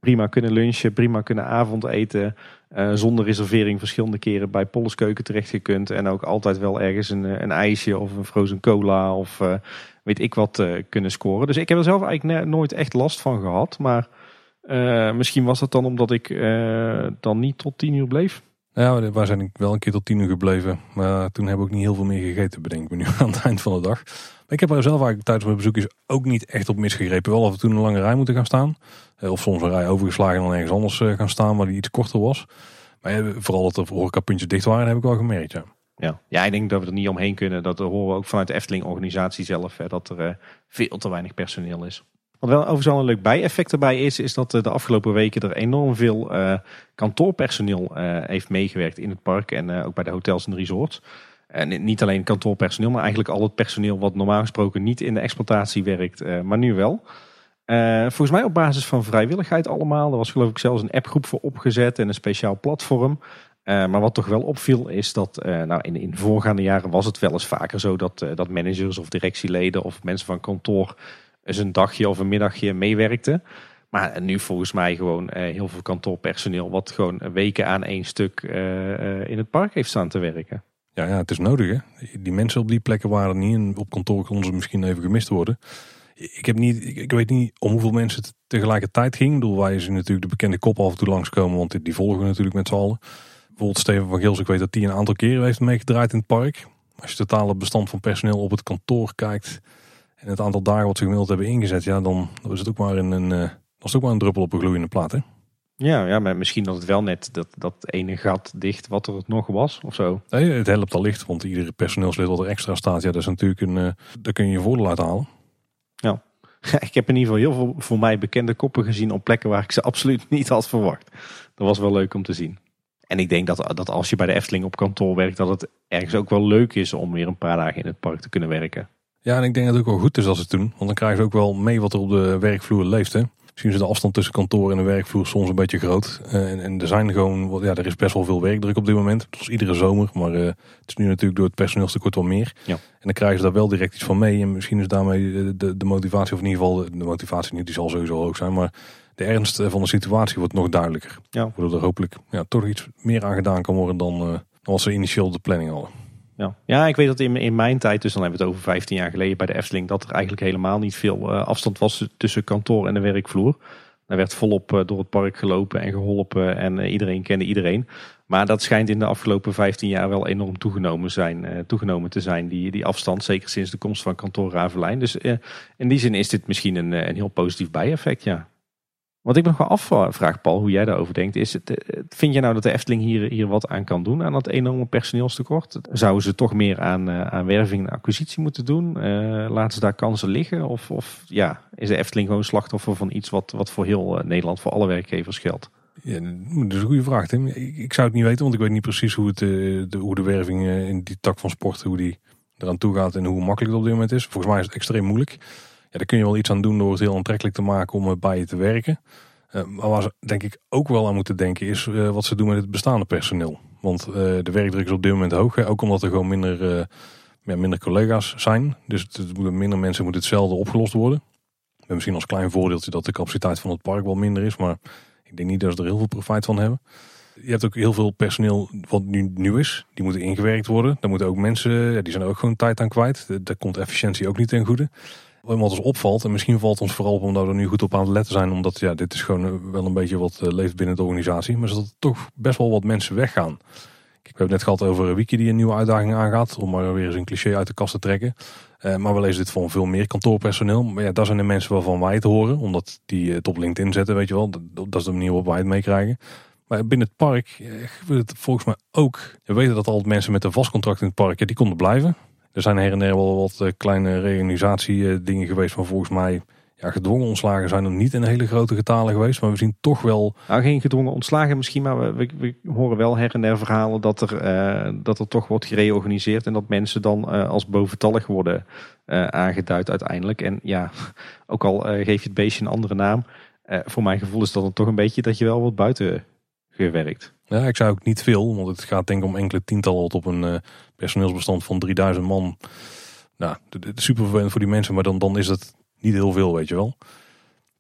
prima kunnen lunchen, prima kunnen avondeten. Uh, zonder reservering verschillende keren bij Polles Keuken terecht gekund. En ook altijd wel ergens een, een ijsje of een frozen cola of uh, weet ik wat uh, kunnen scoren. Dus ik heb er zelf eigenlijk nooit echt last van gehad. Maar uh, misschien was dat dan omdat ik uh, dan niet tot tien uur bleef. Ja, wij zijn wel een keer tot tien uur gebleven. Maar toen hebben we ook niet heel veel meer gegeten, bedenk ik me nu aan het eind van de dag. Maar ik heb er zelf eigenlijk tijdens mijn bezoekjes ook niet echt op misgegrepen. Wel af en toe een lange rij moeten gaan staan. Of soms een rij overgeslagen en dan ergens anders gaan staan waar die iets korter was. Maar vooral dat de horecapuntjes dicht waren, heb ik wel gemerkt, ja. Ja. ja, ik denk dat we er niet omheen kunnen. Dat horen we ook vanuit de Efteling-organisatie zelf. Hè, dat er uh, veel te weinig personeel is. Wat wel overigens wel een leuk bijeffect erbij is, is dat de afgelopen weken er enorm veel uh, kantoorpersoneel uh, heeft meegewerkt in het park en uh, ook bij de hotels en resorts. En niet alleen kantoorpersoneel, maar eigenlijk al het personeel wat normaal gesproken niet in de exploitatie werkt, uh, maar nu wel. Uh, volgens mij op basis van vrijwilligheid allemaal. Er was geloof ik zelfs een appgroep voor opgezet en een speciaal platform. Uh, maar wat toch wel opviel is dat uh, nou in, in voorgaande jaren was het wel eens vaker zo dat, uh, dat managers of directieleden of mensen van kantoor eens een dagje of een middagje meewerkten. Maar nu volgens mij gewoon uh, heel veel kantoorpersoneel wat gewoon weken aan één stuk uh, uh, in het park heeft staan te werken. Ja, ja, het is nodig hè. Die mensen op die plekken waren er niet en op kantoor konden ze misschien even gemist worden. Ik, heb niet, ik, ik weet niet om hoeveel mensen het tegelijkertijd ging. Ik bedoel, wij zien natuurlijk de bekende kop af en toe langskomen, want die, die volgen we natuurlijk met z'n allen. Bijvoorbeeld Steven van Gils, ik weet dat hij een aantal keren heeft meegedraaid in het park. Als je het totale bestand van personeel op het kantoor kijkt en het aantal dagen wat ze gemiddeld hebben ingezet, ja, dan is het ook maar een, een, dan is het ook maar een druppel op een gloeiende plaat, hè? Ja, ja, maar misschien dat het wel net dat, dat ene gat dicht wat er nog was of zo. Nee, het helpt al licht, want iedere personeelslid wat er extra staat, ja, dat is natuurlijk een, uh, daar kun je je voordeel uit halen. Ja. Ik heb in ieder geval heel veel voor mij bekende koppen gezien op plekken waar ik ze absoluut niet had verwacht. Dat was wel leuk om te zien. En ik denk dat, dat als je bij de Efteling op kantoor werkt, dat het ergens ook wel leuk is om weer een paar dagen in het park te kunnen werken. Ja, en ik denk dat het ook wel goed is als ze het doen. Want dan krijgen ze ook wel mee wat er op de werkvloer leeft. Hè. Misschien is de afstand tussen kantoor en de werkvloer soms een beetje groot. Uh, en, en er zijn gewoon, ja, er is best wel veel werkdruk op dit moment. Zoals iedere zomer. Maar uh, het is nu natuurlijk door het personeelstekort wel meer. Ja. En dan krijgen ze daar wel direct iets van mee. En misschien is daarmee de, de motivatie, of in ieder geval de motivatie niet, die zal sowieso hoog zijn. Maar de ernst van de situatie wordt nog duidelijker. Ja. Waardoor er hopelijk ja, toch iets meer aan gedaan kan worden dan, uh, dan wat ze initieel de planning hadden. Ja. ja, ik weet dat in, in mijn tijd, dus dan hebben we het over vijftien jaar geleden bij de Efteling, dat er eigenlijk helemaal niet veel uh, afstand was tussen kantoor en de werkvloer. Er werd volop uh, door het park gelopen en geholpen en uh, iedereen kende iedereen. Maar dat schijnt in de afgelopen vijftien jaar wel enorm toegenomen, zijn, uh, toegenomen te zijn, die, die afstand. Zeker sinds de komst van kantoor Ravelijn. Dus uh, in die zin is dit misschien een, een heel positief bijeffect, ja. Wat ik me nog wel afvraag, Paul, hoe jij daarover denkt, is het, vind je nou dat de Efteling hier, hier wat aan kan doen aan dat enorme personeelstekort? Zouden ze toch meer aan, aan werving en acquisitie moeten doen? Uh, laten ze daar kansen liggen? Of, of ja, is de Efteling gewoon slachtoffer van iets wat, wat voor heel Nederland, voor alle werkgevers geldt? Ja, dat is een goede vraag, Tim. Ik zou het niet weten, want ik weet niet precies hoe, het, de, hoe de werving in die tak van sport, hoe die eraan toe gaat en hoe makkelijk het op dit moment is. Volgens mij is het extreem moeilijk. Ja, daar kun je wel iets aan doen door het heel aantrekkelijk te maken om bij je te werken. Uh, maar waar ze denk ik ook wel aan moeten denken is uh, wat ze doen met het bestaande personeel. Want uh, de werkdruk is op dit moment hoog. Hè? Ook omdat er gewoon minder, uh, ja, minder collega's zijn. Dus het, het moeten, minder mensen moeten hetzelfde opgelost worden. We hebben misschien als klein voordeeltje dat de capaciteit van het park wel minder is. Maar ik denk niet dat ze er heel veel profijt van hebben. Je hebt ook heel veel personeel wat nu nieuw is. Die moeten ingewerkt worden. Daar moeten ook mensen, ja, die zijn er ook gewoon tijd aan kwijt. Daar komt efficiëntie ook niet ten goede. Wat ons opvalt, en misschien valt ons vooral op omdat we er nu goed op aan het letten zijn, omdat ja, dit is gewoon wel een beetje wat leeft binnen de organisatie, maar dat er toch best wel wat mensen weggaan. Kijk, we hebben het net gehad over Wiki die een nieuwe uitdaging aangaat, om maar weer eens een cliché uit de kast te trekken. Uh, maar we lezen dit van veel meer kantoorpersoneel. Maar ja, daar zijn de mensen waarvan wij het horen, omdat die het op LinkedIn zetten, weet je wel. Dat, dat is de manier waarop wij het meekrijgen. Maar binnen het park gebeurt het volgens mij ook. We weten dat altijd mensen met een vast contract in het park, ja, die konden blijven. Er zijn her en der wel wat kleine reorganisatie-dingen geweest, maar volgens mij ja, gedwongen ontslagen zijn er niet in hele grote getalen geweest. Maar we zien toch wel... Nou, geen gedwongen ontslagen misschien, maar we, we, we horen wel her en der verhalen dat er, uh, dat er toch wordt gereorganiseerd. En dat mensen dan uh, als boventallig worden uh, aangeduid uiteindelijk. En ja, ook al uh, geef je het beestje een andere naam. Uh, voor mijn gevoel is dat dan toch een beetje dat je wel wordt buiten gewerkt. Ja, ik zou ook niet veel, want het gaat denk ik om enkele tientallen op een uh, personeelsbestand van drieduizend man. Nou, het is super vervelend voor die mensen, maar dan, dan is het niet heel veel, weet je wel.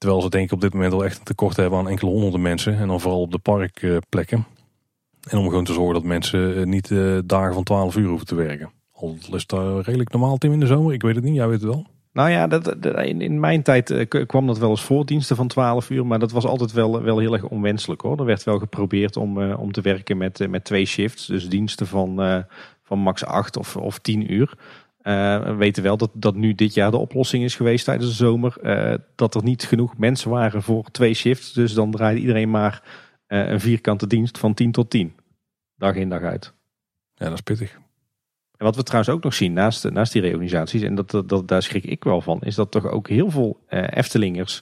Terwijl ze denk ik op dit moment wel echt een tekort hebben aan enkele honderden mensen. En dan vooral op de parkplekken. En om gewoon te zorgen dat mensen niet uh, dagen van twaalf uur hoeven te werken. Al is dat redelijk normaal, Tim, in de zomer. Ik weet het niet, jij weet het wel. Nou ja, dat, dat, in, in mijn tijd uh, kwam dat wel eens voor, diensten van twaalf uur. Maar dat was altijd wel, wel heel erg onwenselijk hoor. Er werd wel geprobeerd om, uh, om te werken met, uh, met twee shifts. Dus diensten van, uh, van max acht of, of tien uur. Uh, we weten wel dat, dat nu dit jaar de oplossing is geweest tijdens de zomer. Uh, dat er niet genoeg mensen waren voor twee shifts. Dus dan draaide iedereen maar uh, een vierkante dienst van tien tot tien. Dag in dag uit. Ja, dat is pittig. En wat we trouwens ook nog zien naast, naast die reorganisaties, en dat, dat, dat, daar schrik ik wel van, is dat toch ook heel veel uh, Eftelingers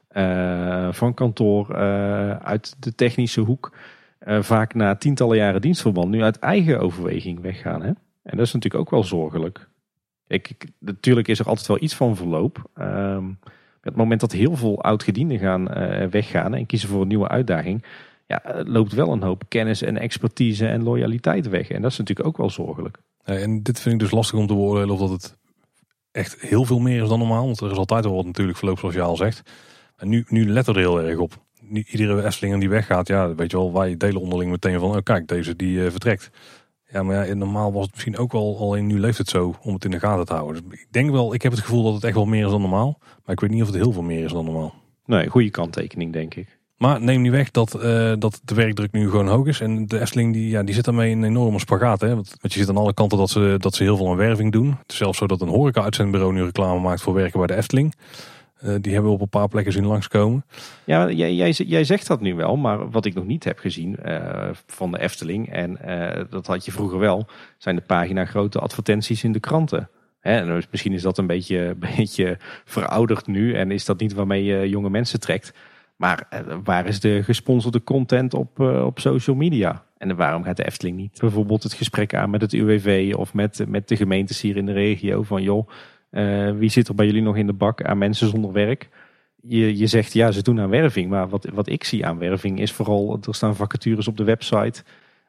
uh, van kantoor uh, uit de technische hoek uh, vaak na tientallen jaren dienstverband nu uit eigen overweging weggaan. Hè? En dat is natuurlijk ook wel zorgelijk. Ik, ik, natuurlijk is er altijd wel iets van verloop. Um, op het moment dat heel veel oud-gedienden gaan uh, weggaan en kiezen voor een nieuwe uitdaging, ja, loopt wel een hoop kennis en expertise en loyaliteit weg. En dat is natuurlijk ook wel zorgelijk. En dit vind ik dus lastig om te beoordelen of dat het echt heel veel meer is dan normaal. Want er is altijd wel wat natuurlijk verloop zoals je al zegt. En nu, nu let er heel erg op. Nu, iedere Eftelinger die weggaat, ja, weet je wel, wij delen onderling meteen van, oh kijk, deze die uh, vertrekt. Ja, maar ja, normaal was het misschien ook wel, alleen nu leeft het zo om het in de gaten te houden. Dus ik denk wel, ik heb het gevoel dat het echt wel meer is dan normaal. Maar ik weet niet of het heel veel meer is dan normaal. Nee, goede kanttekening denk ik. Maar neem niet weg dat, uh, dat de werkdruk nu gewoon hoog is. En de Efteling die, ja, die zit daarmee in een enorme spagaat. Hè? Want je ziet aan alle kanten dat ze, dat ze heel veel aan werving doen. Het is zelfs zo dat een horeca-uitzendbureau nu reclame maakt voor werken bij de Efteling. Uh, die hebben we op een paar plekken zien langskomen. Ja, jij, jij, jij zegt dat nu wel. Maar wat ik nog niet heb gezien uh, van de Efteling, en uh, dat had je vroeger wel, zijn de pagina grote advertenties in de kranten. Hè, en dus misschien is dat een beetje, beetje verouderd nu en is dat niet waarmee je jonge mensen trekt. Maar uh, waar is de gesponsorde content op, uh, op social media? En waarom gaat de Efteling niet bijvoorbeeld het gesprek aan met het U W V of met, met de gemeentes hier in de regio van joh, uh, wie zit er bij jullie nog in de bak aan mensen zonder werk? Je, je zegt ja, ze doen aan werving, maar wat, wat ik zie aan werving is vooral, er staan vacatures op de website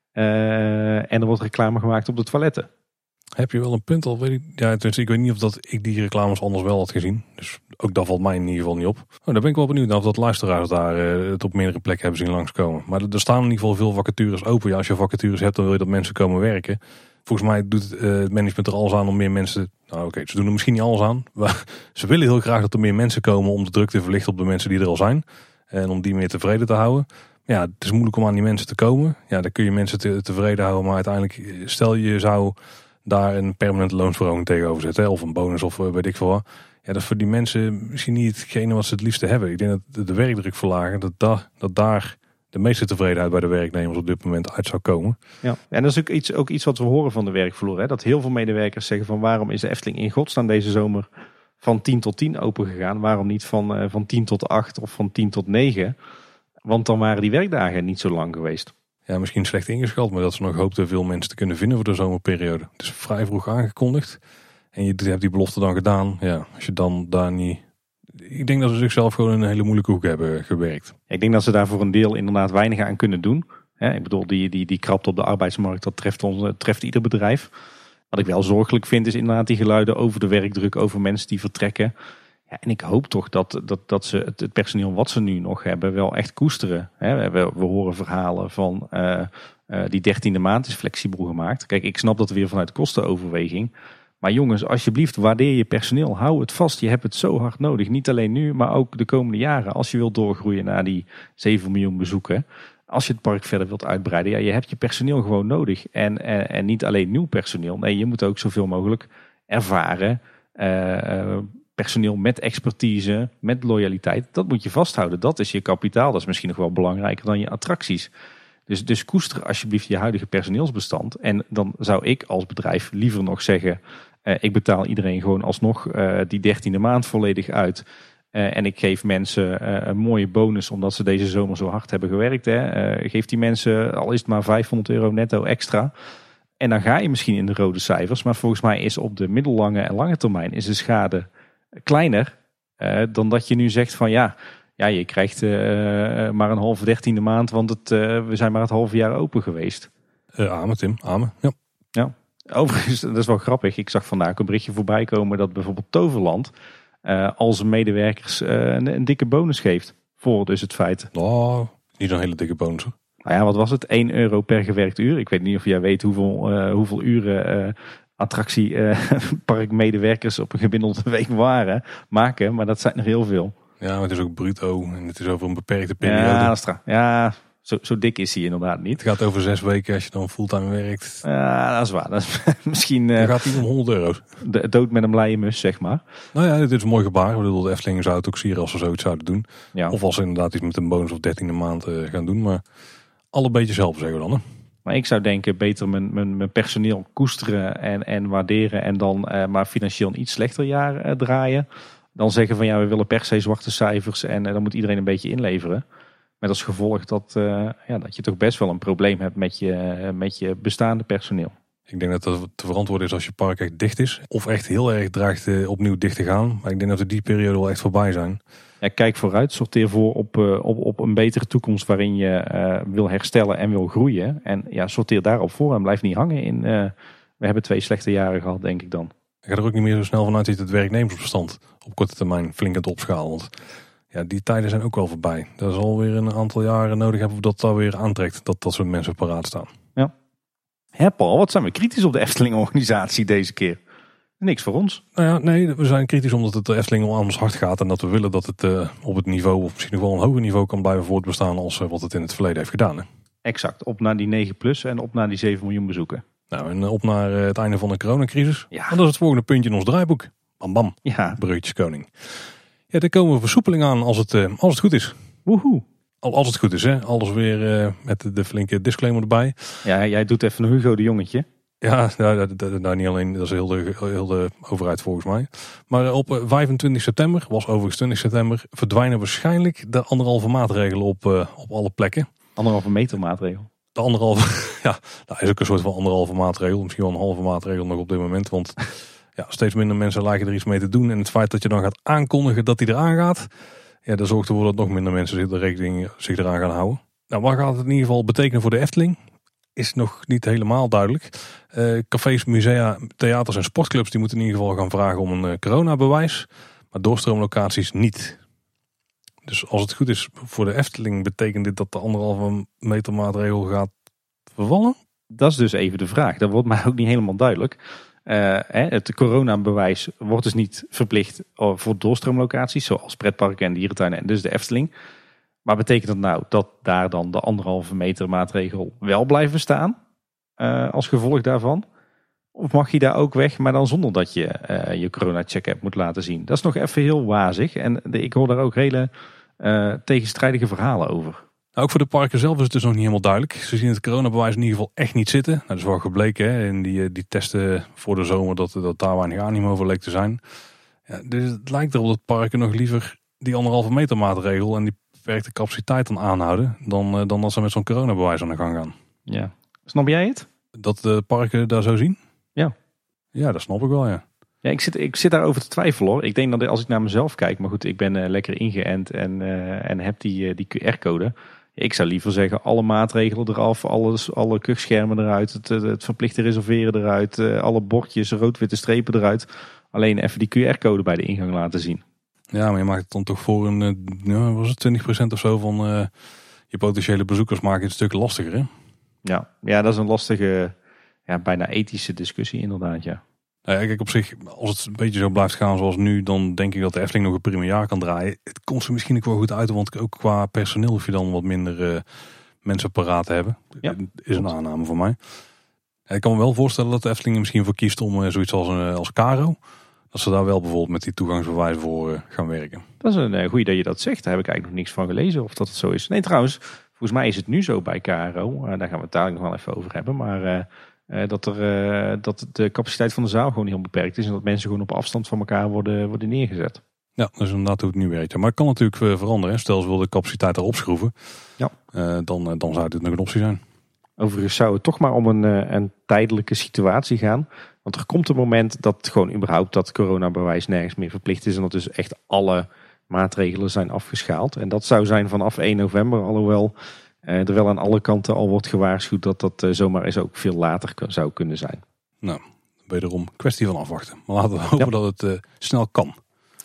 uh, en er wordt reclame gemaakt op de toiletten. Heb je wel een punt al? Weet ik, ja, tenminste, ik weet niet of dat ik die reclames anders wel had gezien. Dus ook dat valt mij in ieder geval niet op. Oh, daar ben ik wel benieuwd naar of dat luisteraars daar uh, het op meerdere plekken hebben zien langskomen. Maar er, er staan in ieder geval veel vacatures open. Ja, als je vacatures hebt, dan wil je dat mensen komen werken. Volgens mij doet het, uh, het management er alles aan om meer mensen... Nou oké, okay, ze doen er misschien niet alles aan. Maar ze willen heel graag dat er meer mensen komen om de druk te verlichten op de mensen die er al zijn. En om die meer tevreden te houden. Ja, het is moeilijk om aan die mensen te komen. Ja, dan kun je mensen te, tevreden houden. Maar uiteindelijk, stel je zou daar een permanente loonsverhoging tegenover zetten. Of een bonus of weet ik veel wat. Ja, dat is voor die mensen misschien niet hetgene wat ze het liefste hebben. Ik denk dat de, de werkdruk verlagen, dat, da, dat daar de meeste tevredenheid bij de werknemers op dit moment uit zou komen. Ja, en dat is ook iets, ook iets wat we horen van de werkvloer. Hè? Dat heel veel medewerkers zeggen van waarom is de Efteling in godsnaam deze zomer van tien tot tien open gegaan? Waarom niet van, uh, van tien tot acht of van tien tot negen? Want dan waren die werkdagen niet zo lang geweest. Ja, misschien slecht ingeschat, maar dat ze nog hoopten veel mensen te kunnen vinden voor de zomerperiode. Het is vrij vroeg aangekondigd. En je hebt die belofte dan gedaan. Ja, als je dan daar niet... Ik denk dat ze zichzelf gewoon in een hele moeilijke hoek hebben gewerkt. Ik denk dat ze daar voor een deel inderdaad weinig aan kunnen doen. Ik bedoel, die, die, die krapte op de arbeidsmarkt, dat treft, ons, treft ieder bedrijf. Wat ik wel zorgelijk vind is inderdaad die geluiden over de werkdruk, over mensen die vertrekken. Ja, en ik hoop toch dat, dat, dat ze het, het personeel wat ze nu nog hebben wel echt koesteren. We, we horen verhalen van uh, uh, die dertiende maand is flexibel gemaakt. Kijk, ik snap dat weer vanuit kostenoverweging. Maar jongens, alsjeblieft, waardeer je personeel. Hou het vast. Je hebt het zo hard nodig. Niet alleen nu, maar ook de komende jaren. Als je wilt doorgroeien naar die zeven miljoen bezoeken. Als je het park verder wilt uitbreiden. Ja, je hebt je personeel gewoon nodig. En, en, en niet alleen nieuw personeel. Nee, je moet ook zoveel mogelijk ervaren. Uh, personeel met expertise, met loyaliteit. Dat moet je vasthouden. Dat is je kapitaal. Dat is misschien nog wel belangrijker dan je attracties. Dus, dus koester alsjeblieft je huidige personeelsbestand. En dan zou ik als bedrijf liever nog zeggen... Uh, ik betaal iedereen gewoon alsnog uh, die dertiende maand volledig uit. Uh, en ik geef mensen uh, een mooie bonus omdat ze deze zomer zo hard hebben gewerkt. Hè. Uh, geef die mensen, al is het maar vijfhonderd euro netto extra. En dan ga je misschien in de rode cijfers. Maar volgens mij is op de middellange en lange termijn is de schade kleiner uh, dan dat je nu zegt van ja... Ja, je krijgt uh, maar een halve dertiende maand, want het, uh, we zijn maar het halve jaar open geweest. Uh, amen, Tim. Amen. Ja. Ja. Overigens, dat is wel grappig. Ik zag vandaag een berichtje voorbij komen dat bijvoorbeeld Toverland uh, al zijn medewerkers uh, een, een dikke bonus geeft. Voor dus het feit. Oh, niet zo'n hele dikke bonus hoor. Nou ja, wat was het? één euro per gewerkt uur. Ik weet niet of jij weet hoeveel, uh, hoeveel uren uh, attractieparkmedewerkers uh, op een gemiddelde week waren, maken. Maar dat zijn er heel veel. Ja, maar het is ook bruto en het is over een beperkte periode. Ja, dat is tra- ja zo, zo dik is hij inderdaad niet. Het gaat over zes weken als je dan fulltime werkt. Ja, dat is waar. Dat is misschien uh, dan gaat hij om honderd euro's. De dood met een blije mus, zeg maar. Nou ja, dit is een mooi gebaar. Ik bedoel, de Efteling zou het ook sieren als ze zoiets zouden doen. Ja. Of als ze inderdaad iets met een bonus of dertiende maand uh, gaan doen. Maar alle beetjes helpen, zeggen we dan. Hè? Maar ik zou denken, beter mijn, mijn, mijn personeel koesteren en, en waarderen. En dan uh, maar financieel een iets slechter jaar uh, draaien. Dan zeggen van ja, we willen per se zwarte cijfers. En uh, dan moet iedereen een beetje inleveren. Met als gevolg dat, uh, ja, dat je toch best wel een probleem hebt met je, uh, met je bestaande personeel. Ik denk dat dat te verantwoorden is als je park echt dicht is. Of echt heel erg dreigt uh, opnieuw dicht te gaan. Maar ik denk dat we die periode wel echt voorbij zijn. Ja, kijk vooruit, sorteer voor op, uh, op, op een betere toekomst waarin je uh, wil herstellen en wil groeien. En ja, sorteer daarop voor en blijf niet hangen in, uh, we hebben twee slechte jaren gehad, denk ik dan. Ik ga er ook niet meer zo snel vanuit dat je het werknemersbestand op korte termijn flink aan het opschalen. Want ja, die tijden zijn ook wel voorbij. Dat is alweer een aantal jaren nodig hebben dat dat weer aantrekt. Dat dat soort mensen paraat staan. Ja. Hè Paul, wat zijn we kritisch op de Efteling-organisatie deze keer? Niks voor ons. Nou ja, nee, we zijn kritisch omdat het de Efteling al aan ons hard gaat. En dat we willen dat het uh, op het niveau, of misschien nog wel een hoger niveau, kan blijven voortbestaan als uh, wat het in het verleden heeft gedaan. Hè. Exact, op naar die negen plus en op naar die zeven miljoen bezoeken. Nou, en op naar uh, het einde van de coronacrisis. Ja. En dat is het volgende puntje in ons draaiboek. Bam bam, ja. Breutjeskoning. Ja, er komen versoepeling aan als het, uh, als het goed is. Woehoe. Al als het goed is, hè. Alles weer uh, met de, de flinke disclaimer erbij. Ja, jij doet even een Hugo de Jongetje. Ja, nou, dat, dat, nou, niet alleen, dat is heel de, heel de overheid volgens mij. Maar op vijfentwintig september, was overigens twintig september, verdwijnen waarschijnlijk de anderhalve maatregelen op, uh, op alle plekken. Anderhalve meter maatregel. De anderhalve, ja, nou is ook een soort van anderhalve maatregel. Misschien wel een halve maatregel nog op dit moment. Want ja, steeds minder mensen lijken er iets mee te doen. En het feit dat je dan gaat aankondigen dat die eraan gaat, ja, dat zorgt ervoor dat nog minder mensen zich, de rekening, zich eraan gaan houden. Nou, wat gaat het in ieder geval betekenen voor de Efteling? Is nog niet helemaal duidelijk. Uh, cafés, musea, theaters en sportclubs die moeten in ieder geval gaan vragen om een uh, coronabewijs. Maar doorstroomlocaties niet. Dus als het goed is voor de Efteling betekent dit dat de anderhalve meter maatregel gaat vervallen? Dat is dus even de vraag. Dat wordt mij ook niet helemaal duidelijk. Uh, het coronabewijs wordt dus niet verplicht voor doorstroomlocaties zoals pretparken en dierentuinen en dus de Efteling. Maar betekent dat nou dat daar dan de anderhalve meter maatregel wel blijven staan? Uh, als gevolg daarvan? Of mag je daar ook weg, maar dan zonder dat je uh, je corona-check-app moet laten zien? Dat is nog even heel wazig. En de, ik hoor daar ook hele uh, tegenstrijdige verhalen over. Nou, ook voor de parken zelf is het dus nog niet helemaal duidelijk. Ze zien het coronabewijs in ieder geval echt niet zitten. Nou, dat is wel gebleken hè, in die, die testen voor de zomer dat, dat daar weinig animo over leek te zijn. Ja, dus het lijkt erop dat parken nog liever die anderhalve meter maatregel en die beperkte capaciteit dan aanhouden, dan, dan dat ze met zo'n coronabewijs aan de gang gaan. Ja. Snap jij het? Dat de parken daar zo zien? Ja. Ja, dat snap ik wel, ja. Ja, ik zit, ik zit daarover te twijfelen hoor. Ik denk dat als ik naar mezelf kijk, maar goed, ik ben uh, lekker ingeënt en, uh, en heb die, uh, die Q R-code. Ik zou liever zeggen, alle maatregelen eraf, alles, alle kuchschermen eruit, het, het verplichte reserveren eruit, uh, alle bordjes, rood-witte strepen eruit. Alleen even die Q R-code bij de ingang laten zien. Ja, maar je maakt het dan toch voor een, uh, nou, was het twintig procent of zo van uh, je potentiële bezoekers maakt het een stuk lastiger, hè? Ja, ja, dat is een lastige, ja, bijna ethische discussie inderdaad, ja. Nou ja, kijk, op zich, als het een beetje zo blijft gaan zoals nu, dan denk ik dat de Efteling nog een prima jaar kan draaien. Het komt ze misschien ook wel goed uit, want ook qua personeel hoef je dan wat minder uh, mensen paraat te hebben. Ja, is een aanname voor mij. Ik kan me wel voorstellen dat de Efteling er misschien voor kiest om uh, zoiets als, uh, als Caro, dat ze daar wel bijvoorbeeld met die toegangsbewijs voor uh, gaan werken. Dat is een uh, goeie dat je dat zegt. Daar heb ik eigenlijk nog niks van gelezen of dat het zo is. Nee, trouwens, volgens mij is het nu zo bij Caro. Uh, daar gaan we het dadelijk nog wel even over hebben, maar Uh, Uh, dat, er, uh, dat de capaciteit van de zaal gewoon heel beperkt is. En dat mensen gewoon op afstand van elkaar worden, worden neergezet. Ja, dat is inderdaad hoe het nu werkt. Ja, maar het kan natuurlijk uh, veranderen. Stel ze wil de capaciteit erop schroeven. Ja. Uh, dan, uh, dan zou dit nog een optie zijn. Overigens zou het toch maar om een, uh, een tijdelijke situatie gaan. Want er komt een moment dat gewoon überhaupt dat coronabewijs nergens meer verplicht is. En dat dus echt alle maatregelen zijn afgeschaald. En dat zou zijn vanaf één november. Alhoewel Uh, er wel aan alle kanten al wordt gewaarschuwd dat dat uh, zomaar eens ook veel later k- zou kunnen zijn. Nou, wederom kwestie van afwachten. Maar laten we hopen ja. dat het uh, snel kan.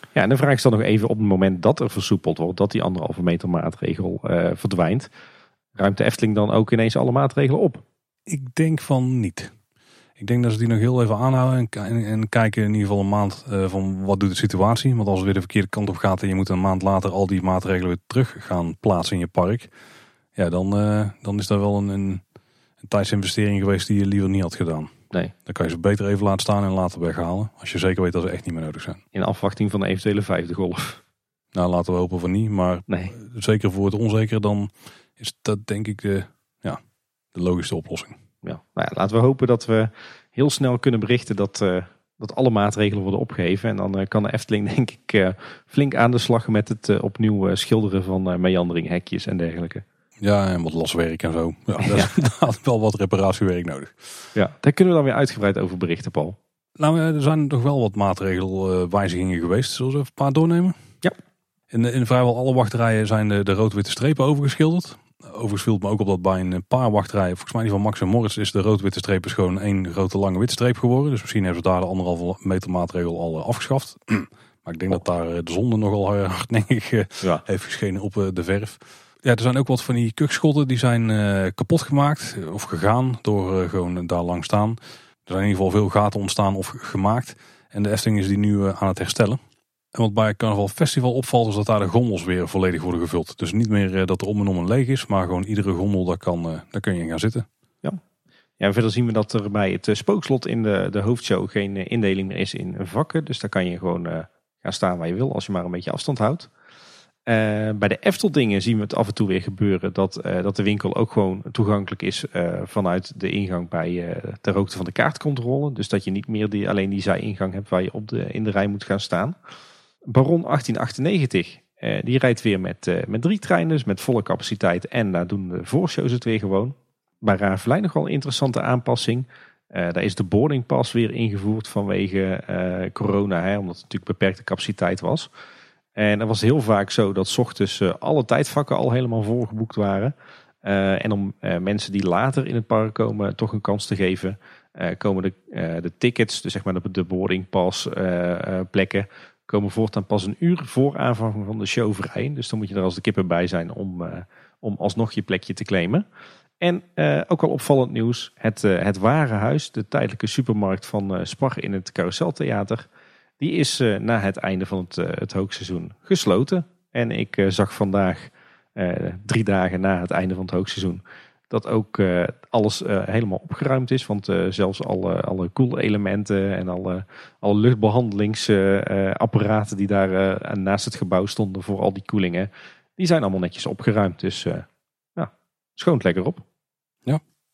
Ja, en de vraag is dan nog even op het moment dat er versoepeld wordt, dat die anderhalve meter maatregel uh, verdwijnt, ruimt de Efteling dan ook ineens alle maatregelen op? Ik denk van niet. Ik denk dat ze die nog heel even aanhouden en, en, en kijken in ieder geval een maand uh, van wat doet de situatie. Want als het weer de verkeerde kant op gaat en je moet een maand later al die maatregelen weer terug gaan plaatsen in je park. Ja, dan, uh, dan is dat wel een, een, een tijdsinvestering geweest die je liever niet had gedaan. Nee. Dan kan je ze beter even laten staan en later weghalen. Als je zeker weet dat ze echt niet meer nodig zijn. In afwachting van de eventuele vijfde golf. Nou, laten we hopen van niet. Maar nee. zeker voor het onzeker, dan is dat denk ik de, ja, de logische oplossing. Ja, nou ja, laten we hopen dat we heel snel kunnen berichten dat, uh, dat alle maatregelen worden opgeheven. En dan uh, kan de Efteling denk ik uh, flink aan de slag met het uh, opnieuw uh, schilderen van uh, meanderinghekjes en dergelijke. Ja, en wat laswerk en zo. Ja, dat is ja. wel wat reparatiewerk nodig. Ja, daar kunnen we dan weer uitgebreid over berichten, Paul. Nou, er zijn toch wel wat maatregelwijzigingen geweest. Zullen we even een paar doornemen? Ja. In, in vrijwel alle wachtrijen zijn de, de rood-witte strepen overgeschilderd. Overigens viel het me ook op dat bij een paar wachtrijen, volgens mij die van Max en Moritz, is de rood-witte streep is gewoon één grote lange witte streep geworden. Dus misschien hebben ze daar de anderhalve meter maatregel al afgeschaft. Maar ik denk dat daar de zon nogal hardnekkig ja. heeft geschenen op de verf. Ja, er zijn ook wat van die kukschotten die zijn uh, kapot gemaakt of gegaan door uh, gewoon daar lang staan. Er zijn in ieder geval veel gaten ontstaan of gemaakt. En de Efteling is die nu uh, aan het herstellen. En wat bij Carnaval Festival opvalt is dat daar de gondels weer volledig worden gevuld. Dus niet meer uh, dat er om en om een leeg is, maar gewoon iedere gondel, daar, kan, uh, daar kun je in gaan zitten. Ja. Ja, en verder zien we dat er bij het uh, spookslot in de, de hoofdshow geen uh, indeling meer is in vakken. Dus daar kan je gewoon uh, gaan staan waar je wil als je maar een beetje afstand houdt. Uh, bij de Efteldingen zien we het af en toe weer gebeuren dat, uh, dat de winkel ook gewoon toegankelijk is uh, vanuit de ingang bij uh, ter hoogte van de kaartcontrole. Dus dat je niet meer die, alleen die zij-ingang hebt waar je op de, in de rij moet gaan staan. Baron achttien achtennegentig, uh, die rijdt weer met, uh, met drie treinen, dus met volle capaciteit. En daar doen de voorshows het weer gewoon. Bij Ravelijn nog wel een interessante aanpassing. Uh, daar is de boardingpas weer ingevoerd vanwege uh, corona, hè, omdat het natuurlijk beperkte capaciteit was. En dat was heel vaak zo dat 's ochtends uh, alle tijdvakken al helemaal volgeboekt waren. Uh, en om uh, mensen die later in het park komen toch een kans te geven, uh, komen de, uh, de tickets, dus zeg maar de, de boardingpas uh, uh, plekken, komen voortaan pas een uur voor aanvang van de show vrij. Dus dan moet je er als de kippen bij zijn om, uh, om alsnog je plekje te claimen. En uh, ook wel opvallend nieuws, het, uh, het Warenhuis, de tijdelijke supermarkt van uh, Spar in het Carouseltheater, die is uh, na het einde van het, uh, het hoogseizoen gesloten. En ik uh, zag vandaag, uh, drie dagen na het einde van het hoogseizoen, dat ook uh, alles uh, helemaal opgeruimd is. Want uh, zelfs alle, alle koelelementen en alle, alle luchtbehandelingsapparaten uh, die daar uh, naast het gebouw stonden voor al die koelingen, die zijn allemaal netjes opgeruimd. Dus uh, ja, schoont lekker op. Ja.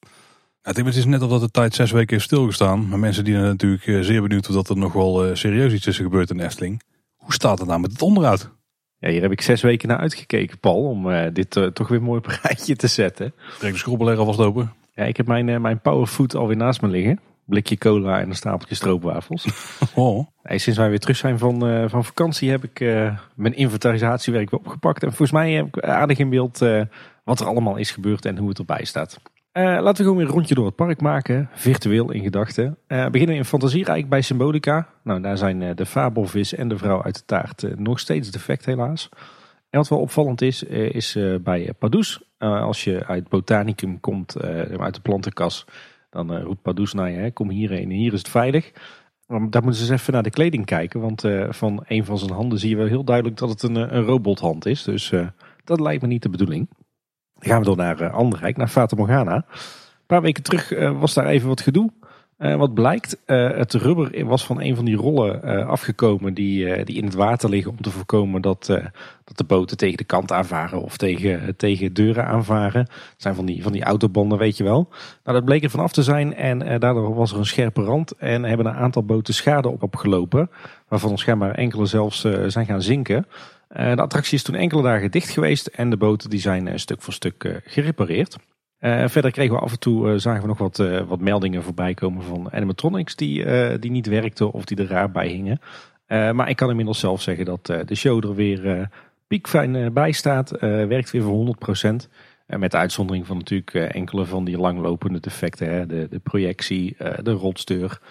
Het is net of dat de tijd zes weken heeft stilgestaan. Maar mensen die zijn natuurlijk zeer benieuwd of dat er nog wel serieus iets is gebeurd in Efteling. Hoe staat het nou met het onderhoud? Ja, hier heb ik zes weken naar uitgekeken, Paul, om uh, dit uh, toch weer mooi op een rijtje te zetten. Trek de schrobbelaar alvast open. Ja, ik heb mijn, uh, mijn powerfood alweer naast me liggen. Blikje cola en een stapeltje stroopwafels. Oh. Nee, sinds wij weer terug zijn van, uh, van vakantie heb ik uh, mijn inventarisatiewerk weer opgepakt. En volgens mij heb ik aardig in beeld uh, wat er allemaal is gebeurd en hoe het erbij staat. Uh, laten we gewoon weer een rondje door het park maken, virtueel in gedachten. Uh, beginnen we in Fantasierijk bij Symbolica. Nou, daar zijn uh, de fabelvis en de vrouw uit de taart uh, nog steeds defect helaas. En wat wel opvallend is, uh, is uh, bij Pardoes. Uh, als je uit Botanicum komt, uh, uit de plantenkas, dan uh, roept Pardoes naar je, hè, kom hierheen, hier is het veilig. Maar daar moeten ze eens even naar de kleding kijken, want uh, van een van zijn handen zie je wel heel duidelijk dat het een, een robothand is. Dus uh, dat lijkt me niet de bedoeling. Dan gaan we door naar uh, Anderrijk, naar Fata Morgana. Een paar weken terug uh, was daar even wat gedoe. Uh, wat blijkt, uh, het rubber was van een van die rollen uh, afgekomen die, uh, die in het water liggen om te voorkomen dat, uh, dat de boten tegen de kant aanvaren of tegen, uh, tegen deuren aanvaren. Het zijn van die, van die autobanden, weet je wel. Nou, dat bleek er vanaf te zijn en uh, daardoor was er een scherpe rand en hebben een aantal boten schade op opgelopen. Waarvan schijnbaar enkele zelfs uh, zijn gaan zinken. Uh, de attractie is toen enkele dagen dicht geweest en de boten die zijn uh, stuk voor stuk uh, gerepareerd. Uh, verder kregen we af en toe, uh, zagen we nog wat, uh, wat meldingen voorbij komen van animatronics die, uh, die niet werkten of die er raar bij hingen. Uh, maar ik kan inmiddels zelf zeggen dat uh, de show er weer uh, piekfijn uh, bij staat. Uh, werkt weer voor honderd procent. Uh, met de uitzondering van natuurlijk uh, enkele van die langlopende defecten. Hè? De, de projectie, uh, de rotsdeur.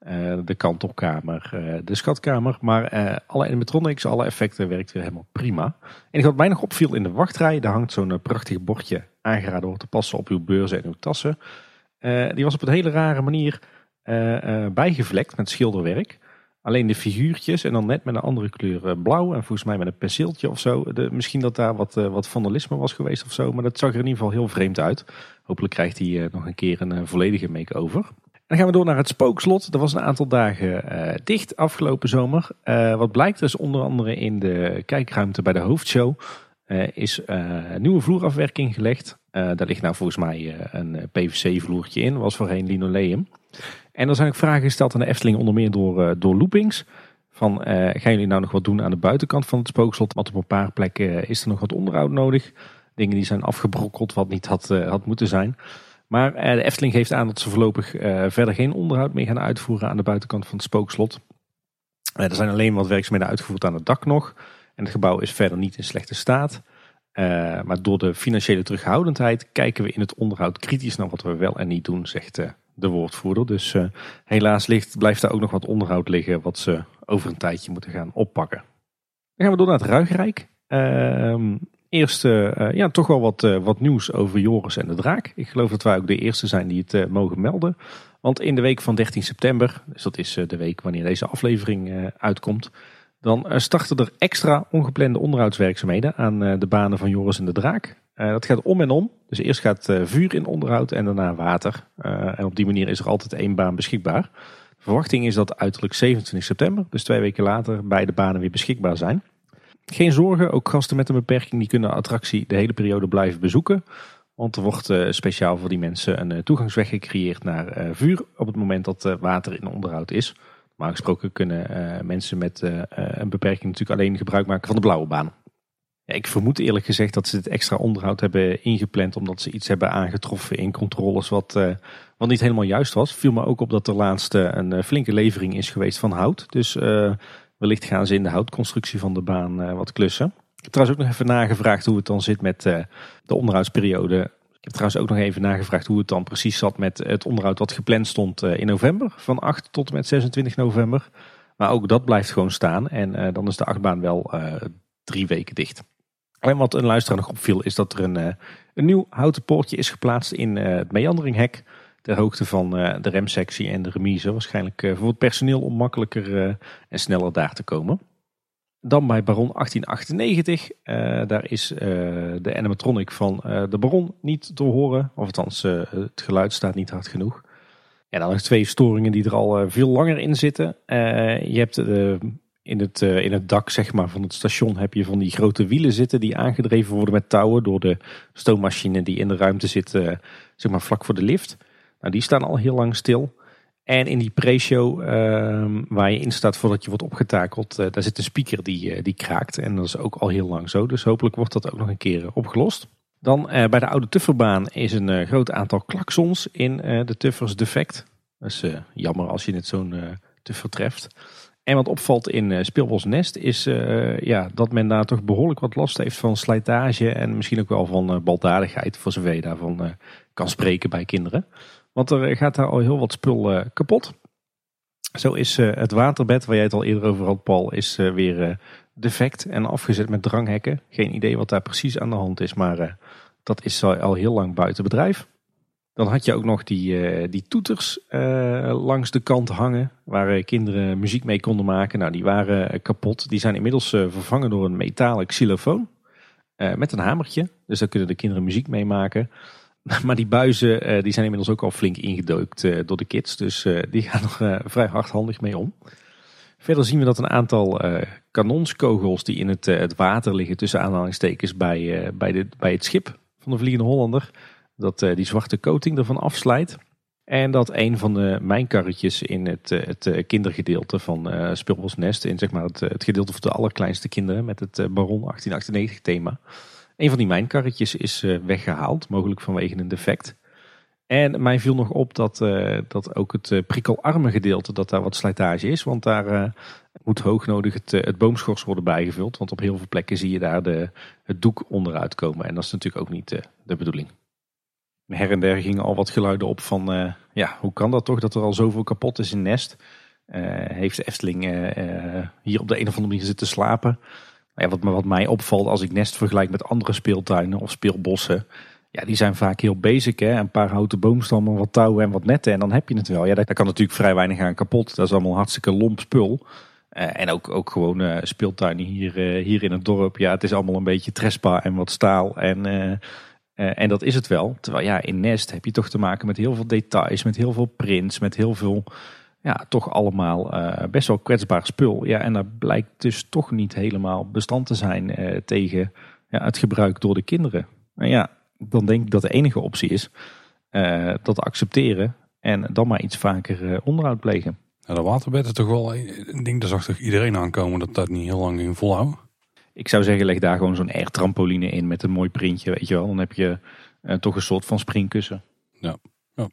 uh, de kantelkamer, uh, de schatkamer. Maar uh, alle animatronics, alle effecten werkt weer helemaal prima. En wat mij nog opviel in de wachtrij, daar hangt zo'n uh, prachtig bordje aangeraden wordt te passen op uw beurzen en uw tassen. Uh, die was op een hele rare manier uh, uh, bijgevlekt met schilderwerk. Alleen de figuurtjes en dan net met een andere kleur uh, blauw en volgens mij met een penseeltje of zo. De, misschien dat daar wat, uh, wat vandalisme was geweest of zo, maar dat zag er in ieder geval heel vreemd uit. Hopelijk krijgt hij uh, nog een keer een uh, volledige make-over. Dan gaan we door naar het Spookslot. Dat was een aantal dagen uh, dicht afgelopen zomer. Uh, wat blijkt dus onder andere in de kijkruimte bij de hoofdshow uh, is uh, een nieuwe vloerafwerking gelegd. Uh, daar ligt nou volgens mij uh, een P V C vloertje in. Was voorheen linoleum. En er zijn ook vragen gesteld aan de Efteling onder meer door, uh, door Loopings. Van uh, gaan jullie nou nog wat doen aan de buitenkant van het Spookslot? Want op een paar plekken is er nog wat onderhoud nodig. Dingen die zijn afgebrokkeld wat niet had, uh, had moeten zijn. Maar uh, de Efteling geeft aan dat ze voorlopig uh, verder geen onderhoud meer gaan uitvoeren aan de buitenkant van het Spookslot. Uh, er zijn alleen wat werkzaamheden uitgevoerd aan het dak nog. En het gebouw is verder niet in slechte staat. Uh, maar door de financiële terughoudendheid kijken we in het onderhoud kritisch naar wat we wel en niet doen, zegt uh, de woordvoerder. Dus uh, helaas ligt, blijft daar ook nog wat onderhoud liggen wat ze over een tijdje moeten gaan oppakken. Dan gaan we door naar het Ruigrijk. Uh, Eerst uh, ja, toch wel wat, uh, wat nieuws over Joris en de Draak. Ik geloof dat wij ook de eerste zijn die het uh, mogen melden. Want in de week van dertien september, dus dat is uh, de week wanneer deze aflevering uh, uitkomt, dan uh, starten er extra ongeplande onderhoudswerkzaamheden aan uh, de banen van Joris en de Draak. Uh, dat gaat om en om. Dus eerst gaat uh, vuur in onderhoud en daarna water. Uh, en op die manier is er altijd één baan beschikbaar. De verwachting is dat uiterlijk zevenentwintig september, dus twee weken later, beide banen weer beschikbaar zijn. Geen zorgen, ook gasten met een beperking die kunnen de attractie de hele periode blijven bezoeken. Want er wordt uh, speciaal voor die mensen een uh, toegangsweg gecreëerd naar uh, vuur op het moment dat uh, water in onderhoud is. Normaal gesproken kunnen uh, mensen met uh, een beperking natuurlijk alleen gebruik maken van de blauwe baan. Ja, ik vermoed eerlijk gezegd dat ze dit extra onderhoud hebben ingepland omdat ze iets hebben aangetroffen in controles wat, uh, wat niet helemaal juist was. Viel me ook op dat er laatst uh, een uh, flinke levering is geweest van hout. Dus uh, wellicht gaan ze in de houtconstructie van de baan uh, wat klussen. Ik heb trouwens ook nog even nagevraagd hoe het dan zit met uh, de onderhoudsperiode. Ik heb trouwens ook nog even nagevraagd hoe het dan precies zat met het onderhoud wat gepland stond uh, in november. Van acht tot en met zesentwintig november. Maar ook dat blijft gewoon staan. En uh, dan is de achtbaan wel uh, drie weken dicht. En wat een luisteraar nog opviel is dat er een, uh, een nieuw houten poortje is geplaatst in uh, het meanderinghek. Ter hoogte van uh, de remsectie en de remise. Waarschijnlijk uh, voor het personeel om makkelijker uh, en sneller daar te komen. Dan bij Baron achttien achtennegentig. Uh, daar is uh, de animatronic van uh, de Baron niet te horen. Of althans, uh, het geluid staat niet hard genoeg. En dan nog twee storingen die er al uh, veel langer in zitten. Uh, je hebt uh, in, het, uh, in het dak zeg maar, van het station heb je van die grote wielen zitten die aangedreven worden met touwen door de stoommachine die in de ruimte zit, uh, zeg maar vlak voor de lift. Nou, die staan al heel lang stil. En in die pre-show uh, waar je in staat voordat je wordt opgetakeld, uh, daar zit een speaker die, uh, die kraakt. En dat is ook al heel lang zo. Dus hopelijk wordt dat ook nog een keer opgelost. Dan uh, bij de oude Tufferbaan is een uh, groot aantal klaksons in uh, de Tuffers defect. Dat is uh, jammer als je net zo'n uh, Tuffer treft. En wat opvalt in uh, Speelbosnest is uh, ja, dat men daar toch behoorlijk wat last heeft van slijtage. En misschien ook wel van uh, baldadigheid, voor zover je daarvan uh, kan spreken bij kinderen. Want er gaat daar al heel wat spul uh, kapot. Zo is uh, het waterbed, waar jij het al eerder over had, Paul, is uh, weer uh, defect en afgezet met dranghekken. Geen idee wat daar precies aan de hand is, maar uh, dat is al, al heel lang buiten bedrijf. Dan had je ook nog die, uh, die toeters uh, langs de kant hangen, waar uh, kinderen muziek mee konden maken. Nou, die waren uh, kapot. Die zijn inmiddels uh, vervangen door een metalen xylofoon uh, met een hamertje. Dus daar kunnen de kinderen muziek mee maken. Maar die buizen uh, die zijn inmiddels ook al flink ingedeukt uh, door de kids. Dus uh, die gaan er uh, vrij hardhandig mee om. Verder zien we dat een aantal uh, kanonskogels die in het, uh, het water liggen tussen aanhalingstekens bij, uh, bij, de, bij het schip van de Vliegende Hollander. Dat uh, die zwarte coating ervan afslijt. En dat een van de mijnkarretjes in het, uh, het uh, kindergedeelte van uh, Speelbosnest, in zeg maar het, uh, het gedeelte voor de allerkleinste kinderen met het uh, Baron achttien achtennegentig thema. Een van die mijnkarretjes is uh, weggehaald, mogelijk vanwege een defect. En mij viel nog op dat, uh, dat ook het uh, prikkelarme gedeelte, dat daar wat slijtage is. Want daar uh, moet hoognodig het, uh, het boomschors worden bijgevuld. Want op heel veel plekken zie je daar de, het doek onderuit komen. En dat is natuurlijk ook niet uh, de bedoeling. Her en der gingen al wat geluiden op van, uh, ja, hoe kan dat toch dat er al zoveel kapot is in Nest? Uh, heeft de Efteling uh, uh, hier op de een of andere manier zitten slapen? Ja, wat, wat mij opvalt als ik Nest vergelijk met andere speeltuinen of speelbossen. Ja, die zijn vaak heel basic. Hè? Een paar houten boomstammen, wat touwen en wat netten. En dan heb je het wel. Ja, daar, daar kan natuurlijk vrij weinig aan kapot. Dat is allemaal hartstikke lomp spul. Uh, en ook, ook gewoon uh, speeltuinen hier, uh, hier in het dorp. Ja, het is allemaal een beetje trespa en wat staal. En, uh, uh, en dat is het wel. Terwijl ja, in Nest heb je toch te maken met heel veel details. Met heel veel prints. Met heel veel, ja, toch allemaal uh, best wel kwetsbaar spul. Ja, en dat blijkt dus toch niet helemaal bestand te zijn uh, tegen ja, het gebruik door de kinderen. Maar ja, dan denk ik dat de enige optie is uh, dat accepteren en dan maar iets vaker uh, onderhoud plegen. Ja, de waterbed is toch wel een ding, daar zag toch iedereen aankomen dat dat niet heel lang ging volhouden? Ik zou zeggen, leg daar gewoon zo'n air trampoline in met een mooi printje, weet je wel. Dan heb je uh, toch een soort van springkussen. Ja, ja.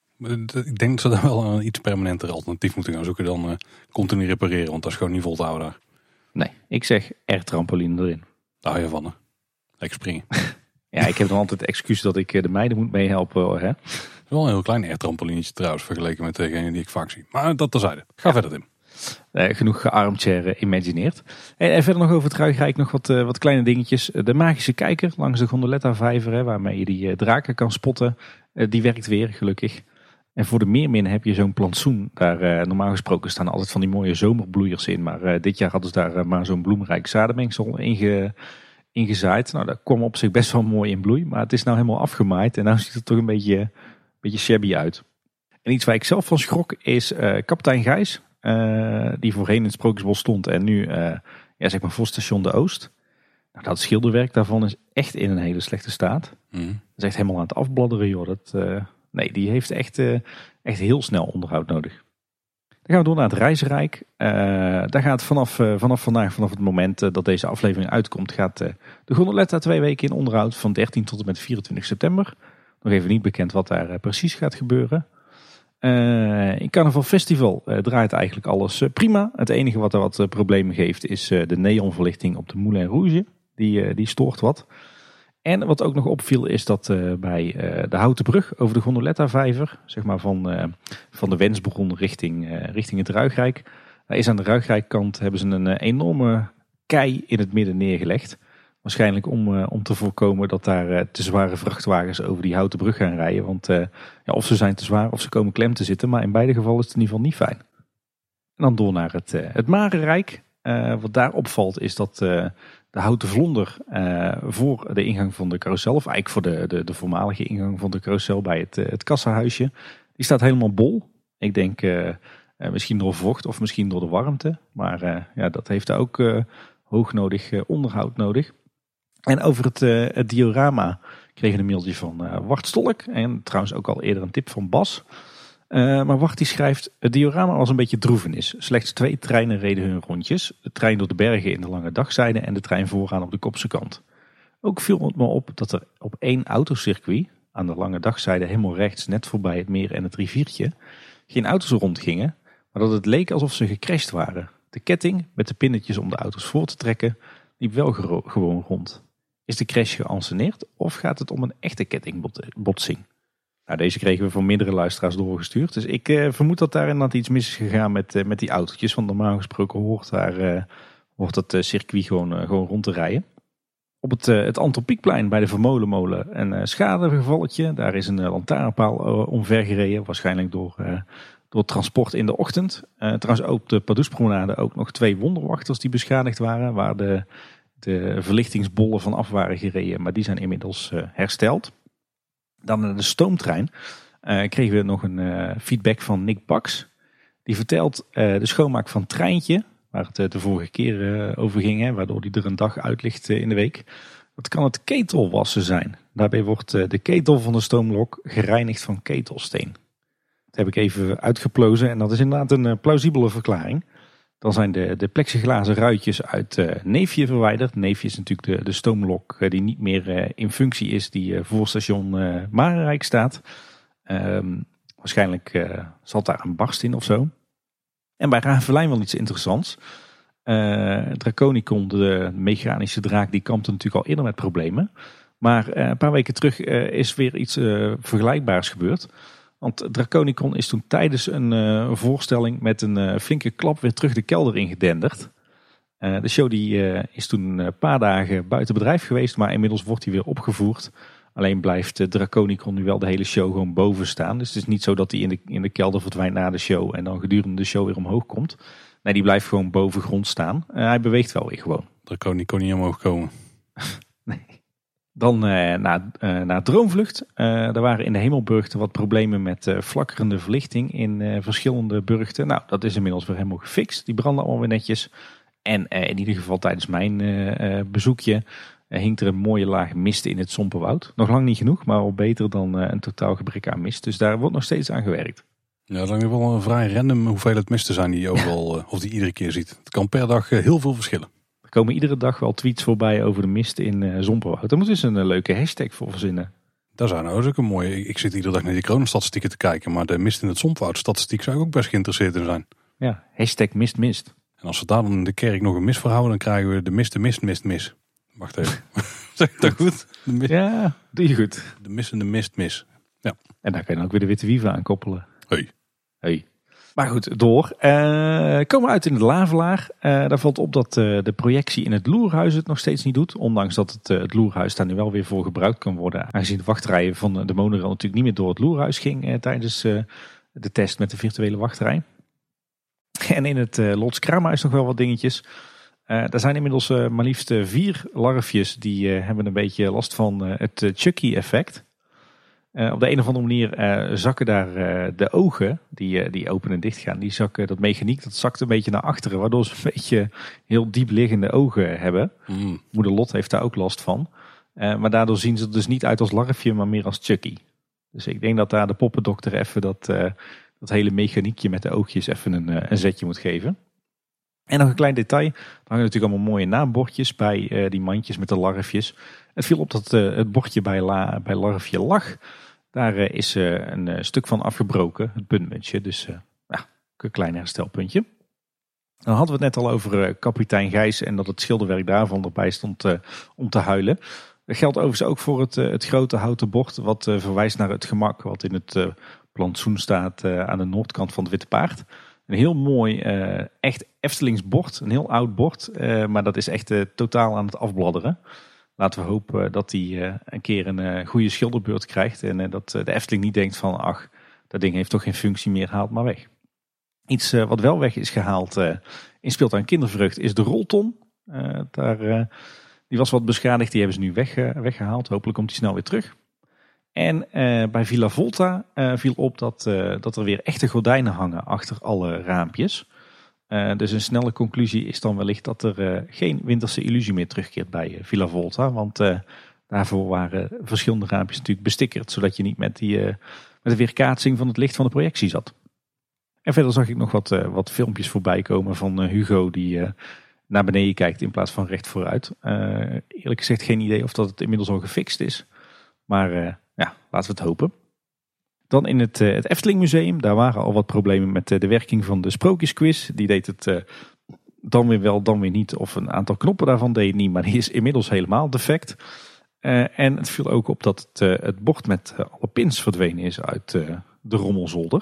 Ik denk dat ze daar wel een iets permanenter alternatief moeten gaan zoeken dan uh, continu repareren, want dat is gewoon niet vol te houden daar. Nee, ik zeg air trampoline erin. Daar hou je van, hè? Lekker springen. Ja, ik heb dan altijd het excuus dat ik de meiden moet meehelpen. Hè? Het is wel een heel klein airtrampolinetje trouwens, vergeleken met degene die ik vaak zie. Maar dat terzijde. Ga ja. verder, Tim. Uh, genoeg gearmchair uh, imagineerd. En, en verder nog over het Ruigrijk nog wat, uh, wat kleine dingetjes. De magische kijker langs de Gondoletta-vijver, hè, waarmee je die uh, draken kan spotten. Uh, die werkt weer, gelukkig. En voor de meermin heb je zo'n plantsoen. Daar, uh, normaal gesproken staan altijd van die mooie zomerbloeiers in. Maar uh, dit jaar hadden ze daar uh, maar zo'n bloemrijk zadenmengsel in ge... ingezaaid. Nou, dat kwam op zich best wel mooi in bloei. Maar het is nou helemaal afgemaaid. En nou ziet het toch een beetje, een beetje shabby uit. En iets waar ik zelf van schrok is uh, kapitein Gijs. Uh, die voorheen in het Sprookjesbos stond. En nu, uh, ja, zeg maar voor station de Oost. Nou, dat schilderwerk daarvan is echt in een hele slechte staat. Mm. Dat is echt helemaal aan het afbladderen, joh. Dat, uh, nee, die heeft echt, uh, echt heel snel onderhoud nodig. Dan gaan we door naar het Reisrijk. Uh, daar gaat vanaf, uh, vanaf vandaag, vanaf het moment uh, dat deze aflevering uitkomt, gaat uh, de Gondoletta twee weken in onderhoud van dertien tot en met vierentwintig september. Nog even niet bekend wat daar uh, precies gaat gebeuren. Uh, in Carnaval Festival uh, draait eigenlijk alles uh, prima. Het enige wat er wat uh, problemen geeft is uh, de neonverlichting op de Moulin Rouge. Die, uh, die stoort wat. En wat ook nog opviel is dat uh, bij uh, de Houten Brug over de Gondoletta-vijver, zeg maar van, uh, van de Wensbron richting, uh, richting het Ruigrijk. Daar is aan de Ruigrijkkant hebben ze een uh, enorme kei in het midden neergelegd. Waarschijnlijk om, uh, om te voorkomen dat daar uh, te zware vrachtwagens over die Houten Brug gaan rijden. Want uh, ja, of ze zijn te zwaar of ze komen klem te zitten. Maar in beide gevallen is het in ieder geval niet fijn. En dan door naar het, uh, het Marenrijk. Uh, wat daar opvalt is dat uh, de houten vlonder uh, voor de ingang van de carousel, of eigenlijk voor de, de, de voormalige ingang van de carousel bij het, uh, het kassahuisje, die staat helemaal bol. Ik denk uh, uh, misschien door vocht of misschien door de warmte. Maar uh, ja, dat heeft ook uh, hoognodig uh, onderhoud nodig. En over het, uh, het diorama kregen een mailtje van uh, Wart Stolk. En trouwens ook al eerder een tip van Bas. Uh, maar Wart die schrijft, het diorama was een beetje droevenis. Slechts twee treinen reden hun rondjes. De trein door de bergen in de lange dagzijde en de trein vooraan op de kopse kant. Ook viel het me op dat er op één autocircuit, aan de lange dagzijde helemaal rechts, net voorbij het meer en het riviertje, geen auto's rondgingen, maar dat het leek alsof ze gecrashed waren. De ketting met de pinnetjes om de auto's voor te trekken liep wel gero- gewoon rond. Is de crash geanceneerd of gaat het om een echte kettingbotsing? Nou, deze kregen we van meerdere luisteraars doorgestuurd. Dus ik uh, vermoed dat daar inderdaad iets mis is gegaan met, uh, met die autootjes. Want normaal gesproken hoort, daar, uh, hoort het uh, circuit gewoon, uh, gewoon rond te rijden. Op het, uh, het Antropiekplein bij de Vermolenmolen een uh, schadegevalletje. Daar is een uh, lantaarnpaal uh, omvergereden. Waarschijnlijk door, uh, door transport in de ochtend. Uh, trouwens ook op de Pardoespromenade ook nog twee wonderwachters die beschadigd waren. Waar de, de verlichtingsbollen van af waren gereden. Maar die zijn inmiddels uh, hersteld. Dan naar de stoomtrein uh, kregen we nog een uh, feedback van Nick Baks. Die vertelt uh, de schoonmaak van het treintje, waar het uh, de vorige keer uh, over ging, hè, waardoor die er een dag uit ligt uh, in de week. Dat kan het ketelwassen zijn. Daarbij wordt uh, de ketel van de stoomlok gereinigd van ketelsteen. Dat heb ik even uitgeplozen en dat is inderdaad een uh, plausibele verklaring. Dan zijn de, de plexiglazen ruitjes uit uh, Neefje verwijderd. Neefje is natuurlijk de, de stoomlok uh, die niet meer uh, in functie is, die uh, voor station uh, Marenrijk staat. Um, waarschijnlijk uh, zat daar een barst in of zo. En bij Ravenlijn wel iets interessants. Uh, Draconicon, de mechanische draak, die kampte natuurlijk al eerder met problemen. Maar uh, een paar weken terug uh, is weer iets uh, vergelijkbaars gebeurd. Want Draconicon is toen tijdens een uh, voorstelling met een uh, flinke klap weer terug de kelder ingedenderd. Uh, de show die, uh, is toen een paar dagen buiten bedrijf geweest, maar inmiddels wordt hij weer opgevoerd. Alleen blijft uh, Draconicon nu wel de hele show gewoon boven staan. Dus het is niet zo dat hij in de, in de kelder verdwijnt na de show en dan gedurende de show weer omhoog komt. Nee, die blijft gewoon boven grond staan. Uh, hij beweegt wel weer gewoon. Draconicon niet omhoog komen. Nee. Dan uh, naar, uh, naar Droomvlucht. Uh, er waren in de Hemelburgten wat problemen met uh, flakkerende verlichting in uh, verschillende burgten. Nou, dat is inmiddels weer helemaal gefixt. Die branden allemaal weer netjes. En uh, in ieder geval tijdens mijn uh, uh, bezoekje uh, hing er een mooie laag mist in het Sompenwoud. Nog lang niet genoeg, maar wel beter dan uh, een totaal gebrek aan mist. Dus daar wordt nog steeds aan gewerkt. Ja, dat is dan wel een vrij random hoeveelheid mist te zijn die je overal, uh, of die iedere keer ziet. Het kan per dag uh, heel veel verschillen. Er komen iedere dag wel tweets voorbij over de mist in uh, Sompenwoud. Daar moet dus een uh, leuke hashtag voor verzinnen. Dat zou nou ook een mooie. Ik, ik zit iedere dag naar die coronastatistieken te kijken, maar de mist in het Sompenwoud statistiek zou ik ook best geïnteresseerd in zijn. Ja, hashtag mist mist. En als we daar dan in de kerk nog een mis voor houden, dan krijgen we de mist, de mist, mist, mis. Wacht even. Zeg ik dat goed? De mist, ja, doe je goed. De mist en de mist, mis. Ja. En daar kan je dan ook weer de witte wieven aan koppelen. Hey. Hey. Maar goed, door. Uh, komen we uit in de Lavelaar. Uh, daar valt op dat uh, de projectie in het Loerhuis het nog steeds niet doet. Ondanks dat het, uh, het Loerhuis daar nu wel weer voor gebruikt kan worden. Aangezien de wachtrijen van de monorail natuurlijk niet meer door het Loerhuis ging uh, tijdens uh, de test met de virtuele wachtrij. En in het uh, Lots Kraamhuis nog wel wat dingetjes. Uh, daar zijn inmiddels uh, maar liefst uh, vier larfjes die uh, hebben een beetje last van uh, het uh, Chucky-effect. Uh, op de een of andere manier uh, zakken daar uh, de ogen, die, uh, die open en dicht gaan, die zakken, dat mechaniek, dat zakt een beetje naar achteren, waardoor ze een beetje heel diep liggende ogen hebben. Mm. Moeder Lot heeft daar ook last van. Uh, maar daardoor zien ze er dus niet uit als larfje, maar meer als Chucky. Dus ik denk dat daar de poppendokter even dat, uh, dat hele mechaniekje met de oogjes even een, uh, een zetje moet geven. En nog een klein detail, er hangen natuurlijk allemaal mooie naambordjes bij uh, die mandjes met de larfjes. Het viel op dat uh, het bordje bij, la, bij larfje lag. Daar uh, is uh, een uh, stuk van afgebroken, het puntmuntje. Dus uh, ja, een klein herstelpuntje. Dan hadden we het net al over uh, kapitein Gijs en dat het schilderwerk daarvan erbij stond uh, om te huilen. Dat geldt overigens ook voor het, uh, het grote houten bord wat uh, verwijst naar het gemak wat in het uh, plantsoen staat uh, aan de noordkant van het Witte Paard. Een heel mooi, uh, echt Eftelings bord, een heel oud bord, uh, maar dat is echt uh, totaal aan het afbladderen. Laten we hopen dat hij uh, een keer een uh, goede schilderbeurt krijgt. En uh, dat uh, de Efteling niet denkt van, ach, dat ding heeft toch geen functie meer, haalt maar weg. Iets uh, wat wel weg is gehaald uh, in Speeltuin Kindervreugd is de rolton. Uh, daar, uh, die was wat beschadigd, die hebben ze nu weg, uh, weggehaald. Hopelijk komt hij snel weer terug. En uh, bij Villa Volta uh, viel op dat, uh, dat er weer echte gordijnen hangen achter alle raampjes. Uh, dus een snelle conclusie is dan wellicht dat er uh, geen winterse illusie meer terugkeert bij uh, Villa Volta. Want uh, daarvoor waren verschillende raampjes natuurlijk bestickerd. Zodat je niet met, die, uh, met de weerkaatsing van het licht van de projectie zat. En verder zag ik nog wat, uh, wat filmpjes voorbij komen van uh, Hugo die uh, naar beneden kijkt in plaats van recht vooruit. Uh, eerlijk gezegd geen idee of dat het inmiddels al gefixt is. Maar uh, ja, laten we het hopen. Dan in het, uh, het Efteling Museum. Daar waren al wat problemen met uh, de werking van de sprookjesquiz. Die deed het uh, dan weer wel, dan weer niet. Of een aantal knoppen daarvan deed het niet. Maar die is inmiddels helemaal defect. Uh, en het viel ook op dat het, uh, het bord met uh, alle pins verdwenen is uit uh, de rommelzolder.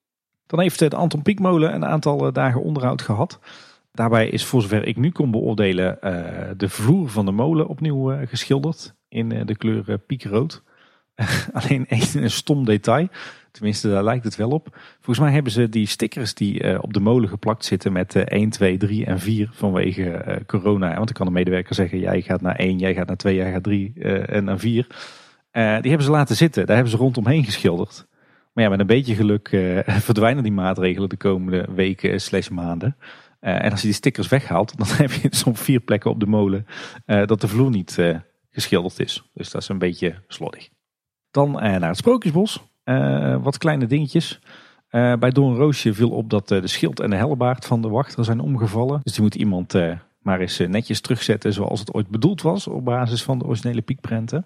Dan heeft uh, de Anton Pieckmolen een aantal uh, dagen onderhoud gehad. Daarbij is voor zover ik nu kon beoordelen uh, de vloer van de molen opnieuw uh, geschilderd. In uh, de kleur uh, piekenrood. Alleen een stom detail. Tenminste, daar lijkt het wel op. Volgens mij hebben ze die stickers die uh, op de molen geplakt zitten met uh, één, twee, drie en vier vanwege uh, corona. Want dan kan de medewerker zeggen, jij gaat naar één, jij gaat naar twee, jij gaat drie uh, en naar vier. Uh, die hebben ze laten zitten. Daar hebben ze rondomheen geschilderd. Maar ja, met een beetje geluk uh, verdwijnen die maatregelen de komende weken slash maanden. Uh, en als je die stickers weghaalt, dan heb je dus op vier plekken op de molen uh, dat de vloer niet uh, geschilderd is. Dus dat is een beetje slordig. Dan uh, naar het Sprookjesbos. Uh, wat kleine dingetjes. Uh, bij Don Roosje viel op dat uh, de schild en de hellebaard van de wachter zijn omgevallen. Dus die moet iemand uh, maar eens uh, netjes terugzetten zoals het ooit bedoeld was. Op basis van de originele piekprenten.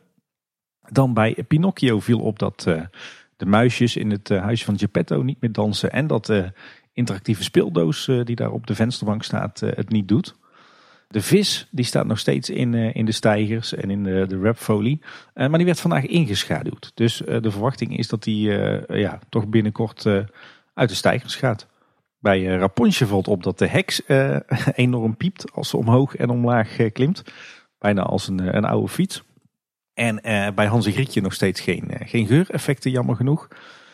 Dan bij Pinocchio viel op dat uh, de muisjes in het uh, huisje van Geppetto niet meer dansen. En dat de uh, interactieve speeldoos uh, die daar op de vensterbank staat uh, het niet doet. De vis die staat nog steeds in, uh, in de steigers en in de, de wrapfolie. Uh, maar die werd vandaag ingeschaduwd. Dus uh, de verwachting is dat die uh, ja, toch binnenkort uh, uit de steigers gaat. Bij uh, Rapunzel valt op dat de heks uh, enorm piept als ze omhoog en omlaag uh, klimt. Bijna als een, een oude fiets. En uh, bij Hans en Grietje nog steeds geen, uh, geen geureffecten, jammer genoeg.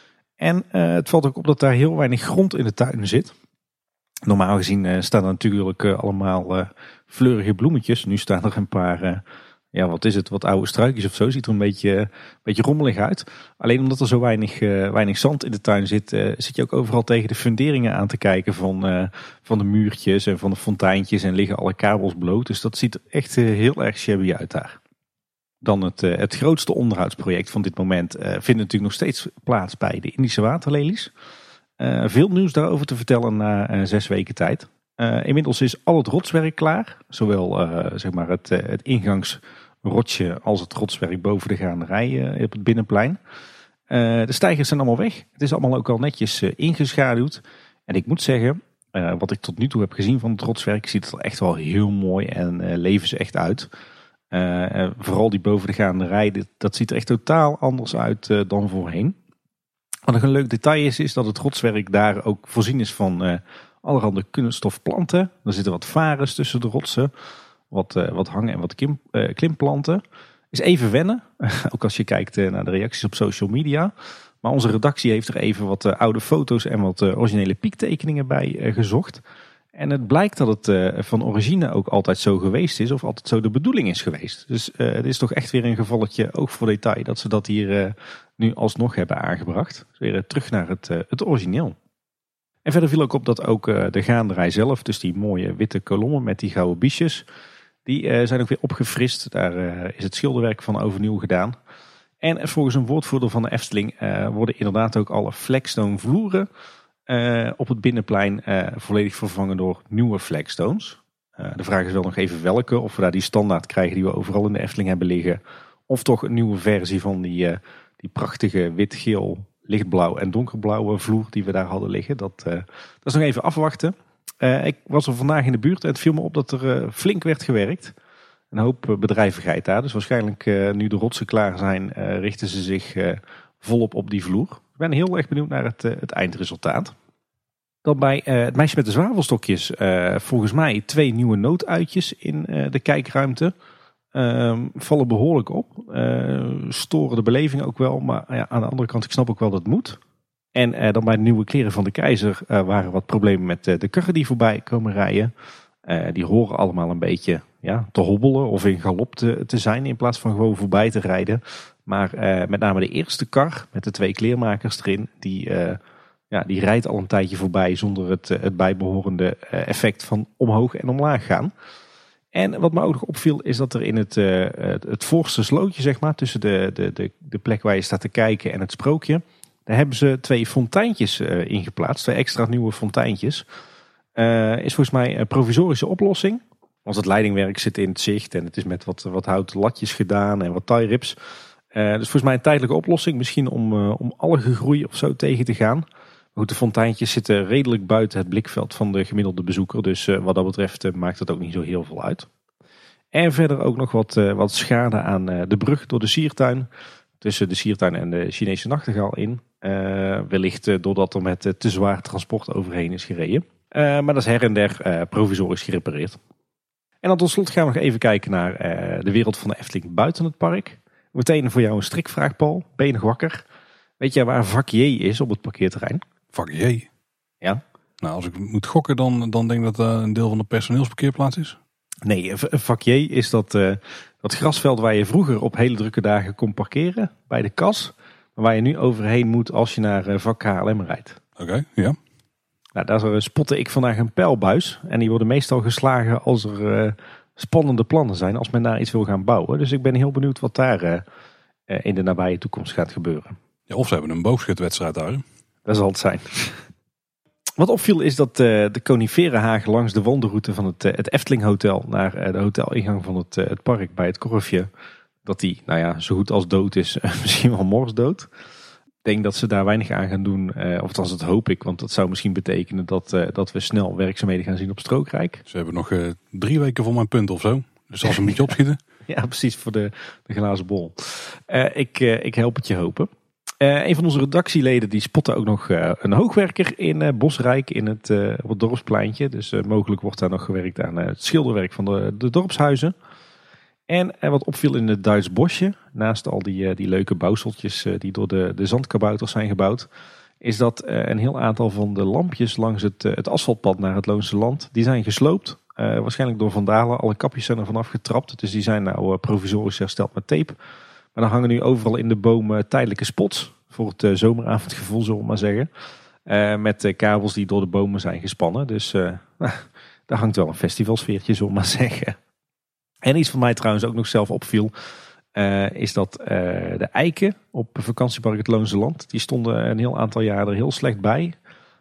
En uh, het valt ook op dat daar heel weinig grond in de tuin zit. Normaal gezien uh, staan er natuurlijk uh, allemaal uh, fleurige bloemetjes. Nu staan er een paar, uh, ja wat is het, wat oude struikjes of zo. Ziet er een beetje, een beetje rommelig uit. Alleen omdat er zo weinig, uh, weinig zand in de tuin zit, uh, zit je ook overal tegen de funderingen aan te kijken van, uh, van de muurtjes en van de fonteintjes. En liggen alle kabels bloot. Dus dat ziet er echt uh, heel erg shabby uit daar. Dan het, uh, het grootste onderhoudsproject van dit moment uh, vindt natuurlijk nog steeds plaats bij de Indische waterlelies. Uh, veel nieuws daarover te vertellen na uh, zes weken tijd. Uh, inmiddels is al het rotswerk klaar. Zowel uh, zeg maar het, uh, het ingangsrotsje als het rotswerk boven de gaanderij uh, op het binnenplein. Uh, de steigers zijn allemaal weg. Het is allemaal ook al netjes uh, ingeschaduwd. En ik moet zeggen, uh, wat ik tot nu toe heb gezien van het rotswerk, ziet het er echt wel heel mooi en uh, leven ze echt uit. Uh, uh, vooral die boven de gaanderij, dit, dat ziet er echt totaal anders uit uh, dan voorheen. Wat nog een leuk detail is, is dat het rotswerk daar ook voorzien is van uh, allerhande kunststofplanten. Er zitten wat varens tussen de rotsen, wat, uh, wat hangen en wat kim, uh, klimplanten. Is even wennen, ook als je kijkt uh, naar de reacties op social media. Maar onze redactie heeft er even wat uh, oude foto's en wat uh, originele piektekeningen bij uh, gezocht. En het blijkt dat het uh, van origine ook altijd zo geweest is, of altijd zo de bedoeling is geweest. Dus uh, het is toch echt weer een gevalletje, ook voor detail, dat ze dat hier uh, nu alsnog hebben aangebracht. Dus weer uh, terug naar het, uh, het origineel. En verder viel ook op dat ook uh, de gaanderij zelf, dus die mooie witte kolommen met die gouden biesjes, die uh, zijn ook weer opgefrist. Daar uh, is het schilderwerk van overnieuw gedaan. En volgens een woordvoerder van de Efteling uh, worden inderdaad ook alle flagstone vloeren Uh, op het binnenplein uh, volledig vervangen door nieuwe flagstones. Uh, de vraag is wel nog even welke. Of we daar die standaard krijgen die we overal in de Efteling hebben liggen. Of toch een nieuwe versie van die, uh, die prachtige wit, geel, lichtblauw en donkerblauwe vloer die we daar hadden liggen. Dat, uh, dat is nog even afwachten. Uh, ik was er vandaag in de buurt en het viel me op dat er uh, flink werd gewerkt. Een hoop uh, bedrijvigheid daar. Dus waarschijnlijk uh, nu de rotsen klaar zijn, uh, richten ze zich uh, volop op die vloer. Ik ben heel erg benieuwd naar het, uh, het eindresultaat. Dan bij uh, het meisje met de zwavelstokjes uh, volgens mij twee nieuwe nooduitjes in uh, de kijkruimte. Uh, vallen behoorlijk op. Uh, storen de beleving ook wel. Maar ja, aan de andere kant, ik snap ook wel dat het moet. En uh, dan bij de nieuwe kleren van de keizer uh, waren wat problemen met uh, de karren die voorbij komen rijden. Uh, die horen allemaal een beetje ja, te hobbelen of in galop te, te zijn in plaats van gewoon voorbij te rijden. Maar uh, met name de eerste kar met de twee kleermakers erin, die... Uh, Ja, die rijdt al een tijdje voorbij zonder het, het bijbehorende effect van omhoog en omlaag gaan. En wat me ook nog opviel is dat er in het, uh, het, het voorste slootje, zeg maar, tussen de, de, de, de plek waar je staat te kijken en het sprookje, daar hebben ze twee fonteintjes uh, ingeplaatst, twee extra nieuwe fonteintjes. Uh, is volgens mij een provisorische oplossing. Want het leidingwerk zit in het zicht en het is met wat, wat houten latjes gedaan en wat tie rips. Uh, dus volgens mij een tijdelijke oplossing, misschien om, uh, om algengroei of zo tegen te gaan. Goed, de fonteintjes zitten redelijk buiten het blikveld van de gemiddelde bezoeker. Dus uh, wat dat betreft uh, maakt het ook niet zo heel veel uit. En verder ook nog wat, uh, wat schade aan uh, de brug door de siertuin. Tussen de siertuin en de Chinese nachtegaal in. Uh, wellicht uh, doordat er met uh, te zwaar transport overheen is gereden. Uh, maar dat is her en der uh, provisorisch gerepareerd. En dan tot slot gaan we nog even kijken naar uh, de wereld van de Efteling buiten het park. Meteen voor jou een strikvraag, Paul. Ben je nog wakker? Weet jij waar vak J is op het parkeerterrein? Vak J? Ja. Nou, als ik moet gokken, dan, dan denk ik dat dat een deel van de personeelsparkeerplaats is. Nee, vak J is dat, uh, dat grasveld waar je vroeger op hele drukke dagen kon parkeren. Bij de kas. Maar waar je nu overheen moet als je naar uh, vak K L M rijdt. Oké, okay, ja. Nou, daar spotte ik vandaag een pijlbuis. En die worden meestal geslagen als er uh, spannende plannen zijn. Als men daar iets wil gaan bouwen. Dus ik ben heel benieuwd wat daar uh, uh, in de nabije toekomst gaat gebeuren. Ja, of ze hebben een boogschutwedstrijd daar. Dat zal het zijn. Wat opviel is dat uh, de coniferenhagen langs de wandelroute van het, uh, het Efteling Hotel naar uh, de hotelingang van het, uh, het park bij het Korfje, dat die, nou ja, zo goed als dood is, uh, misschien wel morsdood. denk dat ze daar weinig aan gaan doen. Uh, of althans, dat hoop ik. Want dat zou misschien betekenen dat, uh, dat we snel werkzaamheden gaan zien op Strookrijk. Ze hebben nog uh, drie weken voor mijn punt of zo. Dus als ze een beetje opschieten. Ja, precies, voor de, de glazen bol. Uh, ik, uh, ik help het je hopen. Uh, een van onze redactieleden die spotte ook nog uh, een hoogwerker in uh, Bosrijk in het, uh, op het dorpspleintje. Dus uh, mogelijk wordt daar nog gewerkt aan uh, het schilderwerk van de, de dorpshuizen. En uh, wat opviel in het Duits bosje, naast al die, uh, die leuke bouwseltjes uh, die door de, de zandkabouters zijn gebouwd, is dat uh, een heel aantal van de lampjes langs het, uh, het asfaltpad naar het Loonse Land, die zijn gesloopt. Uh, waarschijnlijk door vandalen. Alle kapjes zijn er vanaf getrapt. Dus die zijn nou uh, provisorisch hersteld met tape. Maar dan hangen nu overal in de bomen tijdelijke spots. Voor het uh, zomeravondgevoel, zullen we maar zeggen. Uh, met uh, kabels die door de bomen zijn gespannen. Dus uh, nou, daar hangt wel een festivalsfeertje, zullen we maar zeggen. En iets van mij trouwens ook nog zelf opviel. Uh, is dat uh, de eiken op vakantiepark het Loonse Land. Die stonden een heel aantal jaar er heel slecht bij.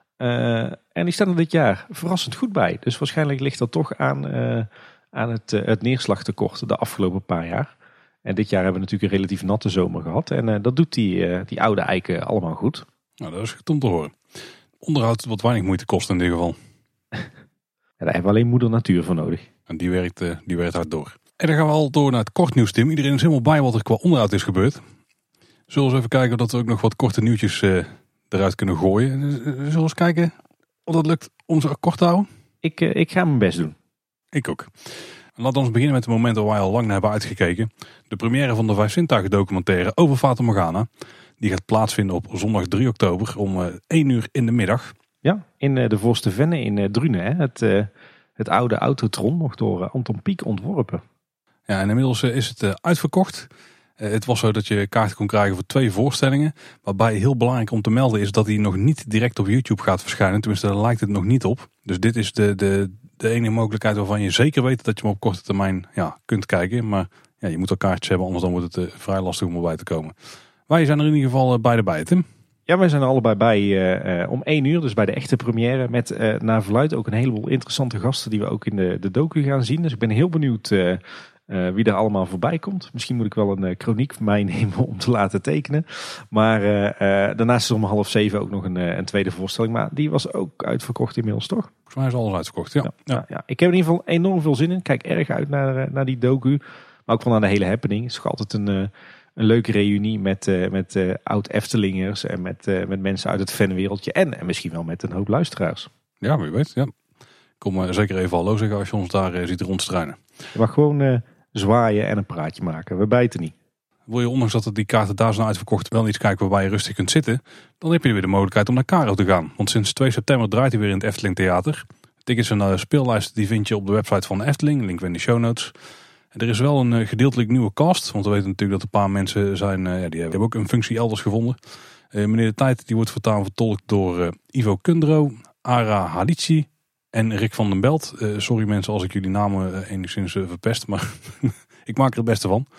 Uh, en die staan er dit jaar verrassend goed bij. Dus waarschijnlijk ligt dat toch aan, uh, aan het, uh, het neerslagtekort de afgelopen paar jaar. En dit jaar hebben we natuurlijk een relatief natte zomer gehad. En uh, dat doet die, uh, die oude eiken allemaal goed. Nou, dat is goed om te horen. Onderhoud wat weinig moeite kost in dit geval. Ja, daar hebben we alleen moeder natuur voor nodig. En die werkt, uh, die werkt hard door. En dan gaan we al door naar het kort nieuws, Tim. Iedereen is helemaal bij wat er qua onderhoud is gebeurd. Zullen we eens even kijken dat we ook nog wat korte nieuwtjes uh, eruit kunnen gooien. Zullen we eens kijken of dat lukt om ze kort te houden? Ik, uh, ik ga mijn best doen. Ik ook. Laten we ons beginnen met het moment waar wij al lang naar hebben uitgekeken. De première van de Vijf Zintuigen documentaire over Fata Morgana. Die gaat plaatsvinden op zondag drie oktober om uh, één uur in de middag. Ja, in uh, de Voorste-Venne in uh, Drunen. Hè? Het, uh, het oude Autotron, nog door uh, Anton Pieck ontworpen. Ja, en inmiddels uh, is het uh, uitverkocht. Uh, het was zo dat je kaarten kon krijgen voor twee voorstellingen. Waarbij heel belangrijk om te melden is dat die nog niet direct op YouTube gaat verschijnen. Tenminste, daar lijkt het nog niet op. Dus dit is de, de, de enige mogelijkheid waarvan je zeker weet dat je hem op korte termijn ja, kunt kijken. Maar ja, je moet al kaartjes hebben, anders dan wordt het uh, vrij lastig om erbij te komen. Wij zijn er in ieder geval uh, beide bij, Tim. Ja, wij zijn er allebei bij uh, uh, om één uur, dus bij de echte première. Met uh, naar verluidt ook een heleboel interessante gasten die we ook in de, de docu gaan zien. Dus ik ben heel benieuwd uh, uh, wie er allemaal voorbij komt. Misschien moet ik wel een uh, chroniek van mij nemen om te laten tekenen. Maar uh, uh, daarnaast is er om half zeven ook nog een, uh, een tweede voorstelling. Maar die was ook uitverkocht inmiddels, toch? Volgens mij is alles uitverkocht, ja. Ja, ja. ja, ja. Ik heb in ieder geval enorm veel zin in. Kijk erg uit naar, uh, naar die docu. Maar ook van naar de hele happening. Het is toch altijd een... Uh, Een leuke reunie met, uh, met uh, oud-Eftelingers en met, uh, met mensen uit het fanwereldje. En, en misschien wel met een hoop luisteraars. Ja, wie weet. Ja. Kom uh, zeker even hallo zeggen als je ons daar uh, ziet rondstruinen. Je mag gewoon uh, zwaaien en een praatje maken. We bijten niet. Wil je ondanks dat het die kaarten daar zijn uitverkocht wel iets kijken waarbij je rustig kunt zitten. Dan heb je weer de mogelijkheid om naar Karo te gaan. Want sinds twee september draait hij weer in het Efteling Theater. Tickets en uh, speellijsten die vind je op de website van de Efteling. Link in de show notes. Er is wel een gedeeltelijk nieuwe cast. Want we weten natuurlijk dat een paar mensen zijn. Uh, ja, die hebben ook een functie elders gevonden. Uh, meneer De Tijd die wordt voortaan vertolkt door uh, Ivo Kundro, Ara Halici en Rick van den Belt. Uh, sorry mensen als ik jullie namen uh, enigszins uh, verpest. Maar ik maak er het beste van.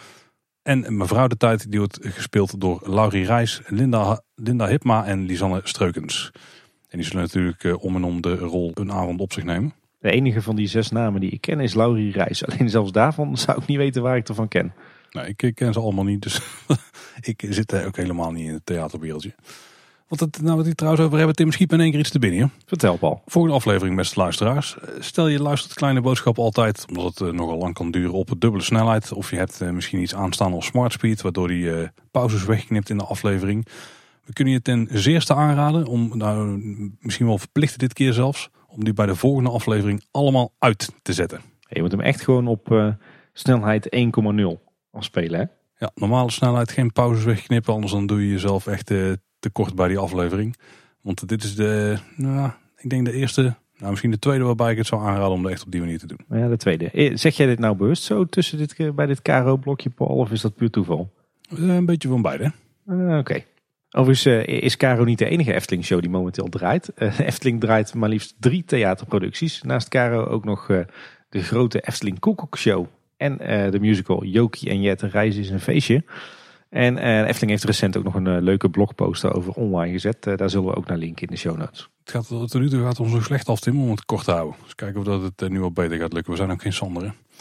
En mevrouw De Tijd die wordt gespeeld door Laurie Rijs, Linda, Linda Hipma en Lisanne Streukens. En die zullen natuurlijk uh, om en om de rol een avond op zich nemen. De enige van die zes namen die ik ken is Laurie Rijs. Alleen zelfs daarvan zou ik niet weten waar ik ervan ken. Nou, ik, ik ken ze allemaal niet, dus ik zit ook helemaal niet in het theaterbeeldje. Wat het, nou, wat we het trouwens over hebben, Tim, schiet me in één keer iets te binnen. Hè? Vertel, Paul. Volgende aflevering, beste luisteraars. Stel je luistert Kleine Boodschap altijd, omdat het uh, nogal lang kan duren, op het dubbele snelheid. Of je hebt uh, misschien iets aanstaan op Smart Speed, waardoor die uh, pauzes wegknipt in de aflevering. We kunnen je ten zeerste aanraden, om nou, misschien wel verplichten dit keer zelfs, om die bij de volgende aflevering allemaal uit te zetten. Je moet hem echt gewoon op uh, snelheid één komma nul afspelen, hè? Ja, normale snelheid, geen pauzes wegknippen, anders dan doe je jezelf echt uh, te kort bij die aflevering. Want dit is de, nou, ik denk de eerste, nou misschien de tweede waarbij ik het zou aanraden om dat echt op die manier te doen. Ja, de tweede. Zeg jij dit nou bewust zo tussen dit, bij dit K R O-blokje, Paul, of is dat puur toeval? Uh, een beetje van beide. Uh, Oké. Okay. Overigens uh, is Caro niet de enige Efteling-show die momenteel draait. Uh, Efteling draait maar liefst drie theaterproducties. Naast Caro ook nog uh, de grote Efteling Koekoek-show. En uh, de musical Jokie en Jet, een reis is een feestje. En uh, Efteling heeft recent ook nog een uh, leuke blogposter over online gezet. Uh, daar zullen we ook naar linken in de show notes. Het gaat, tot nu toe gaat ons zo slecht af, Tim, om het kort te houden. Dus kijken of dat het uh, nu wat beter gaat lukken. We zijn ook geen Sander, hè?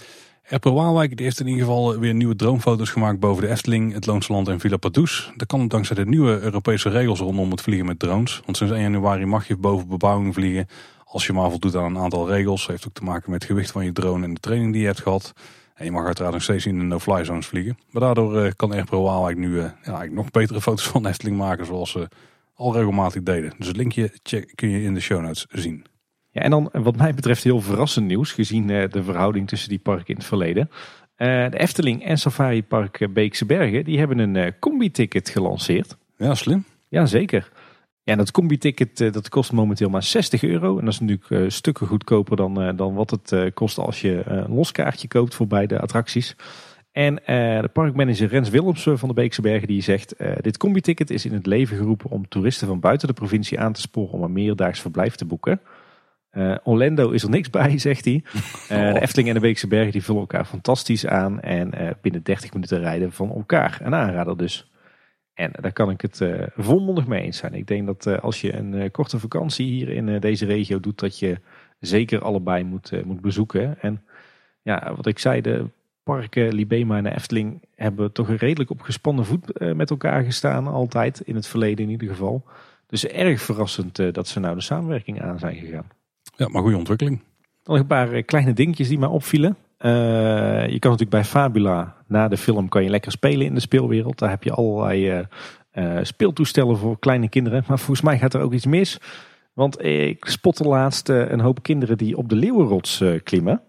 Airpro Waalwijk die heeft in ieder geval weer nieuwe droomfoto's gemaakt boven de Efteling, het Loonse Land en Villa Pardoes. Dat kan dankzij de nieuwe Europese regels rondom het vliegen met drones. Want sinds één januari mag je boven bebouwing vliegen als je maar voldoet aan een aantal regels. Dat heeft ook te maken met het gewicht van je drone en de training die je hebt gehad. En je mag uiteraard nog steeds in de no-fly zones vliegen. Maar daardoor uh, kan Airpro Waalwijk nu uh, ja, eigenlijk nog betere foto's van de Efteling maken zoals ze al regelmatig deden. Dus het linkje check, kun je in de show notes zien. Ja, en dan wat mij betreft heel verrassend nieuws gezien uh, de verhouding tussen die parken in het verleden. Uh, de Efteling en Safari Park Beekse Bergen die hebben een uh, combi-ticket gelanceerd. Ja, slim. Jazeker. Ja, en dat combi-ticket uh, dat kost momenteel maar zestig euro. En dat is natuurlijk uh, stukken goedkoper dan, uh, dan wat het uh, kost als je uh, een loskaartje koopt voor beide attracties. En uh, de parkmanager Rens Willemsen van de Beekse Bergen die zegt... Uh, dit combi-ticket is in het leven geroepen om toeristen van buiten de provincie aan te sporen om een meerdaags verblijf te boeken. Uh, Orlando is er niks bij, zegt hij. Uh, de Efteling en de Beekse Bergen die vullen elkaar fantastisch aan. En uh, binnen dertig minuten rijden van elkaar. Een aanrader dus. En daar kan ik het uh, volmondig mee eens zijn. Ik denk dat uh, als je een uh, korte vakantie hier in uh, deze regio doet... dat je zeker allebei moet, uh, moet bezoeken. En ja, wat ik zei, de parken Libema en de Efteling... hebben toch een redelijk op gespannen voet uh, met elkaar gestaan. Altijd, in het verleden in ieder geval. Dus erg verrassend uh, dat ze nou de samenwerking aan zijn gegaan. Ja, maar goede ontwikkeling. Dan nog een paar kleine dingetjes die mij opvielen. Uh, je kan natuurlijk bij Fabula, na de film kan je lekker spelen in de speelwereld. Daar heb je allerlei uh, uh, speeltoestellen voor kleine kinderen. Maar volgens mij gaat er ook iets mis. Want ik spotte laatst uh, een hoop kinderen die op de Leeuwenrots uh, klimmen.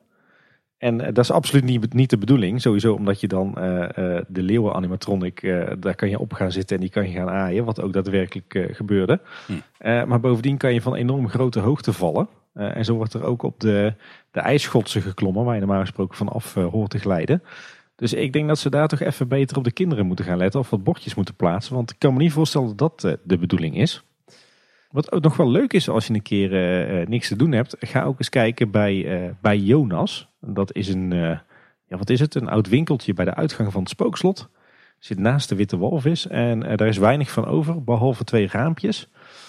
En uh, dat is absoluut niet, niet de bedoeling. Sowieso omdat je dan uh, uh, de leeuwen animatronic, uh, daar kan je op gaan zitten en die kan je gaan aaien. Wat ook daadwerkelijk uh, gebeurde. Hm. Uh, maar bovendien kan je van enorm grote hoogte vallen. Uh, en zo wordt er ook op de, de ijsschotsen geklommen, waar je normaal gesproken vanaf uh, hoort te glijden. Dus ik denk dat ze daar toch even beter op de kinderen moeten gaan letten. Of wat bordjes moeten plaatsen. Want ik kan me niet voorstellen dat dat uh, de bedoeling is. Wat ook nog wel leuk is als je een keer uh, niks te doen hebt. Ga ook eens kijken bij, uh, bij Jonas. Dat is een, uh, ja, wat is het? Een oud winkeltje bij de uitgang van het Spookslot. Zit naast de Witte Walvis. En uh, daar is weinig van over, behalve twee raampjes.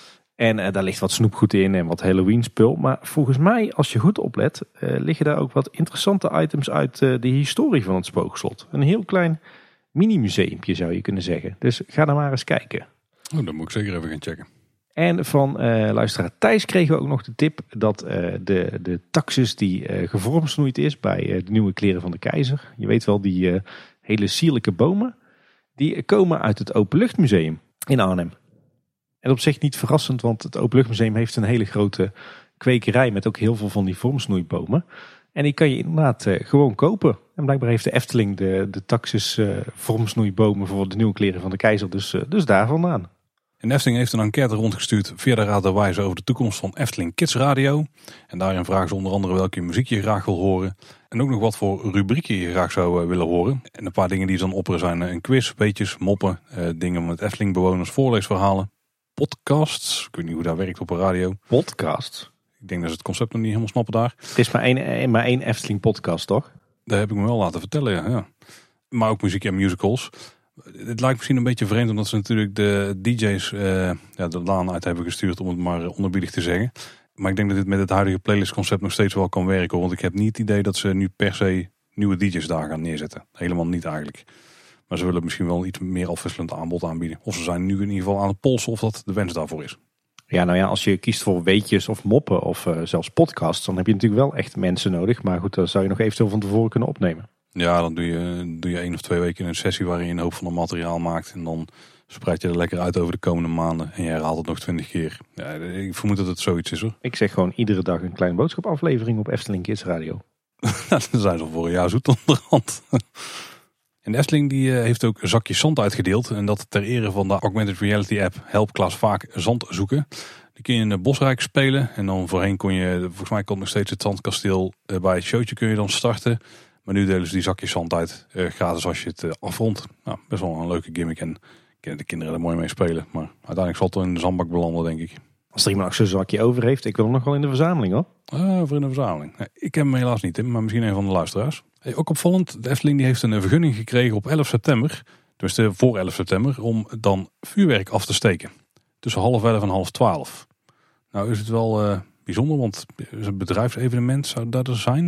En uh, daar ligt wat snoepgoed in en wat Halloween spul. Maar volgens mij, als je goed oplet, uh, liggen daar ook wat interessante items uit uh, de historie van het Spookslot. Een heel klein mini-museumpje zou je kunnen zeggen. Dus ga daar maar eens kijken. Oh, dat moet ik zeker even gaan checken. En van uh, luisteraar Thijs kregen we ook nog de tip dat uh, de, de taxus die uh, gevormsnoeid is bij uh, de nieuwe kleren van de keizer. Je weet wel, die uh, hele sierlijke bomen. Die komen uit het Openluchtmuseum in Arnhem. En op zich niet verrassend, want het Openluchtmuseum heeft een hele grote kwekerij met ook heel veel van die vormsnoeibomen. En die kan je inderdaad uh, gewoon kopen. En blijkbaar heeft de Efteling de, de taxus uh, vormsnoeibomen voor de nieuwe kleren van de keizer dus, uh, dus daar vandaan. En de Efteling heeft een enquête rondgestuurd via de Raad der Wijze over de toekomst van Efteling Kids Radio. En daarin vragen ze onder andere welke muziek je graag wil horen. En ook nog wat voor rubrieken je graag zou willen horen. En een paar dingen die ze dan opperen zijn een quiz, beetjes, moppen, uh, dingen met Efteling bewoners, voorleesverhalen, podcasts. Ik weet niet hoe dat werkt op een radio. Podcasts? Ik denk dat ze het concept nog niet helemaal snappen daar. Het is maar één, maar één Efteling podcast, toch? Dat heb ik me wel laten vertellen, ja. ja. Maar ook muziek en musicals. Het lijkt misschien een beetje vreemd omdat ze natuurlijk de D J's uh, ja, de laan uit hebben gestuurd, om het maar onderbiedig te zeggen. Maar ik denk dat dit met het huidige playlistconcept nog steeds wel kan werken. Want ik heb niet het idee dat ze nu per se nieuwe D J's daar gaan neerzetten. Helemaal niet eigenlijk. Maar ze willen misschien wel iets meer afwisselend aanbod aanbieden. Of ze zijn nu in ieder geval aan het polsen of dat de wens daarvoor is. Ja, nou ja, als je kiest voor weetjes of moppen of uh, zelfs podcasts, dan heb je natuurlijk wel echt mensen nodig. Maar goed, dat zou je nog eventueel van tevoren kunnen opnemen. Ja, dan doe je, doe je één of twee weken een sessie waarin je een hoop van het materiaal maakt. En dan spreid je er lekker uit over de komende maanden. En je herhaalt het nog twintig keer. Ja, ik vermoed dat het zoiets is hoor. Ik zeg gewoon iedere dag een kleine boodschapaflevering op Efteling Kids Radio. Dan zijn ze al voor een jaar zoet onderhand. En de Efteling die heeft ook zakjes zand uitgedeeld. En dat ter ere van de augmented reality app Help Klaas Vaak zand zoeken. Die kun je in de Bosrijk spelen. En dan voorheen kon je, volgens mij kon nog steeds het zandkasteel bij het showtje kun je dan starten. Maar nu delen ze die zakjes zand uit, uh, gratis als je het uh, afrondt. Nou, best wel een leuke gimmick en kunnen de kinderen er mooi mee spelen. Maar uiteindelijk zal het wel in de zandbak belanden, denk ik. Als er iemand nog zo'n zakje over heeft, ik wil hem nog wel in de verzameling hoor. Uh, voor in de verzameling. Nee, ik heb hem helaas niet, maar misschien een van de luisteraars. Hey, ook opvallend, de Efteling die heeft een vergunning gekregen op elf september. Dus voor elf september, om dan vuurwerk af te steken. Tussen half elf en half twaalf. Nou is het wel uh, bijzonder, want een bedrijfsevenement zou dat er zijn.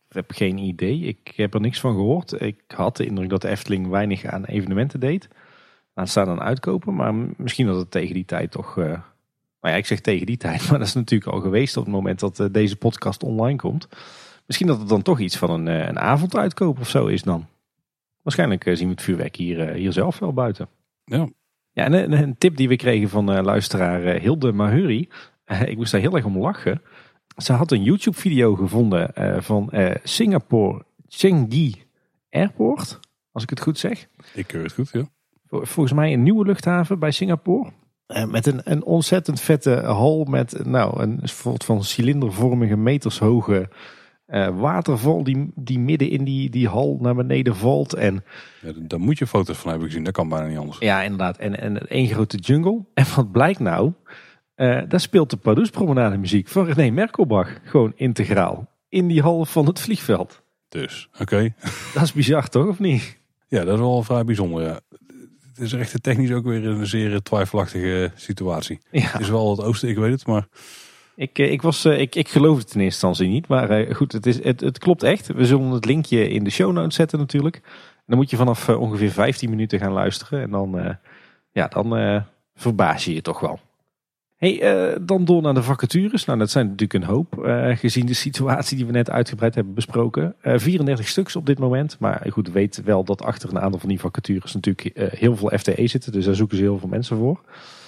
heb geen idee. Ik heb er niks van gehoord. Ik had de indruk dat de Efteling weinig aan evenementen deed. Laat staan aan uitkopen. Maar misschien dat het tegen die tijd toch... Uh... Nou ja, ik zeg tegen die tijd. Maar dat is natuurlijk al geweest op het moment dat uh, deze podcast online komt. Misschien dat het dan toch iets van een, uh, een avonduitkoop of zo is dan. Waarschijnlijk uh, zien we het vuurwerk hier, uh, hier zelf wel buiten. Ja. Ja, en een, een tip die we kregen van uh, luisteraar uh, Hilde Mahuri. Uh, ik moest daar heel erg om lachen. Ze had een YouTube video gevonden uh, van uh, Singapore Changi Airport. Als ik het goed zeg. Ik keur het goed, ja. Volgens mij een nieuwe luchthaven bij Singapore. Uh, met een, een ontzettend vette hal met nou, een soort van cilindervormige metershoge uh, waterval. Die, die midden in die, die hal naar beneden valt. En, ja, daar moet je foto's van hebben gezien. Dat kan bijna niet anders. Ja, inderdaad. En, en één grote jungle. En wat blijkt nou? Uh, daar speelt de Pardoespromenade muziek van René Merkelbach. Gewoon integraal. In die hal van het vliegveld. Dus, oké. Okay. Dat is bizar toch, of niet? Ja, dat is wel vrij bijzonder, ja. Het is echt technisch ook weer een zeer twijfelachtige situatie. Ja. Het is wel het oosten, ik weet het, maar... Ik, ik, was, ik, ik geloof het in eerste instantie niet, maar goed, het, is, het, het klopt echt. We zullen het linkje in de show notes zetten natuurlijk. En dan moet je vanaf ongeveer vijftien minuten gaan luisteren. En dan, uh, ja, dan uh, verbaas je je toch wel. Hey, uh, dan door naar de vacatures. Nou, dat zijn natuurlijk een hoop, uh, gezien de situatie die we net uitgebreid hebben besproken. Uh, vierendertig stuks op dit moment. Maar goed, weet wel dat achter een aantal van die vacatures natuurlijk uh, heel veel F T E zitten. Dus daar zoeken ze heel veel mensen voor.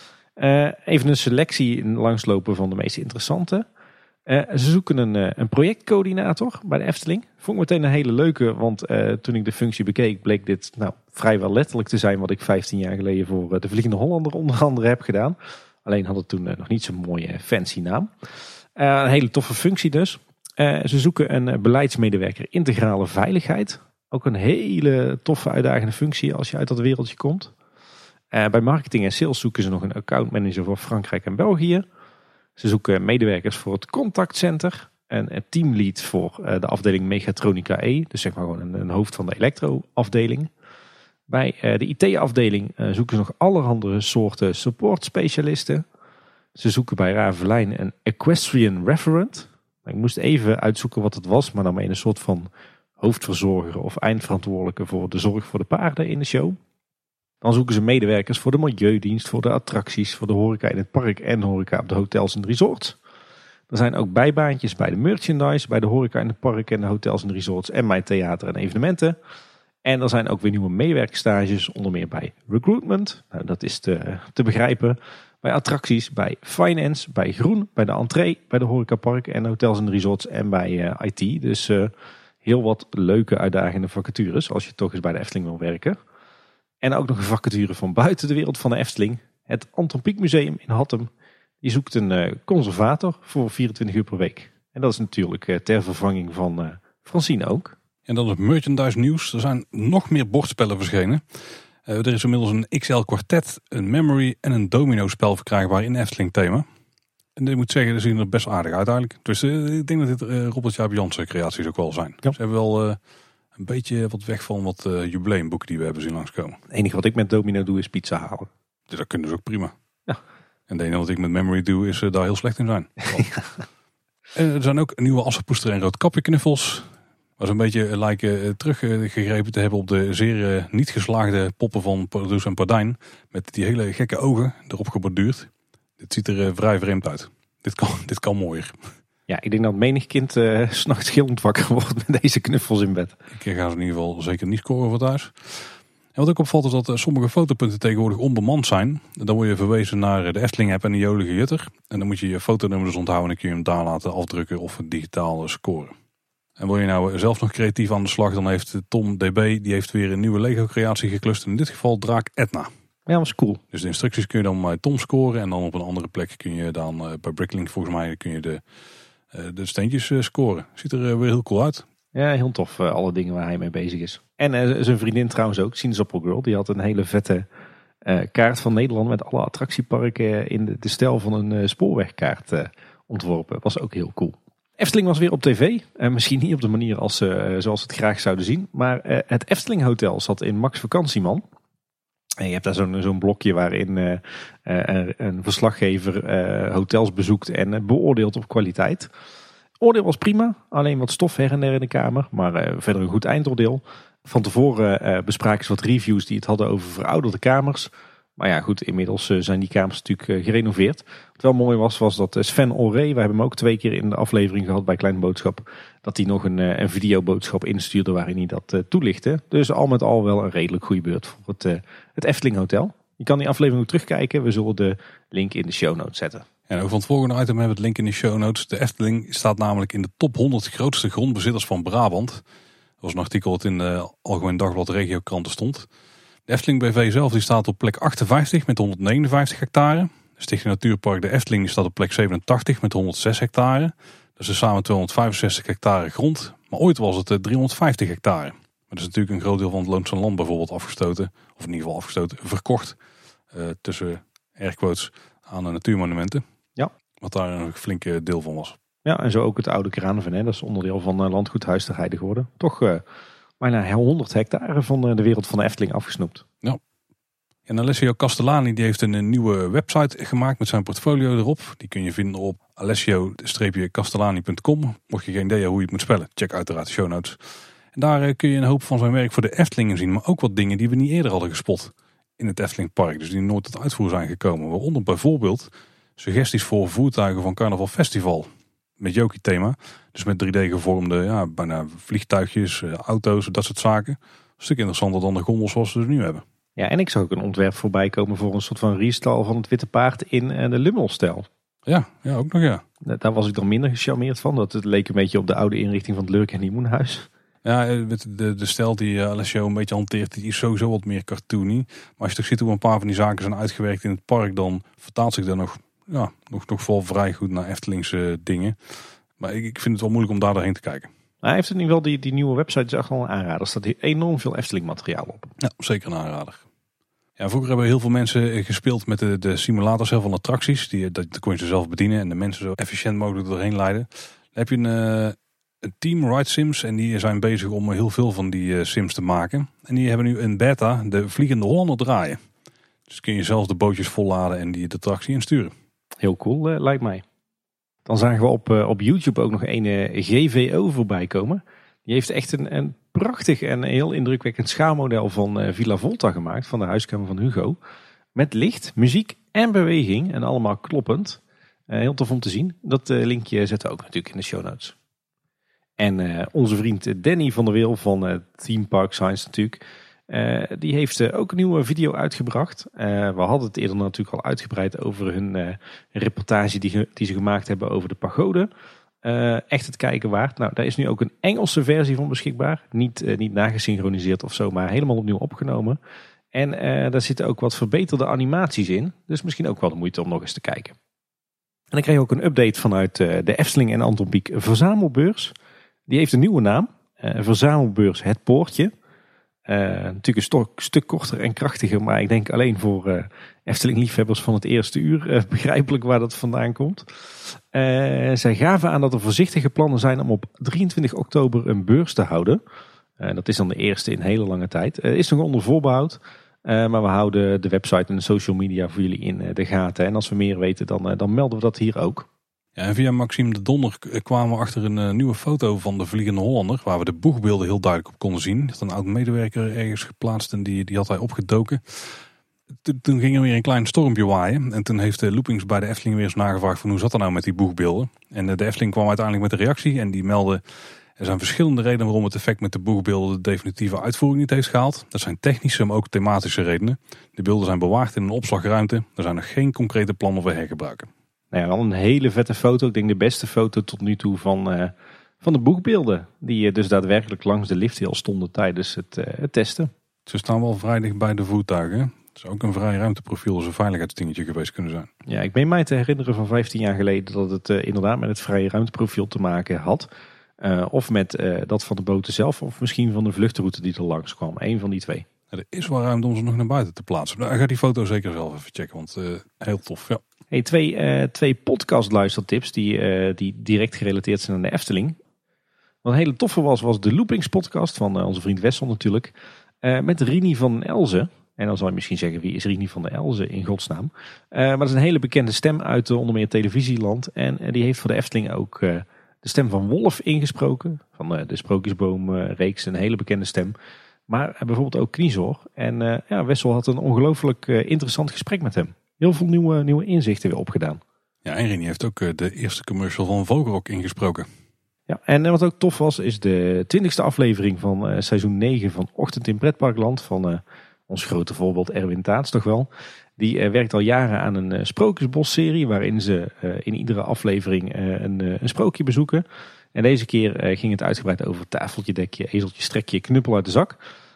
Uh, even een selectie langslopen van de meest interessante. Uh, ze zoeken een, uh, een projectcoördinator bij de Efteling. Vond ik meteen een hele leuke, want uh, toen ik de functie bekeek bleek dit nou, vrijwel letterlijk te zijn wat ik vijftien jaar geleden voor uh, de Vliegende Hollander onder andere heb gedaan. Alleen had het toen uh, nog niet zo'n mooie fancy naam. Uh, een hele toffe functie dus. Uh, ze zoeken een uh, beleidsmedewerker integrale veiligheid. Ook een hele toffe uitdagende functie als je uit dat wereldje komt. Uh, bij marketing en sales zoeken ze nog een accountmanager voor Frankrijk en België. Ze zoeken medewerkers voor het contactcenter. En een teamlead voor uh, de afdeling Mechatronica E. Dus zeg maar gewoon een, een hoofd van de elektro-afdeling. Bij uh, de I T-afdeling uh, zoeken ze nog allerhande soorten support-specialisten. Ze zoeken bij Ravelijn een equestrian referent. Ik moest even uitzoeken wat het was, maar dan ben je een soort van hoofdverzorger of eindverantwoordelijke voor de zorg voor de paarden in de show. Dan zoeken ze medewerkers voor de milieudienst, voor de attracties, voor de horeca in het park en horeca op de hotels en resorts. Er zijn ook bijbaantjes bij de merchandise, bij de horeca in het park en de hotels en resorts en bij theater en evenementen. En er zijn ook weer nieuwe meewerkstages, onder meer bij recruitment. Nou, dat is te, te begrijpen. Bij attracties, bij finance, bij groen, bij de entree, bij de horecaparken en hotels en resorts en bij uh, I T. Dus uh, heel wat leuke uitdagende vacatures als je toch eens bij de Efteling wil werken. En ook nog een vacature van buiten de wereld van de Efteling. Het Anton Pieck Museum in Hattem. Die zoekt een uh, conservator voor vierentwintig uur per week. En dat is natuurlijk uh, ter vervanging van uh, Francine ook. En dan het merchandise nieuws. Er zijn nog meer bordspellen verschenen. Uh, er is inmiddels een X L kwartet, een memory en een domino spel verkrijgbaar in Efteling thema. En ik moet zeggen, ze zien er best aardig uit eigenlijk. Dus uh, ik denk dat dit uh, Robert Jaap Jansen creaties ook wel zijn. Ja. Ze hebben wel uh, een beetje wat weg van wat uh, jubileumboeken die we hebben zien langskomen. Het enige wat ik met domino doe is pizza halen. Dus dat kunnen ze ook prima. Ja. En het enige wat ik met memory doe is uh, daar heel slecht in zijn. Ja. uh, er zijn ook nieuwe Assepoester en Roodkapje knuffels. Was een beetje lijken uh, teruggegrepen te hebben op de zeer uh, niet geslaagde poppen van Pardoes en Pardijn. Met die hele gekke ogen erop geborduurd. Dit ziet er uh, vrij vreemd uit. Dit kan, dit kan mooier. Ja, ik denk dat menig kind uh, 's nachts gillend wakker wordt met deze knuffels in bed. Ik ga ze in ieder geval zeker niet scoren voor thuis. En wat ook opvalt is dat uh, sommige fotopunten tegenwoordig onbemand zijn. Dan word je verwezen naar de Efteling app en de Jolige Jutter. En dan moet je je fotonummers onthouden en dan kun je hem daar laten afdrukken of digitaal scoren. En wil je nou zelf nog creatief aan de slag, dan heeft Tom D B die heeft weer een nieuwe Lego creatie geklust. In dit geval Draak Etna. Ja, dat was cool. Dus de instructies kun je dan bij Tom scoren. En dan op een andere plek kun je dan uh, bij Bricklink volgens mij kun je de, uh, de steentjes uh, scoren. Ziet er uh, weer heel cool uit. Ja, heel tof. Uh, alle dingen waar hij mee bezig is. En uh, zijn vriendin trouwens ook, Sinaasappel Girl. Die had een hele vette uh, kaart van Nederland met alle attractieparken in de, de stijl van een uh, spoorwegkaart uh, ontworpen. Was ook heel cool. Efteling was weer op tv. Uh, misschien niet op de manier als, uh, zoals we het graag zouden zien. Maar uh, het Efteling Hotel zat in Max Vakantieman. En je hebt daar zo'n zo'n blokje waarin uh, uh, een verslaggever uh, hotels bezoekt en uh, beoordeelt op kwaliteit. Oordeel was prima, alleen wat stof her en der in de kamer. Maar uh, verder een goed eindoordeel. Van tevoren uh, bespraken ze wat reviews die het hadden over verouderde kamers. Maar ja goed, inmiddels uh, zijn die kamers natuurlijk uh, gerenoveerd. Wat wel mooi was, was dat Sven Olré, we hebben hem ook twee keer in de aflevering gehad bij Kleine Boodschap. Dat hij nog een, uh, een videoboodschap instuurde waarin hij dat uh, toelichtte. Dus al met al wel een redelijk goede beurt voor het, uh, het Efteling Hotel. Je kan die aflevering ook terugkijken. We zullen de link in de show notes zetten. En ook van het volgende item hebben we het link in de show notes. De Efteling staat namelijk in de top honderd grootste grondbezitters van Brabant. Dat was een artikel dat in de Algemeen Dagblad Regiokranten stond. De Efteling B V zelf die staat op plek achtenvijftig met honderdnegenenvijftig hectare. De Stichting Natuurpark de Efteling die staat op plek zevenentachtig met honderdzes hectare. Dat is dus samen tweehonderdvijfenzestig hectare grond. Maar ooit was het driehonderdvijftig hectare. Maar dat is natuurlijk een groot deel van het Loonse Land bijvoorbeeld afgestoten. Of in ieder geval afgestoten, verkocht. Uh, tussen airquotes aan de natuurmonumenten. Ja. Wat daar een flinke deel van was. Ja, en zo ook het oude Kraanven. Hè? Dat is onderdeel van uh, Landgoed Huis ter Heide geworden. Toch uh, bijna honderd hectare van uh, de wereld van de Efteling afgesnoept. Ja. En Alessio Castellani die heeft een, een nieuwe website gemaakt met zijn portfolio erop. Die kun je vinden op alessio castellani punt com. Mocht je geen idee hebben hoe je het moet spellen, check uiteraard de show notes. En daar uh, kun je een hoop van zijn werk voor de Eftelingen zien. Maar ook wat dingen die we niet eerder hadden gespot in het Eftelingpark. Dus die nooit tot uitvoer zijn gekomen. Waaronder bijvoorbeeld suggesties voor voertuigen van Carnaval Festival. Met Jokie thema. Dus met drie D gevormde ja, bijna vliegtuigjes, auto's, dat soort zaken. Een stuk interessanter dan de gondels zoals we ze nu hebben. Ja, en ik zag ook een ontwerp voorbij komen voor een soort van restal van het Witte Paard in de Lummelstijl. Ja, ja, ook nog ja. Daar was ik dan minder gecharmeerd van. Dat het leek een beetje op de oude inrichting van het Lurk en Limoenhuis. Ja, de, de stijl die Alessio een beetje hanteert, die is sowieso wat meer cartoony. Maar als je toch ziet hoe een paar van die zaken zijn uitgewerkt in het park, dan vertaalt zich dat nog, ja, nog, nog wel vrij goed naar Eftelingse dingen. Maar ik, ik vind het wel moeilijk om daar doorheen te kijken. Hij heeft in ieder geval die, die nieuwe website is echt wel een aanrader. Er staat hier enorm veel Efteling materiaal op. Ja, zeker een aanrader. Ja, vroeger hebben heel veel mensen gespeeld met de, de simulators van attracties. Die, dat kon je ze zelf bedienen en de mensen zo efficiënt mogelijk doorheen leiden. Dan heb je een, uh, een team, Ride Sims, en die zijn bezig om heel veel van die uh, sims te maken. En die hebben nu een beta, de Vliegende Hollander draaien. Dus kun je zelf de bootjes volladen en die de attractie insturen. Heel cool, uh, lijkt mij. Dan zagen we op, uh, op YouTube ook nog een uh, G V O voorbij komen. Die heeft echt een, een prachtig en heel indrukwekkend schaalmodel van uh, Villa Volta gemaakt. Van de huiskamer van Hugo. Met licht, muziek en beweging. En allemaal kloppend. Uh, heel tof om te zien. Dat uh, linkje zetten we ook natuurlijk in de show notes. En uh, onze vriend Danny van der Wil van uh, Theme Park Science natuurlijk. Uh, die heeft uh, ook een nieuwe video uitgebracht. Uh, we hadden het eerder natuurlijk al uitgebreid over hun uh, reportage die, die ze gemaakt hebben over de pagode. Uh, echt het kijken waard. Nou, daar is nu ook een Engelse versie van beschikbaar. Niet, uh, niet nagesynchroniseerd of zo, maar helemaal opnieuw opgenomen. En uh, daar zitten ook wat verbeterde animaties in. Dus misschien ook wel de moeite om nog eens te kijken. En dan krijg je ook een update vanuit uh, de Efteling en Anton Pieck Verzamelbeurs. Die heeft een nieuwe naam. Uh, Verzamelbeurs Het Poortje. Uh, natuurlijk een stok, stuk korter en krachtiger, maar ik denk alleen voor uh, Efteling-liefhebbers van het eerste uur uh, begrijpelijk waar dat vandaan komt. Uh, zij gaven aan dat er voorzichtige plannen zijn om op drieëntwintig oktober een beurs te houden. Uh, dat is dan de eerste in hele lange tijd. Uh, is nog onder voorbehoud, uh, maar we houden de website en de social media voor jullie in uh, de gaten. En als we meer weten, dan, uh, dan melden we dat hier ook. Ja, en via Maxime de Donder kwamen we achter een uh, nieuwe foto van de Vliegende Hollander. Waar we de boegbeelden heel duidelijk op konden zien. Er had een oud medewerker ergens geplaatst en die, die had hij opgedoken. Toen, toen ging er weer een klein stormpje waaien. En toen heeft de Loopings bij de Efteling weer eens nagevraagd van hoe zat dat nou met die boegbeelden. En uh, de Efteling kwam uiteindelijk met de reactie en die meldde... Er zijn verschillende redenen waarom het effect met de boegbeelden de definitieve uitvoering niet heeft gehaald. Dat zijn technische, maar ook thematische redenen. De beelden zijn bewaard in een opslagruimte. Er zijn nog geen concrete plannen voor hergebruiken. Nou ja, wel een hele vette foto. Ik denk de beste foto tot nu toe van, uh, van de boegbeelden. Die uh, dus daadwerkelijk langs de lifthill stonden tijdens het, uh, het testen. Ze staan wel vrij dicht bij de voertuigen. Het is ook een vrij ruimteprofiel, dus een veiligheidsdingetje geweest kunnen zijn. Ja, ik meen mij te herinneren van vijftien jaar geleden dat het uh, inderdaad met het vrije ruimteprofiel te maken had. Uh, of met uh, dat van de boten zelf, of misschien van de vluchtroute die er langs kwam. Eén van die twee. Ja, er is wel ruimte om ze nog naar buiten te plaatsen. Ik ga die foto zeker zelf even checken, want uh, heel tof. Ja. Hey, twee, uh, twee podcast luistertips die, uh, die direct gerelateerd zijn aan de Efteling. Wat een hele toffe was, was de Loopings podcast van uh, onze vriend Wessel natuurlijk. Uh, met Rini van Elzen. En dan zal je misschien zeggen, wie is Rini van der Elzen in godsnaam? Uh, maar dat is een hele bekende stem uit uh, onder meer televisieland. En uh, die heeft voor de Efteling ook uh, de stem van Wolf ingesproken. Van uh, de Sprookjesboom-reeks, een hele bekende stem. Maar uh, bijvoorbeeld ook Kniezoor. En uh, ja, Wessel had een ongelooflijk uh, interessant gesprek met hem. Heel veel nieuwe, nieuwe inzichten weer opgedaan. Ja, en Rini heeft ook uh, de eerste commercial van Vogelrok ingesproken. Ja, en wat ook tof was, is de twintigste aflevering van uh, seizoen negen van Ochtend in Pretparkland. Van uh, ons grote voorbeeld Erwin Taats toch wel. Die uh, werkt al jaren aan een uh, Sprookjesbos-serie. Waarin ze uh, in iedere aflevering uh, een, uh, een sprookje bezoeken. En deze keer uh, ging het uitgebreid over tafeltje, dekje, ezeltje, strekje, knuppel uit de zak.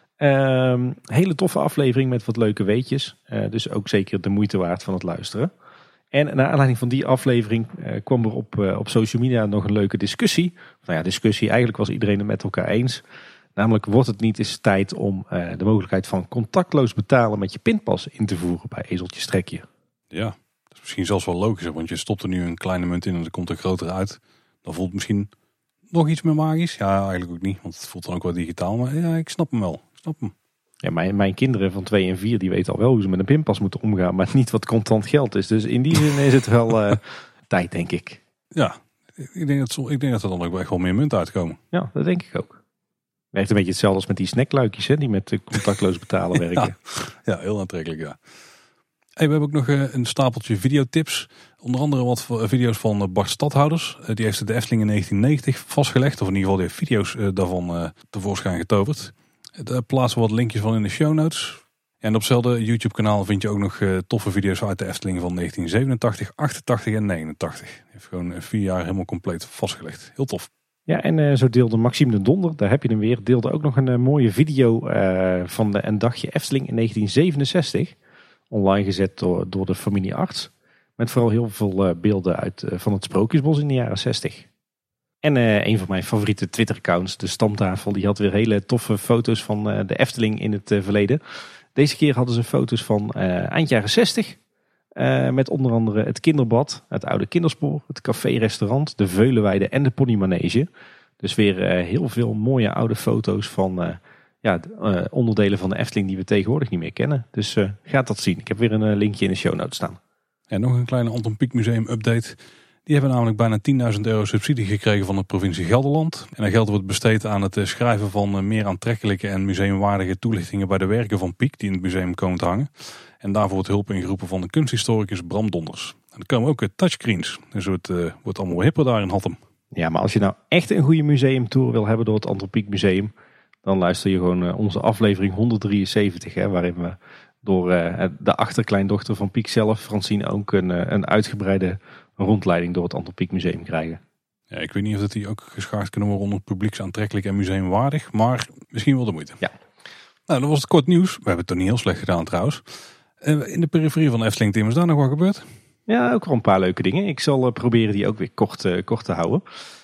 Uh, hele toffe aflevering met wat leuke weetjes. Uh, dus ook zeker de moeite waard van het luisteren. En naar aanleiding van die aflevering uh, kwam er op, uh, op social media nog een leuke discussie. Nou ja, discussie, eigenlijk was iedereen het met elkaar eens. Namelijk, wordt het niet eens tijd om uh, de mogelijkheid van contactloos betalen met je pinpas in te voeren bij ezeltje strekje? Ja, dat is misschien zelfs wel logischer, want je stopt er nu een kleine munt in en er komt een grotere uit. Dan voelt het misschien nog iets meer magisch. Ja, eigenlijk ook niet, want het voelt dan ook wel digitaal. Maar ja, ik snap hem wel. Ik snap hem. Ja, mijn, mijn kinderen van twee en vier die weten al wel hoe ze met een pinpas moeten omgaan, maar niet wat contant geld is. Dus in die zin is het wel uh, tijd, denk ik. Ja, ik denk, dat, ik denk dat er dan ook echt wel meer munt uitkomen. Ja, dat denk ik ook. Werkt een beetje hetzelfde als met die snackluikjes, hè, die met contactloos betalen werken. Ja, ja, heel aantrekkelijk, ja. Hey, we hebben ook nog een stapeltje videotips. Onder andere wat video's van Bart Stadhouders. Die heeft de Efteling in negentien negentig vastgelegd. Of in ieder geval die heeft video's daarvan tevoorschijn getoverd. Daar plaatsen we wat linkjes van in de show notes. En op hetzelfde YouTube kanaal vind je ook nog toffe video's uit de Efteling van negentien zevenentachtig, achtentachtig en negenentachtig. Die heeft gewoon vier jaar helemaal compleet vastgelegd. Heel tof. Ja, en uh, zo deelde Maxime de Donder, daar heb je hem weer, deelde ook nog een uh, mooie video uh, van de Een Dagje Efteling in negentien zevenenzestig. Online gezet door, door de familie Arts. Met vooral heel veel uh, beelden uit, uh, van het Sprookjesbos in de jaren zestig. En uh, een van mijn favoriete Twitter-accounts, de Stamtafel, die had weer hele toffe foto's van uh, de Efteling in het uh, verleden. Deze keer hadden ze foto's van uh, eind jaren zestig. Uh, met onder andere het kinderbad, het oude kinderspoor, het café-restaurant, de Veulenweide en de ponymanege. Dus weer uh, heel veel mooie oude foto's van uh, ja, uh, onderdelen van de Efteling die we tegenwoordig niet meer kennen. Dus uh, gaat dat zien. Ik heb weer een uh, linkje in de show notes staan. En nog een kleine Anton Pieck Museum update. Die hebben namelijk bijna tienduizend euro subsidie gekregen van de provincie Gelderland. En dat geld wordt besteed aan het schrijven van meer aantrekkelijke en museumwaardige toelichtingen bij de werken van Pieck die in het museum komen te hangen. En daarvoor wordt hulp ingeroepen van de kunsthistoricus Bram Donders. En er komen ook touchscreens, dus het uh, wordt allemaal hipper daar in Hattem. Ja, maar als je nou echt een goede museumtour wil hebben door het Anton Pieck Museum, dan luister je gewoon uh, onze aflevering honderddrieënzeventig, hè, waarin we door uh, de achterkleindochter van Pieck zelf, Francine, ook een, uh, een uitgebreide rondleiding door het Anton Pieck Museum krijgen. Ja, ik weet niet of dat die ook geschaard kunnen worden onder publieksaantrekkelijk en museumwaardig, maar misschien wel de moeite. Ja. Nou, dat was het kort nieuws. We hebben het toch niet heel slecht gedaan trouwens. Uh, in de periferie van Efteling, Tim, is daar nog wat gebeurd? Ja, ook wel een paar leuke dingen. Ik zal uh, proberen die ook weer kort, uh, kort te houden.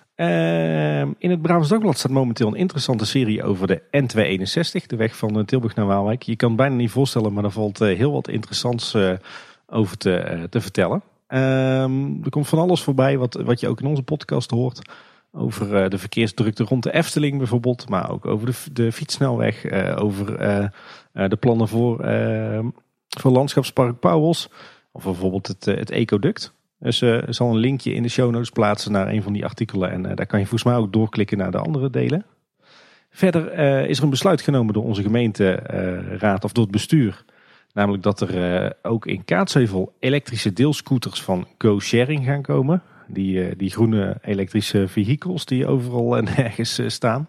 Uh, in het Brabants Dagblad staat momenteel een interessante serie over de N tweehonderdeenenzestig, de weg van uh, Tilburg naar Waalwijk. Je kan het bijna niet voorstellen, maar er valt uh, heel wat interessants uh, over te, uh, te vertellen. Um, er komt van alles voorbij wat, wat je ook in onze podcast hoort. Over uh, de verkeersdrukte rond de Efteling bijvoorbeeld. Maar ook over de, de fietssnelweg. Uh, over uh, uh, de plannen voor, uh, voor Landschapspark Pauwels. Of bijvoorbeeld het, uh, het ecoduct. Dus uh, ik zal een linkje in de show notes plaatsen naar een van die artikelen. En uh, daar kan je volgens mij ook doorklikken naar de andere delen. Verder uh, is er een besluit genomen door onze gemeenteraad uh, of door het bestuur. Namelijk dat er uh, ook in Kaatsheuvel elektrische deelscooters van GoSharing gaan komen. Die, uh, die groene elektrische vehicles die overal en ergens uh, staan.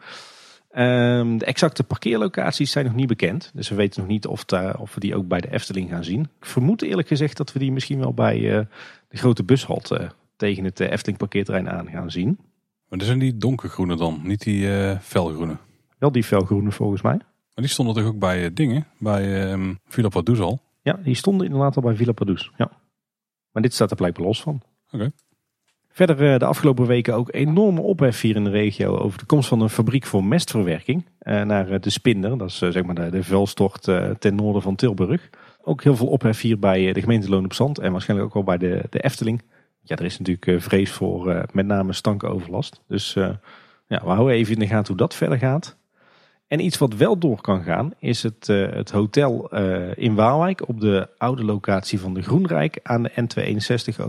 Um, de exacte parkeerlocaties zijn nog niet bekend. Dus we weten nog niet of, daar, of we die ook bij de Efteling gaan zien. Ik vermoed eerlijk gezegd dat we die misschien wel bij uh, de grote bushalte uh, tegen het uh, Efteling parkeerterrein aan gaan zien. Maar dat zijn die donkergroene dan, niet die uh, felgroene? Wel die felgroene volgens mij. Maar die stonden toch ook bij uh, dingen, bij uh, Villa Pardoes al? Ja, die stonden inderdaad al bij Villa Pardoes. Ja. Maar dit staat er blijkbaar los van. Oké. Okay. Verder de afgelopen weken ook enorme ophef hier in de regio over de komst van een fabriek voor mestverwerking uh, naar de Spinder. Dat is uh, zeg maar de, de vuilstort uh, ten noorden van Tilburg. Ook heel veel ophef hier bij de gemeente Loon op Zand en waarschijnlijk ook wel bij de, de Efteling. Ja, er is natuurlijk uh, vrees voor uh, met name stankoverlast. Dus uh, ja, we houden even in de gaten hoe dat verder gaat. En iets wat wel door kan gaan is het, uh, het hotel uh, in Waalwijk op de oude locatie van de Groenrijk aan de N tweehonderdeenenzestig ook.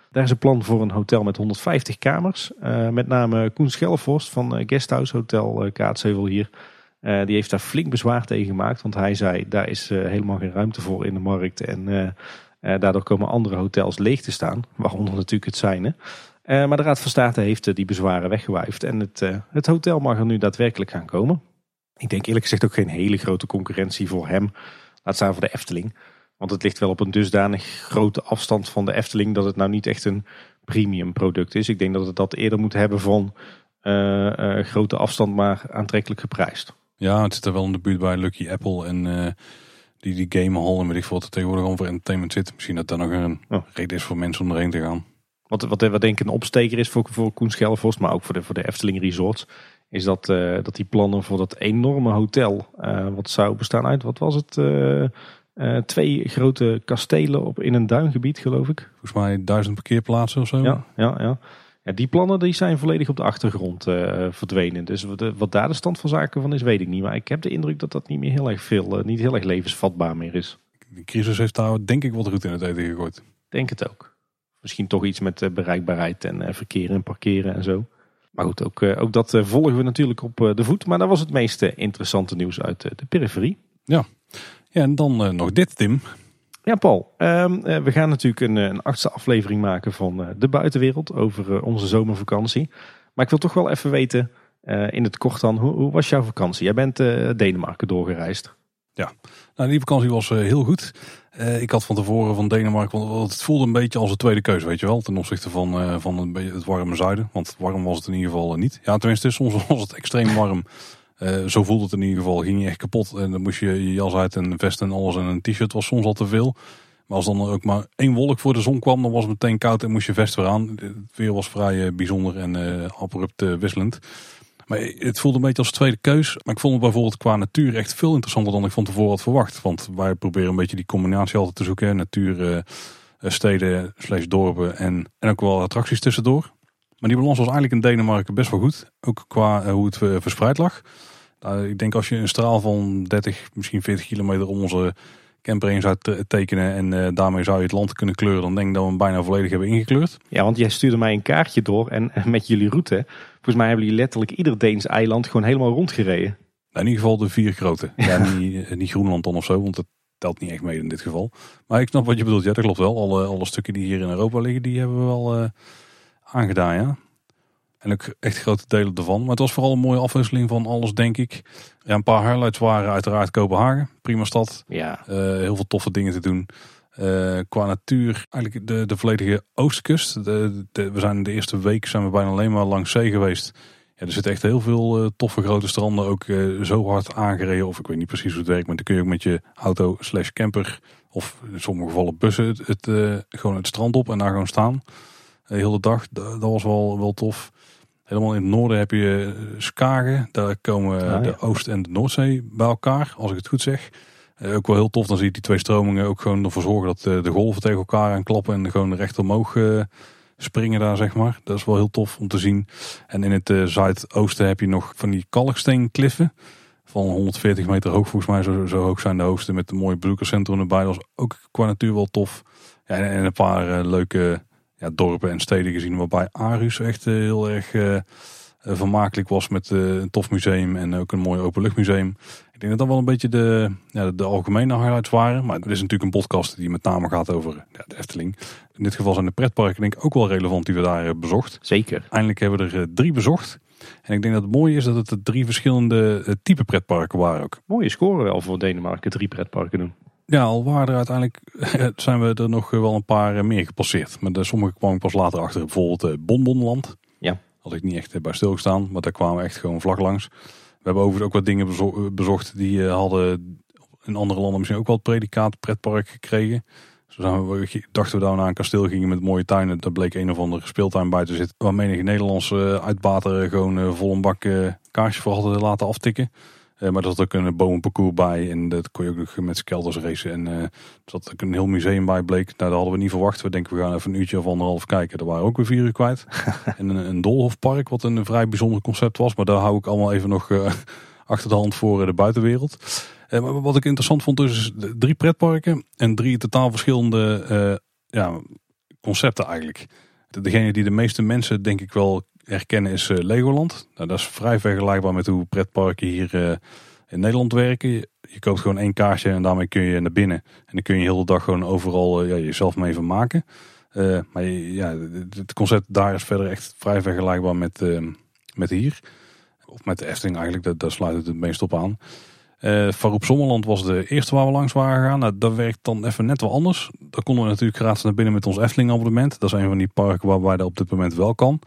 Daar is een plan voor een hotel met honderdvijftig kamers. Uh, met name Koen Schellevorst van uh, Guesthouse Hotel uh, Kaatsheuvel hier. Uh, die heeft daar flink bezwaar tegen gemaakt. Want hij zei, daar is uh, helemaal geen ruimte voor in de markt. En uh, uh, daardoor komen andere hotels leeg te staan. Waaronder natuurlijk het zijne. Uh, maar de Raad van State heeft uh, die bezwaren weggewuifd. En het, uh, het hotel mag er nu daadwerkelijk gaan komen. Ik denk eerlijk gezegd ook geen hele grote concurrentie voor hem. Laat staan voor de Efteling. Want het ligt wel op een dusdanig grote afstand van de Efteling dat het nou niet echt een premium product is. Ik denk dat het dat eerder moet hebben van uh, uh, grote afstand, maar aantrekkelijk geprijsd. Ja, het zit er wel in de buurt bij Lucky Apple en uh, die, die Game Hall en weet ik veel wat er tegenwoordig gewoon voor entertainment zit. Misschien dat daar nog een oh. reden is voor mensen om erheen te gaan. Wat, wat, wat denk ik een opsteker is voor, voor Koen Schellevorst, maar ook voor de, voor de Efteling Resorts, is dat, uh, dat die plannen voor dat enorme hotel, uh, wat zou bestaan uit, wat was het... Uh, Uh, twee grote kastelen op, in een duingebied, geloof ik. Volgens mij duizend parkeerplaatsen of zo. Ja, ja, ja. ja die plannen die zijn volledig op de achtergrond uh, verdwenen. Dus wat, uh, wat daar de stand van zaken van is, weet ik niet. Maar ik heb de indruk dat dat niet meer heel erg veel, uh, niet heel erg levensvatbaar meer is. De crisis heeft daar denk ik wat roet in het eten gegooid. Denk het ook. Misschien toch iets met uh, bereikbaarheid en uh, verkeer en parkeren en zo. Maar goed, ook, uh, ook dat uh, volgen we natuurlijk op uh, de voet. Maar dat was het meest uh, interessante nieuws uit uh, de periferie. Ja. Ja, en dan uh, nog dit, Tim. Ja, Paul. Uh, uh, we gaan natuurlijk een, een achtste aflevering maken van uh, de buitenwereld over uh, onze zomervakantie. Maar ik wil toch wel even weten, uh, in het kort dan, hoe, hoe was jouw vakantie? Jij bent uh, Denemarken doorgereisd. Ja, nou, die vakantie was uh, heel goed. Uh, ik had van tevoren van Denemarken, want het voelde een beetje als een tweede keuze, weet je wel. Ten opzichte van, uh, van een beetje het warme zuiden. Want warm was het in ieder geval uh, niet. Ja, tenminste, soms was het extreem warm. Uh, zo voelde het in ieder geval. Ging je echt kapot en dan moest je je jas uit en vest en alles en een t-shirt was soms al te veel. Maar als dan ook maar één wolk voor de zon kwam, dan was het meteen koud en moest je vest weer aan. Het weer was vrij uh, bijzonder en uh, abrupt uh, wisselend. Maar het voelde een beetje als tweede keus. Maar ik vond het bijvoorbeeld qua natuur echt veel interessanter dan ik van tevoren had verwacht. Want wij proberen een beetje die combinatie altijd te zoeken. Natuur, uh, steden, slash dorpen en, en ook wel attracties tussendoor. Maar die balans was eigenlijk in Denemarken best wel goed. Ook qua uh, hoe het uh, verspreid lag. Nou, ik denk als je een straal van dertig, misschien veertig kilometer om onze camper heen zou tekenen. En uh, daarmee zou je het land kunnen kleuren. Dan denk ik dat we hem bijna volledig hebben ingekleurd. Ja, want jij stuurde mij een kaartje door. En met jullie route. Volgens mij hebben jullie letterlijk ieder Deens eiland gewoon helemaal rondgereden. Nou, in ieder geval de vier grote. Ja, niet, niet Groenland dan of zo. Want dat telt niet echt mee in dit geval. Maar ik snap wat je bedoelt. Ja, dat klopt wel. Alle, alle stukken die hier in Europa liggen, die hebben we wel... Uh, aangedaan, ja. En ook echt grote delen ervan. Maar het was vooral een mooie afwisseling van alles, denk ik. Ja, een paar highlights waren uiteraard Kopenhagen. Prima stad. Ja. Uh, heel veel toffe dingen te doen. Uh, qua natuur, eigenlijk de, de volledige oostkust. De, de, we zijn de eerste week zijn we bijna alleen maar langs zee geweest. Ja, er zitten echt heel veel uh, toffe grote stranden. Ook uh, zo hard aangereden. Of ik weet niet precies hoe het werkt. Maar dan kun je ook met je auto slash camper. Of in sommige gevallen bussen. Het, het, uh, gewoon het strand op en daar gewoon staan. De hele dag, dat was wel, wel tof. Helemaal in het noorden heb je Skagen. Daar komen ah, ja. de Oost- en de Noordzee bij elkaar, als ik het goed zeg. Uh, ook wel heel tof, dan zie je die twee stromingen ook gewoon ervoor zorgen dat uh, de golven tegen elkaar aanklappen en gewoon recht omhoog uh, springen daar, zeg maar. Dat is wel heel tof om te zien. En in het uh, zuidoosten heb je nog van die kalksteenkliffen. Van honderdveertig meter hoog, volgens mij. Zo, zo hoog zijn de hoogste met een mooi bezoekerscentrum erbij. Dat was ook qua natuur wel tof. Ja, en een paar uh, leuke... Ja, dorpen en steden gezien waarbij Aarhus echt uh, heel erg uh, vermakelijk was met uh, een tof museum en ook een mooi openluchtmuseum. Ik denk dat dat wel een beetje de, ja, de algemene highlights waren. Maar het is natuurlijk een podcast die met name gaat over ja, de Efteling. In dit geval zijn de pretparken denk ik ook wel relevant die we daar hebben bezocht. Zeker. Eindelijk hebben we er uh, drie bezocht. En ik denk dat het mooie is dat het de drie verschillende uh, type pretparken waren ook. Mooie score wel voor Denemarken, drie pretparken doen. Ja, al waren er uiteindelijk zijn we er nog wel een paar meer gepasseerd. Maar de sommige kwam ik pas later achter. Bijvoorbeeld Bonbonland. Ja. Had ik niet echt bij stilgestaan, maar daar kwamen we echt gewoon vlak langs. We hebben overigens ook wat dingen bezo- bezocht die uh, hadden in andere landen misschien ook wel het predicaat pretpark gekregen. Zo zijn we, dachten we daar naar een kasteel gingen met mooie tuinen. Daar bleek een of andere speeltuin bij te zitten. Waar menige Nederlandse uitbater gewoon uh, vol een bak uh, kaarsje voor hadden laten aftikken. Uh, maar er zat ook een bomenparcours bij en dat kon je ook nog met skelders racen. En uh, er zat ook een heel museum bij, bleek. Nou, dat hadden we niet verwacht. We denken we gaan even een uurtje of anderhalf kijken. Daar waren ook weer vier uur kwijt. En een, een doolhofpark, wat een vrij bijzonder concept was. Maar daar hou ik allemaal even nog uh, achter de hand voor uh, de buitenwereld. Uh, maar wat ik interessant vond dus is drie pretparken en drie totaal verschillende uh, ja, concepten eigenlijk. Degene die de meeste mensen denk ik wel herkennen is uh, Legoland. Nou, dat is vrij vergelijkbaar met hoe pretparken hier uh, in Nederland werken. Je, je koopt gewoon één kaartje en daarmee kun je naar binnen. En dan kun je heel de dag gewoon overal uh, ja, jezelf mee vermaken. Uh, maar ja, het concept daar is verder echt vrij vergelijkbaar met, uh, met hier. Of met de Efteling eigenlijk, daar, daar sluit het het meest op aan. Uh, Faroep Sommerland was de eerste waar we langs waren gegaan. Nou, dat werkt dan even net wel anders. Daar konden we natuurlijk gratis naar binnen met ons Efteling abonnement. Dat is een van die parken waarbij dat op dit moment wel kan.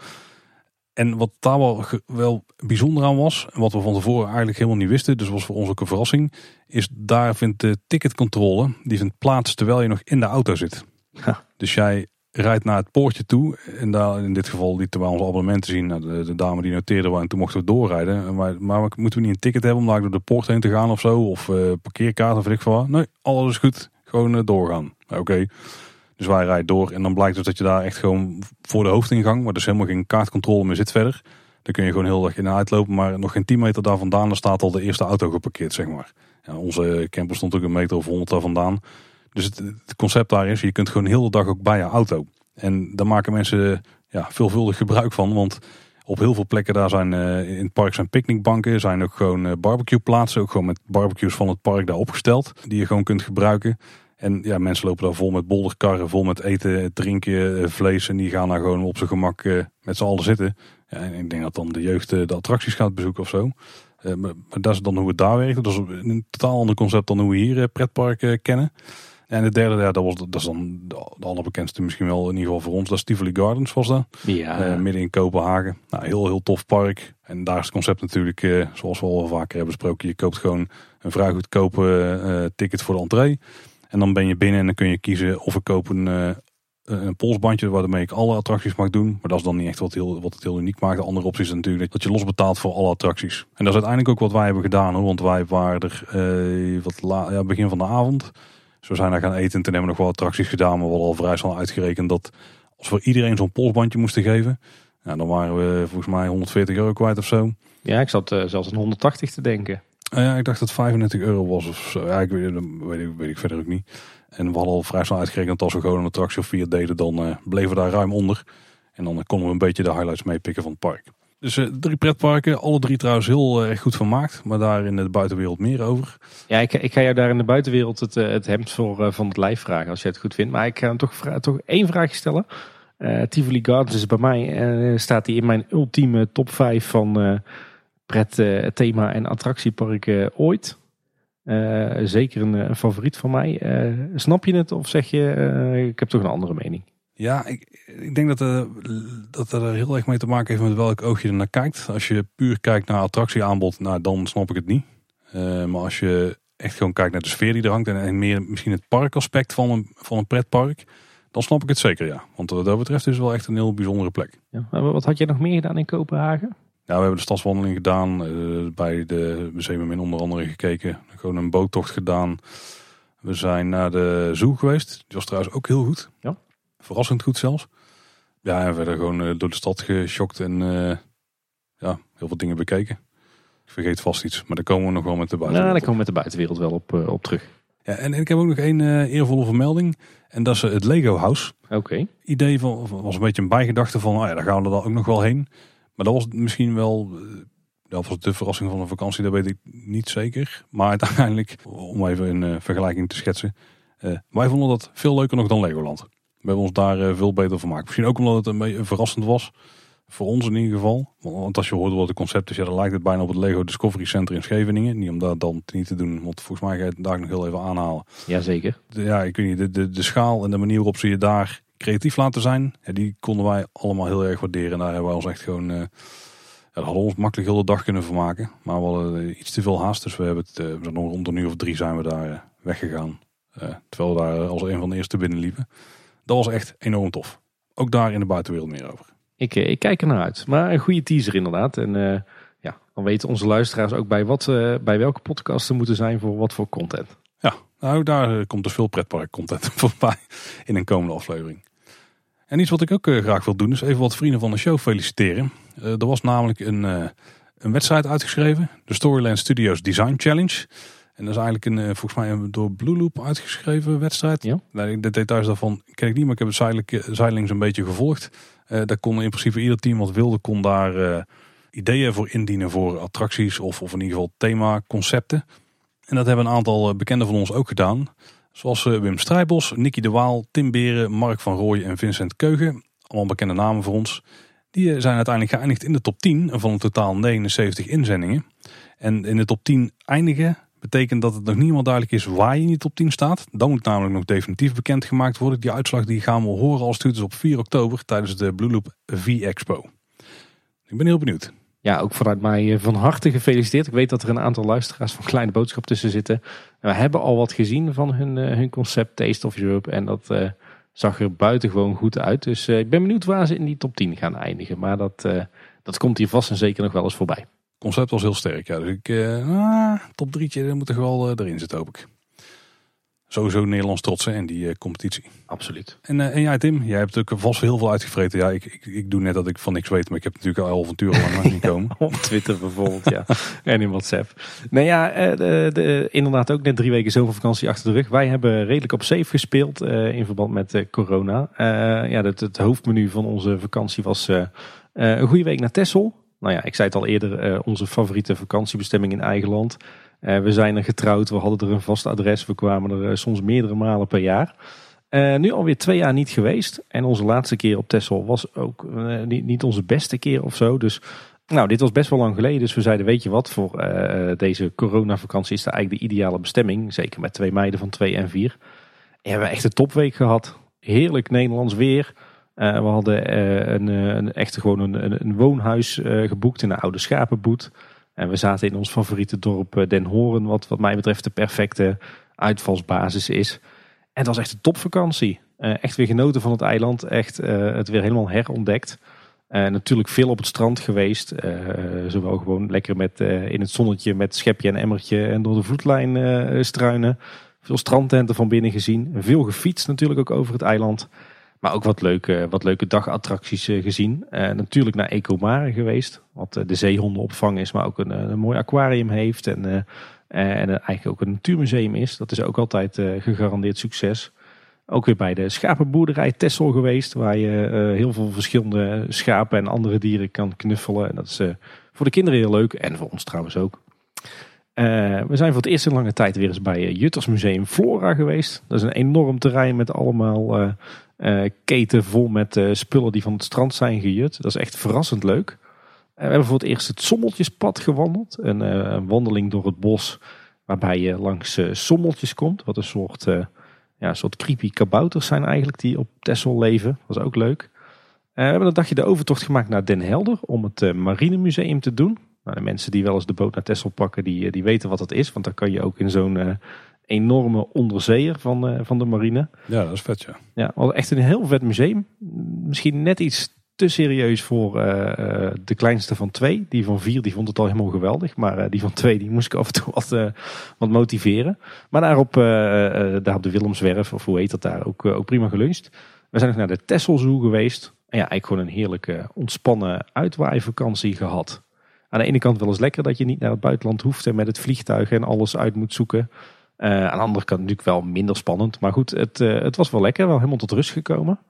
En wat daar wel, wel bijzonder aan was, en wat we van tevoren eigenlijk helemaal niet wisten, dus was voor ons ook een verrassing, is daar vindt de ticketcontrole, die vindt plaats terwijl je nog in de auto zit. Ja. Dus jij rijdt naar het poortje toe. En daar, in dit geval lieten wij onze abonnementen zien. Nou, de, de dame die noteerde we en toen mochten we doorrijden. Maar, maar moeten we niet een ticket hebben om daar door de poort heen te gaan of zo? Of uh, parkeerkaart of weet ik veel wat? Nee, alles is goed. Gewoon uh, doorgaan. Oké. Okay. Dus wij rijden door. En dan blijkt dus dat je daar echt gewoon voor de hoofdingang, waar dus helemaal geen kaartcontrole meer zit verder. Dan kun je gewoon heel erg in en uitlopen. Maar nog geen tien meter daar vandaan, daar staat al de eerste auto geparkeerd, zeg maar. Ja, onze camper stond ook een meter of honderd daar vandaan. Dus het, het concept daar is, je kunt gewoon heel de dag ook bij je auto. En daar maken mensen ja, veelvuldig gebruik van. Want op heel veel plekken daar zijn uh, in het park zijn picknickbanken. Zijn ook gewoon uh, barbecueplaatsen. Ook gewoon met barbecues van het park daar opgesteld. Die je gewoon kunt gebruiken. En ja, mensen lopen daar vol met bolderkarren. Vol met eten, drinken, uh, vlees. En die gaan daar gewoon op zijn gemak uh, met z'n allen zitten. Ja, en ik denk dat dan de jeugd uh, de attracties gaat bezoeken of zo. Uh, maar, maar dat is dan hoe het daar werkt. Dat is een totaal ander concept dan hoe we hier uh, pretparken uh, kennen. En de derde, ja, dat, was, dat is dan de, de allerbekendste misschien wel in ieder geval voor ons. Dat is Tivoli Gardens was dat. Ja. Uh, midden in Kopenhagen. Nou, heel, heel tof park. En daar is het concept natuurlijk, uh, zoals we al vaker hebben besproken. Je koopt gewoon een vrij goedkope uh, ticket voor de entree. En dan ben je binnen en dan kun je kiezen of ik koop een, uh, een polsbandje waarmee ik alle attracties mag doen. Maar dat is dan niet echt wat, heel, wat het heel uniek maakt. De andere optie is natuurlijk dat je los betaalt voor alle attracties. En dat is uiteindelijk ook wat wij hebben gedaan, hoor. Want wij waren er uh, wat la- ja, begin van de avond. Dus we zijn daar gaan eten en toen hebben we nog wel attracties gedaan. Maar we hadden al vrij snel uitgerekend dat als we iedereen zo'n polsbandje moesten geven. Nou, dan waren we volgens mij honderdveertig euro kwijt of zo. Ja, ik zat uh, zelfs aan honderdtachtig te denken. Uh, ja, ik dacht dat het vijfendertig euro was of zo. Ja, ik weet, dat weet, ik, weet ik verder ook niet. En we hadden al vrij snel uitgerekend dat als we gewoon een attractie of vier deden, dan uh, bleven we daar ruim onder. En dan uh, konden we een beetje de highlights meepikken van het park. Dus uh, drie pretparken, alle drie trouwens heel uh, erg goed vermaakt. Maar daar in de buitenwereld meer over. Ja, ik, ik ga jou daar in de buitenwereld het, het hemd voor, uh, van het lijf vragen als je het goed vindt. Maar ik ga hem toch, vra- toch één vraagje stellen. Uh, Tivoli Gardens is bij mij, uh, staat die in mijn ultieme top vijf van uh, pret, uh, thema en attractieparken uh, ooit. Uh, zeker een, een favoriet van mij. Uh, snap je het of zeg je, uh, ik heb toch een andere mening? Ja, ik, ik denk dat, uh, dat er heel erg mee te maken heeft met welk oog je er naar kijkt. Als je puur kijkt naar attractieaanbod, nou, dan snap ik het niet. Uh, maar als je echt gewoon kijkt naar de sfeer die er hangt en, en meer misschien het parkaspect van een, van een pretpark, dan snap ik het zeker, ja. Want wat dat betreft is het wel echt een heel bijzondere plek. Ja, wat had jij nog meer gedaan in Kopenhagen? Ja, we hebben de stadswandeling gedaan. Uh, bij de Museum onder andere gekeken. Gewoon een boottocht gedaan. We zijn naar de zoo geweest. Die was trouwens ook heel goed. Ja. Verrassend goed zelfs. Ja, en verder gewoon uh, door de stad geschokt en uh, ja, heel veel dingen bekeken. Ik vergeet vast iets, maar daar komen we nog wel met de buitenwereld. Ja, daar komen we met de buitenwereld wel op, uh, op terug. Ja, en, en ik heb ook nog één uh, eervolle vermelding. En dat is uh, het Lego House. Oké. Okay. Idee van, was een beetje een bijgedachte van, oh ja, daar gaan we er dan ook nog wel heen. Maar dat was misschien wel, dat was de verrassing van een vakantie, dat weet ik niet zeker. Maar uiteindelijk, om even een uh, vergelijking te schetsen. Uh, wij vonden dat veel leuker nog dan Legoland. We hebben ons daar uh, veel beter van gemaakt. Misschien ook omdat het een beetje verrassend was. Voor ons in ieder geval. Want als je hoorde wat het concept is, ja, dan lijkt het bijna op het Lego Discovery Center in Scheveningen. Niet om dat dan niet te doen, want volgens mij ga je het daar nog heel even aanhalen. Jazeker. Ja, ik weet niet, de, de, de schaal en de manier waarop ze je daar creatief laten zijn, ja, die konden wij allemaal heel erg waarderen. En daar hebben wij ons echt gewoon, uh, ja, dat hadden we ons makkelijk heel de dag kunnen vermaken. Maar we hadden iets te veel haast, dus we hebben het, uh, we zijn rond een uur of drie zijn we daar uh, weggegaan. Uh, terwijl we daar als een van de eerste binnenliepen. Dat was echt enorm tof. Ook daar in de buitenwereld meer over. Ik, ik kijk er naar uit. Maar een goede teaser inderdaad. En uh, ja, dan weten onze luisteraars ook bij, wat, uh, bij welke podcast ze moeten zijn voor wat voor content. Ja, nou daar komt dus veel pretpark content voorbij in een komende aflevering. En iets wat ik ook uh, graag wil doen is even wat vrienden van de show feliciteren. Uh, er was namelijk een, uh, een wedstrijd uitgeschreven. De Storyland Studios Design Challenge. En dat is eigenlijk een, volgens mij een door Blue Loop uitgeschreven wedstrijd. Ja. De details daarvan ken ik niet, maar ik heb het zeiling, zeilings een beetje gevolgd. Uh, daar kon in principe ieder team wat wilde, kon daar uh, ideeën voor indienen voor attracties of, of in ieder geval themaconcepten. En dat hebben een aantal bekenden van ons ook gedaan. Zoals uh, Wim Strijbos, Nicky de Waal, Tim Beren, Mark van Rooyen en Vincent Keugen. Allemaal bekende namen voor ons. Die uh, zijn uiteindelijk geëindigd in de top tien van een totaal negenenzeventig inzendingen. En in de top tien eindigen betekent dat het nog niet helemaal duidelijk is waar je in die top tien staat. Dan moet namelijk nog definitief bekendgemaakt worden. Die uitslag die gaan we horen als het goed is op vier oktober tijdens de Blue Loop V-Expo. Ik ben heel benieuwd. Ja, ook vanuit mij van harte gefeliciteerd. Ik weet dat er een aantal luisteraars van Kleine Boodschap tussen zitten. We hebben al wat gezien van hun, hun concept Taste of Europe. En dat uh, zag er buitengewoon goed uit. Dus uh, ik ben benieuwd waar ze in die top tien gaan eindigen. Maar dat, uh, dat komt hier vast en zeker nog wel eens voorbij. Het concept was heel sterk. Ja. Dus ik, uh, ah, top drietje, dat moet er wel uh, erin zitten, hoop ik. Sowieso Nederlands trots in die uh, competitie. Absoluut. En, uh, en jij Tim, jij hebt ook vast heel veel uitgevreten. Ja, ik, ik, ik doe net dat ik van niks weet, maar ik heb natuurlijk al avonturen lang niet komen. Op Twitter bijvoorbeeld, ja. En in WhatsApp. Nou ja, de, de, inderdaad ook net drie weken zomervakantie achter de rug. Wij hebben redelijk op safe gespeeld uh, in verband met uh, corona. Uh, ja, het, het hoofdmenu van onze vakantie was uh, uh, een goede week naar Texel. Nou ja, ik zei het al eerder, uh, onze favoriete vakantiebestemming in eigen land. Uh, we zijn er getrouwd, we hadden er een vast adres. We kwamen er uh, soms meerdere malen per jaar. Uh, nu alweer twee jaar niet geweest. En onze laatste keer op Texel was ook uh, niet, niet onze beste keer of zo. Dus nou, dit was best wel lang geleden. Dus we zeiden, weet je wat, voor uh, deze coronavakantie is dat eigenlijk de ideale bestemming. Zeker met twee meiden van twee en vier. En we hebben echt een topweek gehad. Heerlijk Nederlands weer. Uh, we hadden uh, een, een, echt gewoon een, een, een woonhuis uh, geboekt in een oude schapenboet. En we zaten in ons favoriete dorp Den Horen, wat wat mij betreft de perfecte uitvalsbasis is. En het was echt een topvakantie. Uh, echt weer genoten van het eiland. Echt uh, het weer helemaal herontdekt. Uh, natuurlijk veel op het strand geweest. Uh, zowel gewoon lekker met, uh, in het zonnetje met schepje en emmertje en door de vloedlijn uh, struinen. Veel strandtenten van binnen gezien. Veel gefietst natuurlijk ook over het eiland. Maar ook wat leuke, wat leuke dagattracties gezien. Uh, natuurlijk naar Ecomare geweest. Wat uh, de zeehondenopvang is, maar ook een, een mooi aquarium heeft. En, uh, en eigenlijk ook een natuurmuseum is. Dat is ook altijd uh, gegarandeerd succes. Ook weer bij de schapenboerderij Texel geweest. Waar je uh, heel veel verschillende schapen en andere dieren kan knuffelen. En dat is uh, voor de kinderen heel leuk. En voor ons trouwens ook. Uh, we zijn voor het eerst in lange tijd weer eens bij uh, Juttersmuseum Flora geweest. Dat is een enorm terrein met allemaal uh, uh, keten vol met uh, spullen die van het strand zijn gejut. Dat is echt verrassend leuk. Uh, we hebben voor het eerst het Sommeltjespad gewandeld. Een, uh, een wandeling door het bos waarbij je langs uh, sommeltjes komt. Wat een soort, uh, ja, een soort creepy kabouters zijn eigenlijk die op Texel leven. Dat was ook leuk. Uh, we hebben een dagje de overtocht gemaakt naar Den Helder om het uh, Marinemuseum te doen. Nou, de mensen die wel eens de boot naar Texel pakken, die, die weten wat dat is. Want dan kan je ook in zo'n uh, enorme onderzeeër van, uh, van de marine. Ja, dat is vet, ja. Ja, wel echt een heel vet museum. Misschien net iets te serieus voor uh, uh, de kleinste van twee. Die van vier, die vond het al helemaal geweldig. Maar uh, die van twee, die moest ik af en toe wat, uh, wat motiveren. Maar daar op, uh, uh, daar op de Willemswerf, of hoe heet dat daar, ook, uh, ook prima geluncht. We zijn nog naar de Texel Zoo geweest. En ja, eigenlijk gewoon een heerlijke, ontspannen uitwaaivakantie gehad. Aan de ene kant wel eens lekker dat je niet naar het buitenland hoeft en met het vliegtuig en alles uit moet zoeken. Uh, aan de andere kant natuurlijk wel minder spannend. Maar goed, het, uh, het was wel lekker. Wel helemaal tot rust gekomen.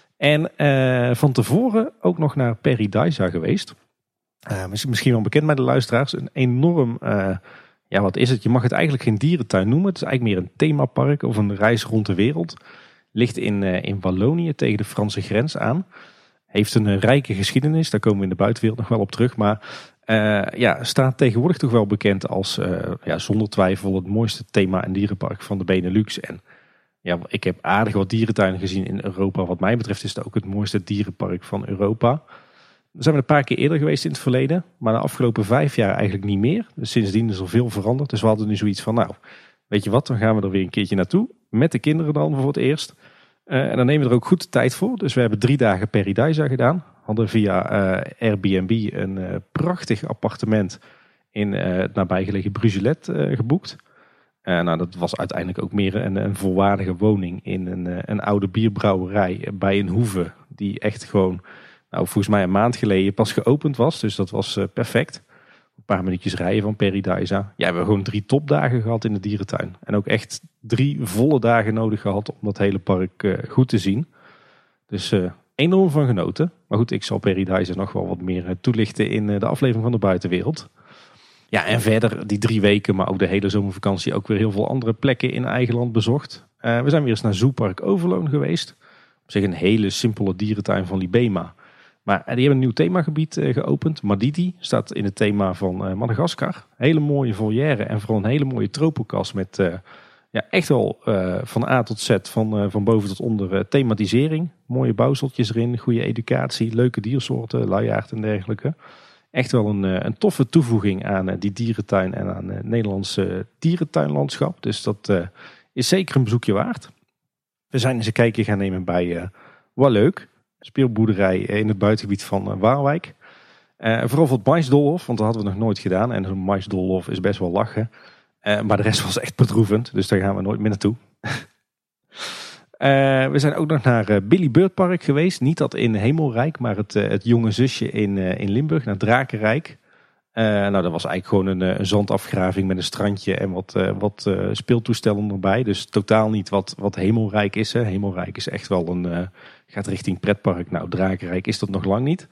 En uh, van tevoren ook nog naar Paradisa geweest. Uh, misschien wel bekend bij de luisteraars. Een enorm, uh, ja wat is het? Je mag het eigenlijk geen dierentuin noemen. Het is eigenlijk meer een themapark of een reis rond de wereld. Ligt in, uh, in Wallonië tegen de Franse grens aan. Heeft een uh, rijke geschiedenis. Daar komen we in de buitenwereld nog wel op terug. Maar uh, ja, staat tegenwoordig toch wel bekend als uh, ja, zonder twijfel het mooiste thema- en dierenpark van de Benelux. En ja, ik heb aardig wat dierentuinen gezien in Europa. Wat mij betreft is het ook het mooiste dierenpark van Europa. We zijn een paar keer eerder geweest in het verleden. Maar de afgelopen vijf jaar eigenlijk niet meer. Dus sindsdien is er veel veranderd. Dus we hadden nu zoiets van, nou, weet je wat, dan gaan we er weer een keertje naartoe. Met de kinderen dan voor het eerst. Uh, en dan nemen we er ook goed de tijd voor. Dus we hebben drie dagen Paradisa gedaan. Hadden via uh, Airbnb een uh, prachtig appartement in uh, het nabijgelegen Brugelet uh, geboekt. Uh, nou, dat was uiteindelijk ook meer een, een volwaardige woning in een, uh, een oude bierbrouwerij bij een hoeve. Die echt gewoon, nou, volgens mij een maand geleden pas geopend was. Dus dat was uh, perfect. paar minuutjes rijden van Paradise. Ja, we hebben gewoon drie topdagen gehad in de dierentuin. En ook echt drie volle dagen nodig gehad om dat hele park uh, goed te zien. Dus uh, enorm van genoten. Maar goed, ik zal Paradise nog wel wat meer uh, toelichten in uh, de aflevering van de buitenwereld. Ja, en verder die drie weken, maar ook de hele zomervakantie ook weer heel veel andere plekken in eigen land bezocht. Uh, we zijn weer eens naar Zoopark Overloon geweest. Op zich een hele simpele dierentuin van Libema. Maar die hebben een nieuw themagebied uh, geopend. Madidi staat in het thema van uh, Madagaskar. Hele mooie volière en vooral een hele mooie tropenkas met uh, ja, echt wel uh, van A tot Z, van, uh, van boven tot onder uh, thematisering. Mooie bouwseltjes erin, goede educatie, leuke diersoorten, luiaard en dergelijke. Echt wel een, uh, een toffe toevoeging aan uh, die dierentuin en aan het uh, Nederlandse dierentuinlandschap. Dus dat uh, is zeker een bezoekje waard. We zijn eens een kijkje gaan nemen bij uh, Waleuk. Speelboerderij in het buitengebied van uh, Waalwijk. Uh, vooral voor het maisdoolhof, want dat hadden we nog nooit gedaan. En zo'n maisdoolhof is best wel lachen. Uh, maar de rest was echt bedroevend, dus daar gaan we nooit meer naartoe. uh, we zijn ook nog naar uh, Billy Bird Park geweest. Niet dat in Hemelrijk, maar het, uh, het jonge zusje in, uh, in Limburg, naar Drakenrijk. Uh, nou, dat was eigenlijk gewoon een, een zandafgraving met een strandje en wat, uh, wat uh, speeltoestellen erbij. Dus totaal niet wat, wat Hemelrijk is. Hè. Hemelrijk is echt wel een, uh, gaat richting pretpark. Nou, Drakenrijk is dat nog lang niet.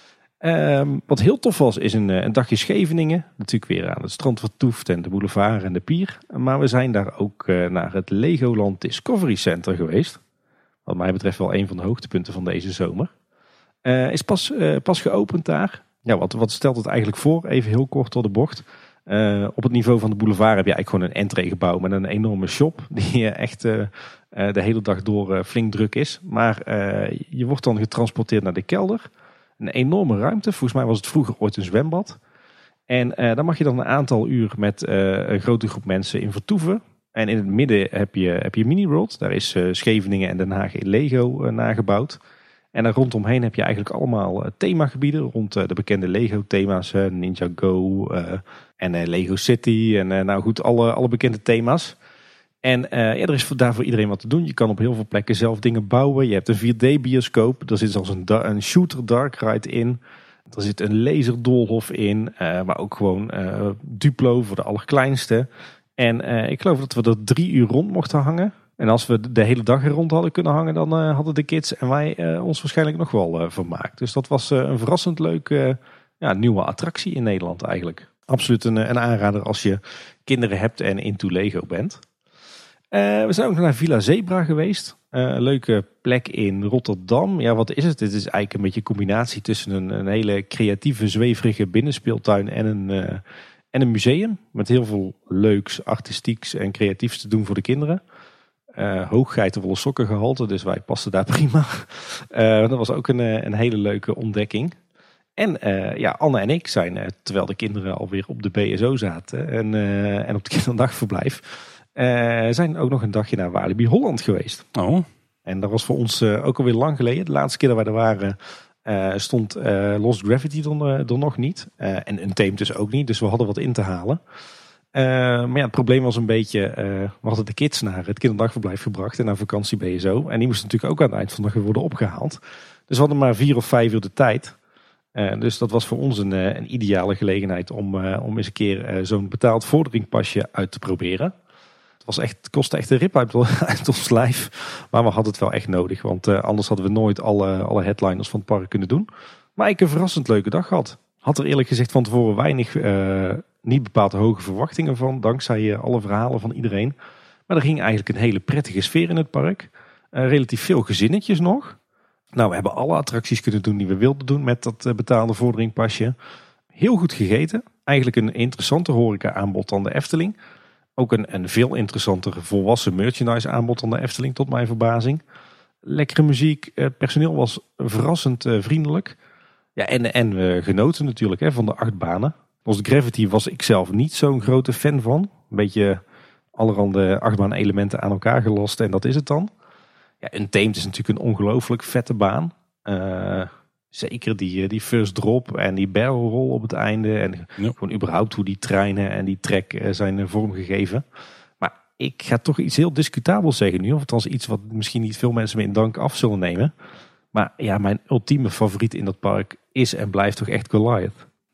Um, wat heel tof was, is een, een dagje Scheveningen. Natuurlijk weer aan het strand vertoefd en de boulevard en de pier. Maar we zijn daar ook uh, naar het Legoland Discovery Center geweest. Wat mij betreft wel een van de hoogtepunten van deze zomer. Uh, is pas, uh, pas geopend daar. Ja, wat, wat stelt het eigenlijk voor? Even heel kort door de bocht. Uh, op het niveau van de boulevard heb je eigenlijk gewoon een entreegebouw met een enorme shop. Die uh, echt uh, uh, de hele dag door uh, flink druk is. Maar uh, je wordt dan getransporteerd naar de kelder. Een enorme ruimte. Volgens mij was het vroeger ooit een zwembad. En uh, daar mag je dan een aantal uur met uh, een grote groep mensen in vertoeven. En in het midden heb je, heb je Mini World. Daar is uh, Scheveningen en Den Haag in Lego uh, nagebouwd. En daar rondomheen heb je eigenlijk allemaal uh, themagebieden. Rond uh, de bekende Lego thema's. Uh, Ninja Go uh, en uh, Lego City. En uh, nou goed, alle, alle bekende thema's. En uh, ja, er is daar voor iedereen wat te doen. Je kan op heel veel plekken zelf dingen bouwen. Je hebt een vier D bioscoop. Er zit zelfs een, da- een shooter dark ride in. Er zit een laserdoolhof in. Uh, maar ook gewoon uh, Duplo voor de allerkleinste. En uh, ik geloof dat we er drie uur rond mochten hangen. En als we de hele dag er rond hadden kunnen hangen, dan uh, hadden de kids en wij uh, ons waarschijnlijk nog wel uh, vermaakt. Dus dat was uh, een verrassend leuke uh, ja, nieuwe attractie in Nederland eigenlijk. Absoluut een, een aanrader als je kinderen hebt en into Lego bent. Uh, we zijn ook naar Villa Zebra geweest. Uh, een leuke plek in Rotterdam. Ja, wat is het? Het is eigenlijk een beetje een combinatie tussen een, een hele creatieve, zweverige binnenspeeltuin en een, uh, en een museum. Met heel veel leuks, artistieks en creatiefs te doen voor de kinderen. Uh, hooggeitenwolle sokken gehalte, dus wij pasten daar prima. Uh, dat was ook een, een hele leuke ontdekking. En uh, ja, Anne en ik zijn, uh, terwijl de kinderen alweer op de B S O zaten en, uh, en op het kinderdagverblijf, uh, zijn ook nog een dagje naar Walibi Holland geweest. Oh. En dat was voor ons uh, ook alweer lang geleden. De laatste keer dat wij er waren uh, stond uh, Lost Gravity er, uh, er nog niet. Uh, en Untamed dus ook niet, dus we hadden wat in te halen. Uh, maar ja, het probleem was een beetje, uh, we hadden de kids naar het kinderdagverblijf gebracht en naar vakantie B S O. En die moesten natuurlijk ook aan het eind van de dag worden opgehaald. Dus we hadden maar vier of vijf uur de tijd. Uh, dus dat was voor ons een, uh, een ideale gelegenheid om, uh, om eens een keer uh, zo'n betaald vorderingpasje uit te proberen. Het, was echt, het kostte echt een rip uit, uit ons lijf. Maar we hadden het wel echt nodig, want uh, anders hadden we nooit alle, alle headliners van het park kunnen doen. Maar ik heb een verrassend leuke dag gehad. Had er eerlijk gezegd van tevoren weinig... Uh, niet bepaald hoge verwachtingen van, dankzij uh, alle verhalen van iedereen. Maar er ging eigenlijk een hele prettige sfeer in het park. Uh, relatief veel gezinnetjes nog. Nou, we hebben alle attracties kunnen doen die we wilden doen met dat uh, betaalde vorderingpasje. Heel goed gegeten. Eigenlijk een interessanter horeca aanbod dan de Efteling. Ook een, een veel interessanter volwassen merchandise aanbod dan de Efteling, tot mijn verbazing. Lekkere muziek. Het personeel was verrassend uh, vriendelijk. Ja, en, en we genoten natuurlijk hè, van de acht banen. Lost Gravity was ik zelf niet zo'n grote fan van. Een beetje allerhande achtbaan elementen aan elkaar gelast en dat is het dan. Ja, Untamed is natuurlijk een ongelooflijk vette baan. Uh, zeker die, die first drop en die barrel roll op het einde. En ja. Gewoon überhaupt hoe die treinen en die trek zijn vormgegeven. Maar ik ga toch iets heel discutabels zeggen nu. Of althans iets wat misschien niet veel mensen me in dank af zullen nemen. Maar ja, mijn ultieme favoriet in dat park is en blijft toch echt Goliath.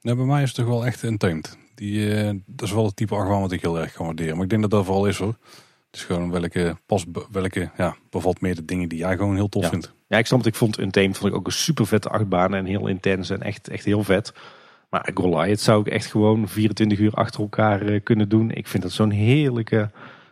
Nou, bij mij is het toch wel echt een Untamed. Die, uh, dat is wel het type achtbaan wat ik heel erg kan waarderen. Maar ik denk dat dat vooral is hoor. Het is gewoon welke, pas, welke ja, bevalt meer de dingen die jij gewoon heel tof ja. vindt. Ja, ik snap het. Ik vond Untamed vond ik ook een super vette achtbaan en heel intens en echt, echt heel vet. Maar Goliath zou ik echt gewoon vierentwintig uur achter elkaar uh, kunnen doen. Ik vind dat zo'n heerlijke,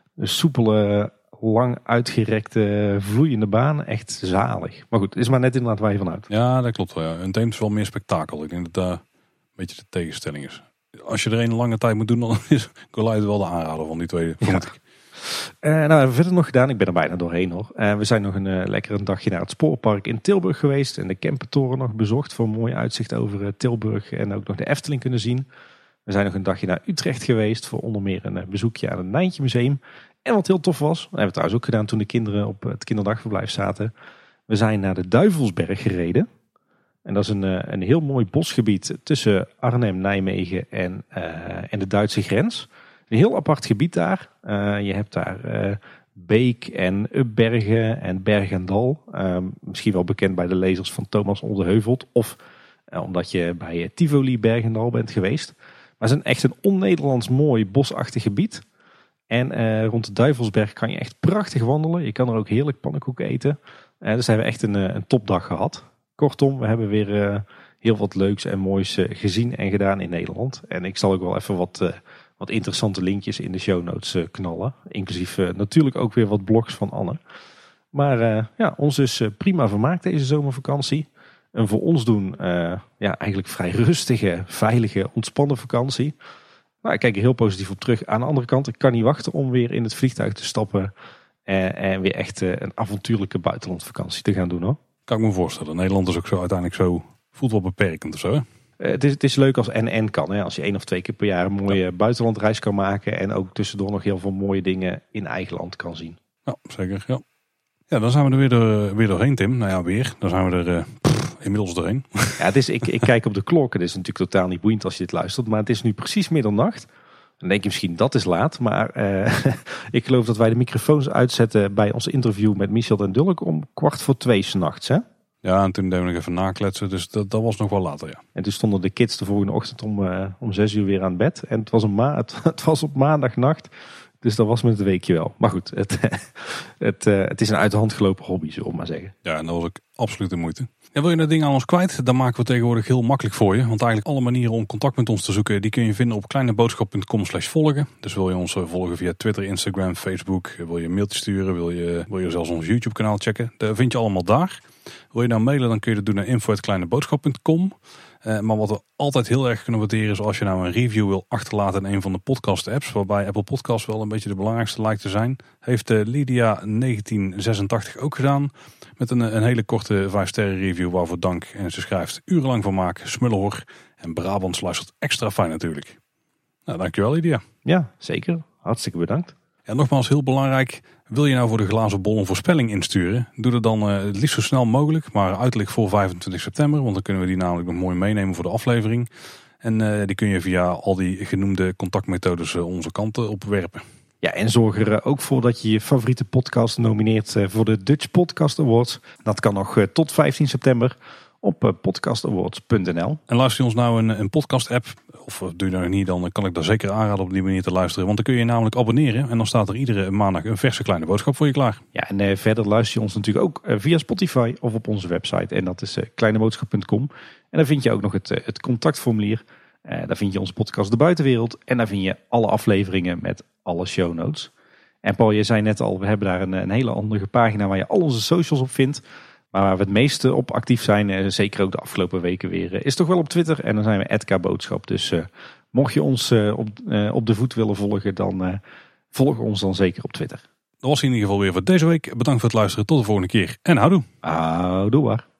soepele, lang uitgerekte, vloeiende baan. Echt zalig. Maar goed, het is maar net inderdaad waar je van houdt. Ja, dat klopt wel. Ja. Untamed is wel meer spektakel. Ik denk dat dat een beetje de tegenstelling is. Als je er een lange tijd moet doen, dan is Goliath wel de aanrader van die twee, vermoed ik. Uh, nou, we hebben verder nog gedaan. Ik ben er bijna doorheen hoor. Uh, we zijn nog een uh, lekker een dagje naar het Spoorpark in Tilburg geweest. En de Kempentoren nog bezocht voor een mooi uitzicht over uh, Tilburg. En ook nog de Efteling kunnen zien. We zijn nog een dagje naar Utrecht geweest voor onder meer een uh, bezoekje aan het Nijntje Museum. En wat heel tof was, dat hebben we trouwens ook gedaan toen de kinderen op het kinderdagverblijf zaten. We zijn naar de Duivelsberg gereden. En dat is een, uh, een heel mooi bosgebied tussen Arnhem, Nijmegen en, uh, en de Duitse grens. Een heel apart gebied daar. Uh, je hebt daar uh, Beek en Upbergen en Berg en Dal. Uh, misschien wel bekend bij de lezers van Thomas Oldeheuvelt. Of uh, omdat je bij uh, Tivoli Berg en Dal bent geweest. Maar het is een, echt een on-Nederlands mooi bosachtig gebied. En uh, rond de Duivelsberg kan je echt prachtig wandelen. Je kan er ook heerlijk pannenkoeken eten. Uh, dus hebben we echt een, een topdag gehad. Kortom, we hebben weer uh, heel wat leuks en moois uh, gezien en gedaan in Nederland. En ik zal ook wel even wat... Uh, Wat interessante linkjes in de show notes uh, knallen. Inclusief uh, natuurlijk ook weer wat blogs van Anne. Maar uh, ja, ons is uh, prima vermaakt deze zomervakantie. Een voor ons doen uh, ja, eigenlijk vrij rustige, veilige, ontspannen vakantie. Nou, ik kijk er heel positief op terug. Aan de andere kant, ik kan niet wachten om weer in het vliegtuig te stappen. En, en weer echt uh, een avontuurlijke buitenlandvakantie te gaan doen hoor. Kan ik me voorstellen. Nederland is ook zo uiteindelijk zo, voelt wel beperkend of zo hè? Het is, het is leuk als en-en kan. Hè? Als je één of twee keer per jaar een mooie ja. buitenlandreis kan maken. En ook tussendoor nog heel veel mooie dingen in eigen land kan zien. Ja, zeker. Ja, ja dan zijn we er weer, door, weer doorheen, Tim. Nou ja, weer. Dan zijn we er uh, pff, inmiddels doorheen. Ja, het is, ik, ik kijk op de klok. Het is natuurlijk totaal niet boeiend als je dit luistert. Maar het is nu precies middernacht. Dan denk je misschien dat is laat. Maar uh, ik geloof dat wij de microfoons uitzetten bij ons interview met Michel den Dulk om kwart voor twee 's nachts. Hè? Ja, en toen deden we nog even nakletsen, dus dat, dat was nog wel later, ja. En toen stonden de kids de volgende ochtend om, uh, om zes uur weer aan bed. En het was, een ma het, het was op maandagnacht, dus dat was met het weekje wel. Maar goed, het, het, uh, het is een uit de hand gelopen hobby, zullen we maar zeggen. Ja, en dat was ook absoluut de moeite. En wil je dat ding aan ons kwijt, dan maken we tegenwoordig heel makkelijk voor je. Want eigenlijk alle manieren om contact met ons te zoeken, die kun je vinden op kleineboodschap punt com slash volgen. Dus wil je ons volgen via Twitter, Instagram, Facebook, wil je een mailtje sturen, wil je, wil je zelfs ons YouTube kanaal checken. Dat vind je allemaal daar. Wil je nou mailen, dan kun je dat doen naar info apenstaartje kleineboodschap punt com. Uh, maar wat we altijd heel erg kunnen waarderen is als je nou een review wil achterlaten in een van de podcast apps. Waarbij Apple Podcasts wel een beetje de belangrijkste lijkt te zijn. Heeft uh, Lydia negentien zesentachtig ook gedaan. Met een, een hele korte vijf sterren review waarvoor dank. En ze schrijft urenlang vermaak, smullenhoor. En Brabants luistert extra fijn natuurlijk. Nou, dankjewel Lydia. Ja, zeker. Hartstikke bedankt. Ja, nogmaals heel belangrijk. Wil je nou voor de glazen bol een voorspelling insturen? Doe dat dan uh, het liefst zo snel mogelijk. Maar uiterlijk voor vijfentwintig september. Want dan kunnen we die namelijk nog mooi meenemen voor de aflevering. En uh, die kun je via al die genoemde contactmethodes uh, onze kant op werpen. Ja, en zorg er ook voor dat je je favoriete podcast nomineert uh, voor de Dutch Podcast Awards. Dat kan nog uh, tot vijftien september op uh, podcast awards punt n l. En luister je ons nou een, een podcast app, of doe je dat niet, dan kan ik daar zeker aanraden op die manier te luisteren. Want dan kun je je namelijk abonneren en dan staat er iedere maandag een verse kleine boodschap voor je klaar. Ja, en uh, verder luister je ons natuurlijk ook uh, via Spotify of op onze website. En dat is uh, kleineboodschap punt com. En dan vind je ook nog het, uh, het contactformulier. Uh, daar vind je onze podcast De Buitenwereld. En daar vind je alle afleveringen met alle show notes. En Paul, je zei net al, we hebben daar een, een hele handige pagina waar je al onze socials op vindt. Maar waar we het meeste op actief zijn, zeker ook de afgelopen weken weer, is toch wel op Twitter. En dan zijn we at kboodschap. Dus uh, mocht je ons uh, op, uh, op de voet willen volgen, dan uh, volg ons dan zeker op Twitter. Dat was in ieder geval weer voor deze week. Bedankt voor het luisteren. Tot de volgende keer. En houdoe. Houdoe waar.